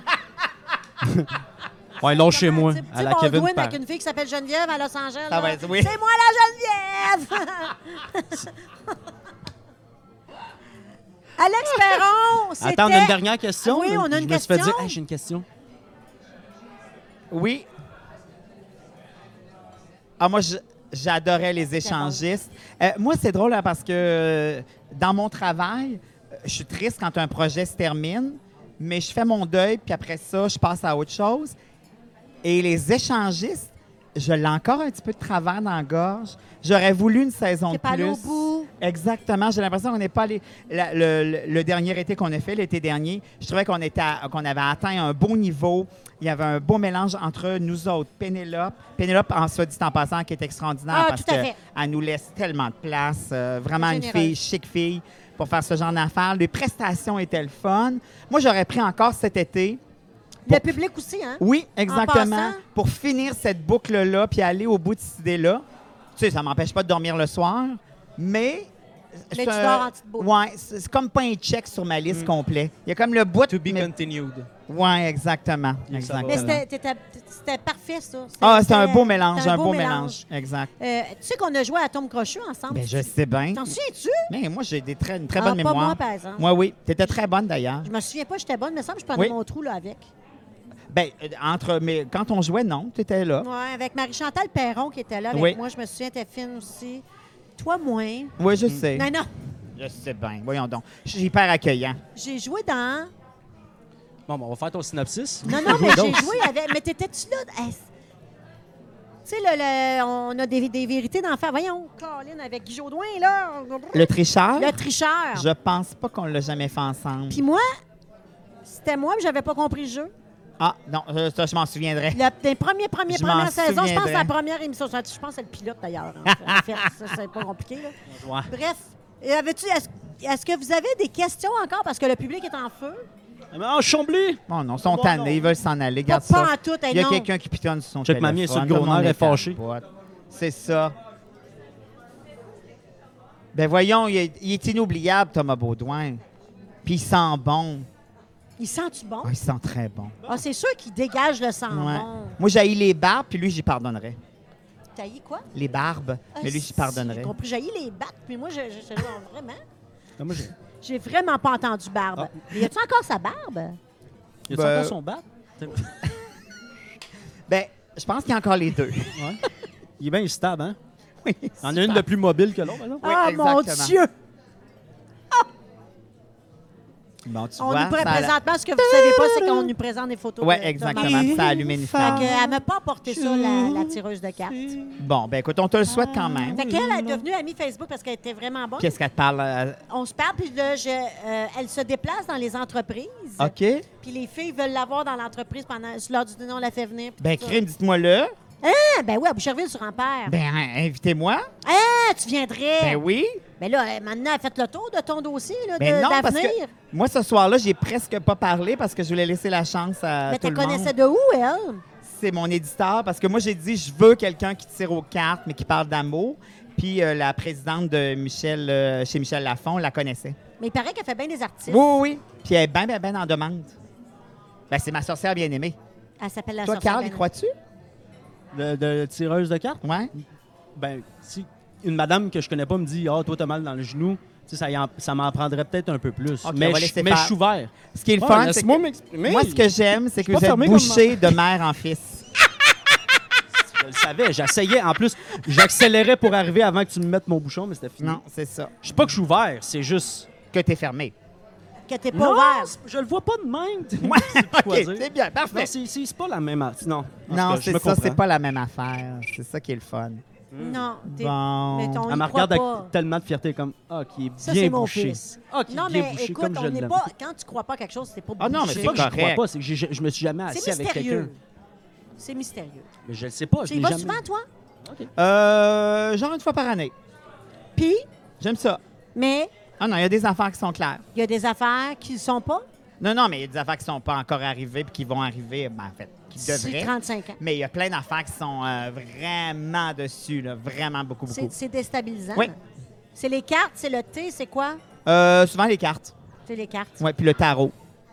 Ouais, lâchez-moi. Tu sais, À la Kevin Baldwin Parr. avec une fille qui s'appelle Geneviève à Los Angeles. Ça là. va être- oui. C'est moi la Geneviève! Alex Perron, c'était... Attends, on a une dernière question. Oui, là. on a une Je me suis fait question. dire, hey, j'ai une question. Oui. Ah, moi, j'adorais les échangistes. Moi, c'est drôle hein, parce que dans mon travail, je suis triste quand un projet se termine, mais je fais mon deuil, puis après ça, je passe à autre chose. Et les échangistes, je l'ai encore un petit peu de travers dans la gorge. J'aurais voulu une saison de T'es pas allé plus. au bout. Exactement. J'ai l'impression qu'on n'est pas allé. Le dernier été qu'on a fait, l'été dernier, je trouvais qu'on avait atteint un beau niveau. Il y avait un beau mélange entre nous autres, Pénélope. Pénélope, en soit dit en passant, qui est extraordinaire Ah, parce tout à fait. qu'elle nous laisse tellement de place. Vraiment une Généreuse. fille, chic fille, pour faire ce genre d'affaires. Les prestations étaient le fun. Moi, j'aurais pris encore cet été. Le public aussi, hein? Oui, exactement. passant? Pour finir cette boucle-là, puis aller au bout de cette idée-là. Tu sais, ça m'empêche pas de dormir le soir, mais... Mais tu dors en petite boucle. Oui, c'est comme pas un check sur ma liste complet. Il y a comme le bout... To be mais- continued. Oui, exactement. Ça exactement. Mais Voilà. c'était parfait, ça. C'est un beau mélange, c'était un beau mélange. Exact. Tu sais qu'on a joué à Tom Crochu ensemble? Ben, je sais bien. T'en souviens-tu? Mais moi, j'ai une très Ah, bonne pas mémoire. moi, par exemple. Moi, oui. Tu étais très bonne, d'ailleurs. Je me souviens pas, j'étais bonne, mais ça me semble que je prenais Oui. mon trou là, avec. Ben, mais quand on jouait, non, tu étais là. Oui, avec Marie-Chantal Perron qui était là avec Oui. moi. Je me souviens, t'es fine aussi. Toi, moins. Oui, je sais. Non, non. Je sais bien. Voyons donc. Je suis hyper accueillant. J'ai joué dans... Bon, on va faire ton synopsis. Non, mais j'ai Donc, joué avec... Mais t'étais-tu là? Hey, tu sais, on a des vérités d'enfer. Voyons, Caroline, avec Guy Jodoin, là. Le tricheur? Le tricheur. Je pense pas qu'on l'a jamais fait ensemble. Puis moi, c'était moi, mais j'avais pas compris le jeu. Ah, non, ça, je m'en souviendrai. Des premières Je m'en saisons, je pense que souviendrai. la première émission, je pense que c'est le pilote d'ailleurs. En fait, ça, c'est pas compliqué. Là. ouais. Bref, et est-ce que vous avez des questions encore parce que le public est en feu? Mais en Chambly! Bon, non, ils sont Bon, tannés, non. ils veulent s'en aller. Pas, Regarde ça. pas en tout, Il y a non. quelqu'un qui pitonne sur son Check, téléphone. mamie est sur le Tout gros monde nerf, elle est capote. fâchée. C'est ça. Ben voyons, il est inoubliable, Thomas Baudouin. Puis il sent bon. Il sent-tu bon? Ah, il sent très bon. Ah, c'est sûr qu'il dégage le sang Ouais. bon. Moi, j'ai les barbes, puis lui, j'y pardonnerais. T'as eu quoi? Les barbes, mais lui, j'y pardonnerais. J'ai compris. J'ai les battes, puis moi, je vraiment... Ah, moi, j'ai... J'ai vraiment pas entendu Barbe. Y a-tu encore sa barbe? Y a-tu Ben- encore son bat? Ben, je pense qu'il y a encore les deux. Ouais. Il est bien stable, hein? Oui, Il y en a une de plus mobile que l'autre, non? Oui, Ah, mon exactement. Dieu! Bon, tu On vois, nous ça a- présentement, ce que vous savez pas, c'est qu'on nous présente des photos. Ouais, de Thomas. exactement. Ça a allumé une Fait flamme. qu'elle m'a pas apporté ça, la tireuse de cartes. Bon, ben écoute, on te le souhaite quand même. Fait qu'elle est devenue amie Facebook parce qu'elle était vraiment bonne. Qu'est-ce qu'elle te parle? On se parle, puis là, elle se déplace dans les entreprises. OK. Puis les filles veulent l'avoir dans l'entreprise pendant lors du dîner, on la fait venir. puis Ben, tout ça. crime, dites-moi-le. Ah, ben oui, à Boucherville-sur-Ampère. Ben, invitez-moi. Ah, tu viendrais. Ben oui. Ben là, maintenant, elle a fait le tour de ton dossier là, Ben non, parce d'avenir. que moi, ce soir-là, j'ai presque pas parlé parce que je voulais laisser la chance à Mais tout tu le monde. connaissais de où, elle? C'est mon éditeur parce que moi, j'ai dit, je veux quelqu'un qui tire aux cartes, mais qui parle d'amour. Puis la présidente de Michel, chez Michel Lafon, la connaissait. Mais il paraît qu'elle fait bien des artistes. Oui, oui, oui. Puis elle est bien en demande. Ben, c'est ma sorcière bien-aimée. Elle s'appelle la Toi, sorcière Carl, y Bennett. crois-tu? De tireuse de cartes? Ouais. Ben, si une madame que je connais pas me dit « Ah, toi, t'as mal dans le genou », tu sais, ça m'en prendrait peut-être un peu plus. Ok, mais on va je laisser mais je faire. suis ouvert. Ce qui est le Ouais, fun, c'est laisse-moi que m'exprimer. moi, ce que j'aime, c'est que Je suis vous pas êtes fermé bouché de mère en fils. Je le savais, j'essayais. En plus, j'accélérais pour arriver avant que tu me mettes mon bouchon, mais c'était fini. Non, c'est ça. Je sais pas que je suis ouvert, c'est juste... Que t'es fermé. Que t'es pas Non, ouvert. je le vois pas de même. Ouais, C'est plus quoi OK, dire. c'est bien, Non, parfait. c'est pas la même... Non, en tout Non, cas, je c'est me ça, c'est comprends. pas la même affaire. C'est ça qui est le fun. Non, t'es... Bon. Mais ton- Elle me y croit regarde avec pas. tellement de fierté comme « Ah, qui est Ça, bien c'est mon bouché. fils. Ah, qui Non, est bien mais bouché écoute, comme je on n'est l'aime. pas... Quand tu crois pas quelque chose, c'est pas Ah non, mais bouché. C'est pas que je crois correct. pas, c'est que je me suis jamais assis C'est avec quelqu'un. mystérieux. C'est mystérieux. Mais je le sais pas, je Tu l'ai y vas jamais... souvent, toi? Genre une fois par année. Puis, J'aime ça. mais Ah non, il y a des affaires qui sont claires. il y a des affaires qui ne sont pas. Non, mais il y a des affaires qui sont pas encore arrivées puis qui vont arriver, ben, en fait, qui D'ici devraient. 35 ans. Mais il y a plein d'affaires qui sont vraiment dessus, là, vraiment beaucoup. C'est déstabilisant. Oui. C'est les cartes, c'est le thé, c'est quoi? Souvent les cartes. C'est les cartes. Ouais, puis le tarot.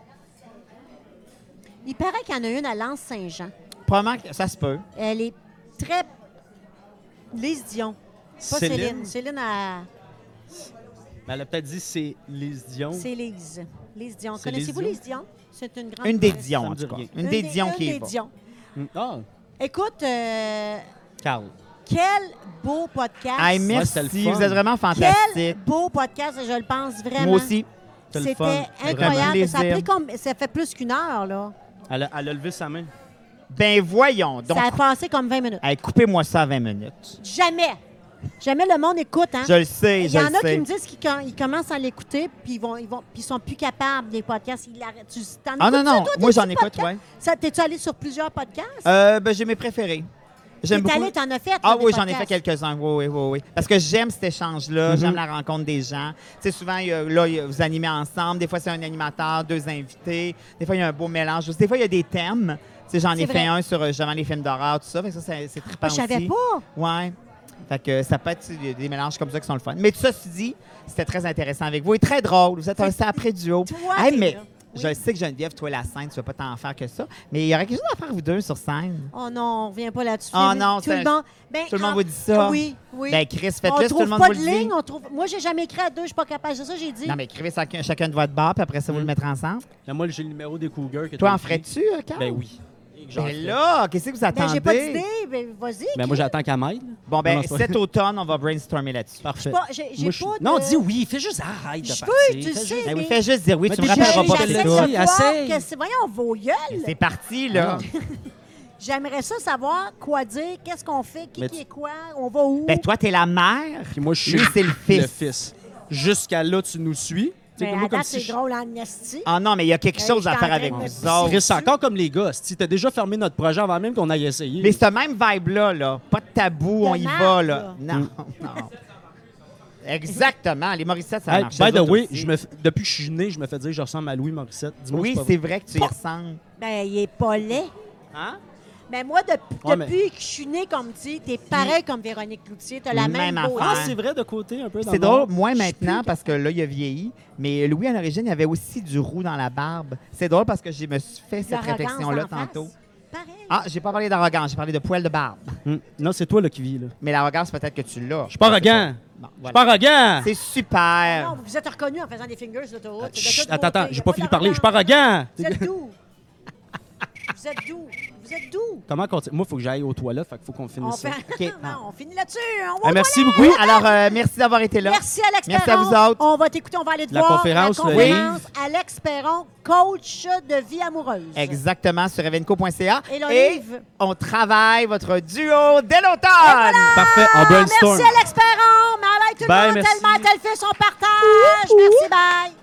Il paraît qu'il y en a une à Lens-Saint-Jean. Probablement que ça se peut. Elle est très... Lise Dion. Pas Céline. Céline, Mais elle a peut-être dit c'est Lise Dion. c'est Lise. Lise Dion. C'est Connaissez-vous Lise Lise Dion? C'est une grande... Une des poétesse. Dion, ça en me dit tout cas. rien. Une des Dion qui une est des pas. Dion. Ah, Écoute, Carl. quel beau podcast. Hey, Ouais, c'était le merci, fun. vous êtes vraiment Quel fantastique. beau podcast, je le pense vraiment. Moi aussi. C'était le fun. C'était Vraiment incroyable. Ça, a plaisir. pris comme... ça fait plus qu'une heure, là. Elle a levé sa main. Ben voyons. Donc, Ça a passé comme 20 minutes. hey, coupez-moi ça à 20 minutes. Jamais. Jamais le monde écoute, hein? Je le sais, Il je y en le a qui sais. me disent qu'ils commencent à l'écouter, puis ils sont plus capables des podcasts. Ils l'arrêtent. T'en Ah non, écoutes-tu, non, toi, des moi j'en petits écoute, podcasts? ouais. Ça, t'es-tu allé sur plusieurs podcasts? Ben, j'ai mes préférés. J'aime T'es beaucoup. allé, t'en as fait? Ah là, des oui, j'en ai fait podcasts. quelques-uns. Oui. Parce que j'aime cet échange-là, j'aime la rencontre des gens. Tu sais, souvent, vous animez ensemble. Des fois, c'est un animateur, deux invités. Des fois, il y a un beau mélange. Des fois, il y a des thèmes. Tu sais, j'en ai C'est fait vrai. un sur justement les films d'horreur, tout ça. Fait que ça, c'est trippant Ah, je savais aussi. pas. Ouais. Fait que ça peut être des mélanges comme ça qui sont le fun. Mais tout ça, dit, c'était très intéressant avec vous et très drôle. Vous êtes un après duo. Toi, Hey, t'es mais là. je sais que Geneviève, toi, la scène, tu vas pas t'en faire que ça. Mais il y aurait quelque chose à faire, vous deux, sur scène. Oh non, on revient pas là-dessus. Oh non, tout le c'est- monde, ben, tout le monde en- vous dit ça. Oui. Ben, Chris, On faites-le si tout trouve le monde pas vous de le dit. ligne. Moi, j'ai jamais écrit à deux, je suis pas capable. C'est ça que j'ai dit. Non, mais écrivez chacun de votre bar, puis après ça, vous le mettrez ensemble. Là, moi, j'ai le numéro des Cougars. Que Toi, t'as en écrit. ferais-tu, Carl? Ben oui. Mais là, qu'est-ce que vous Ben, attendez? j'ai pas d'idée. Ben, vas-y. Mais moi, j'attends qu'elle m'aide. là. Bon, ben, Non, c'est pas- cet automne, on va brainstormer là-dessus. Parfait. J'ai Moi, je- pas de... Non, dis oui. Fais juste arrête de Je partir. veux, tu Fais sais, juste- Ben oui, mais- fais juste dire oui, Mais tu me t'es rappelleras pas j'essaie que J'essaie c'est de ça. Essaye, voir essaye. que c'est... Voyons, vos gueules. C'est parti, là. J'aimerais ça savoir quoi dire, qu'est-ce qu'on fait, Mais qui est quoi, on va où. Ben, toi, t'es la mère. Puis moi, je suis Lui, c'est le fils. Jusqu'à là, tu nous suis. Tu sais, Ben, moi, à comme date, si c'est je- drôle en esti. Ah non, mais il y a quelque Hey, chose à je suis faire en avec train de vous me autres. Chris, c'est encore comme les gars. Si t'as déjà fermé notre projet avant même qu'on aille essayer. Mais ce même vibe-là, là, pas de tabou, on y marde, va, là. là. Non, non. Exactement. Les Morissettes, ça Hey, marche. by the way, depuis que je suis né, je me fais dire que je ressemble à Louis Morissette. Dis-moi Oui, que c'est pas vrai que tu y ressembles. Ben, il est pas laid. Hein? Mais moi, Ouais, mais- depuis que je suis née comme tu, t'es pareil comme Véronique Cloutier. T'as la même Même beauté. Ah, affaire. c'est vrai de côté un peu dans C'est le nord. drôle, moi maintenant, parce que là, il a vieilli. Mais Louis, à l'origine, il avait aussi du roux dans la barbe. C'est drôle parce que je me suis fait cette L'arrogance réflexion-là en face. tantôt. Pareil. Ah, j'ai pas parlé d'arrogance, j'ai parlé de poil de barbe. Non, c'est toi là, qui vis. Là. Mais l'arrogance, peut-être que tu l'as. Je suis pas arrogant. Bon, Je suis voilà. pas arrogant. C'est super. Non, vous êtes reconnus en faisant des fingers sur l'autoroute. C'est de Chut, toute attends, beauté. j'ai Y a pas fini de parler. Je suis pas d'arrogance. arrogant. Vous êtes doux. Vous êtes doux. Vous êtes doux. Comment continuer? Moi, il faut que j'aille aux toilettes, fait qu'il faut qu'on On, finisse ça. fait... OK. non, on finit là-dessus. On Ah, va merci beaucoup. Oui, alors, merci d'avoir été là. Merci Alex Merci Perron. à vous autres. On va t'écouter, on va aller te La voir. conférence, la le conférence Alex Perron, coach de vie amoureuse. Exactement, sur evenco.ca. Et le livre. on travaille votre duo dès l'automne. Parfait, on brainstorm. Merci Alex Perron. Mais tout le Bye, monde, merci. tellement, tel fait son partage. Merci, bye.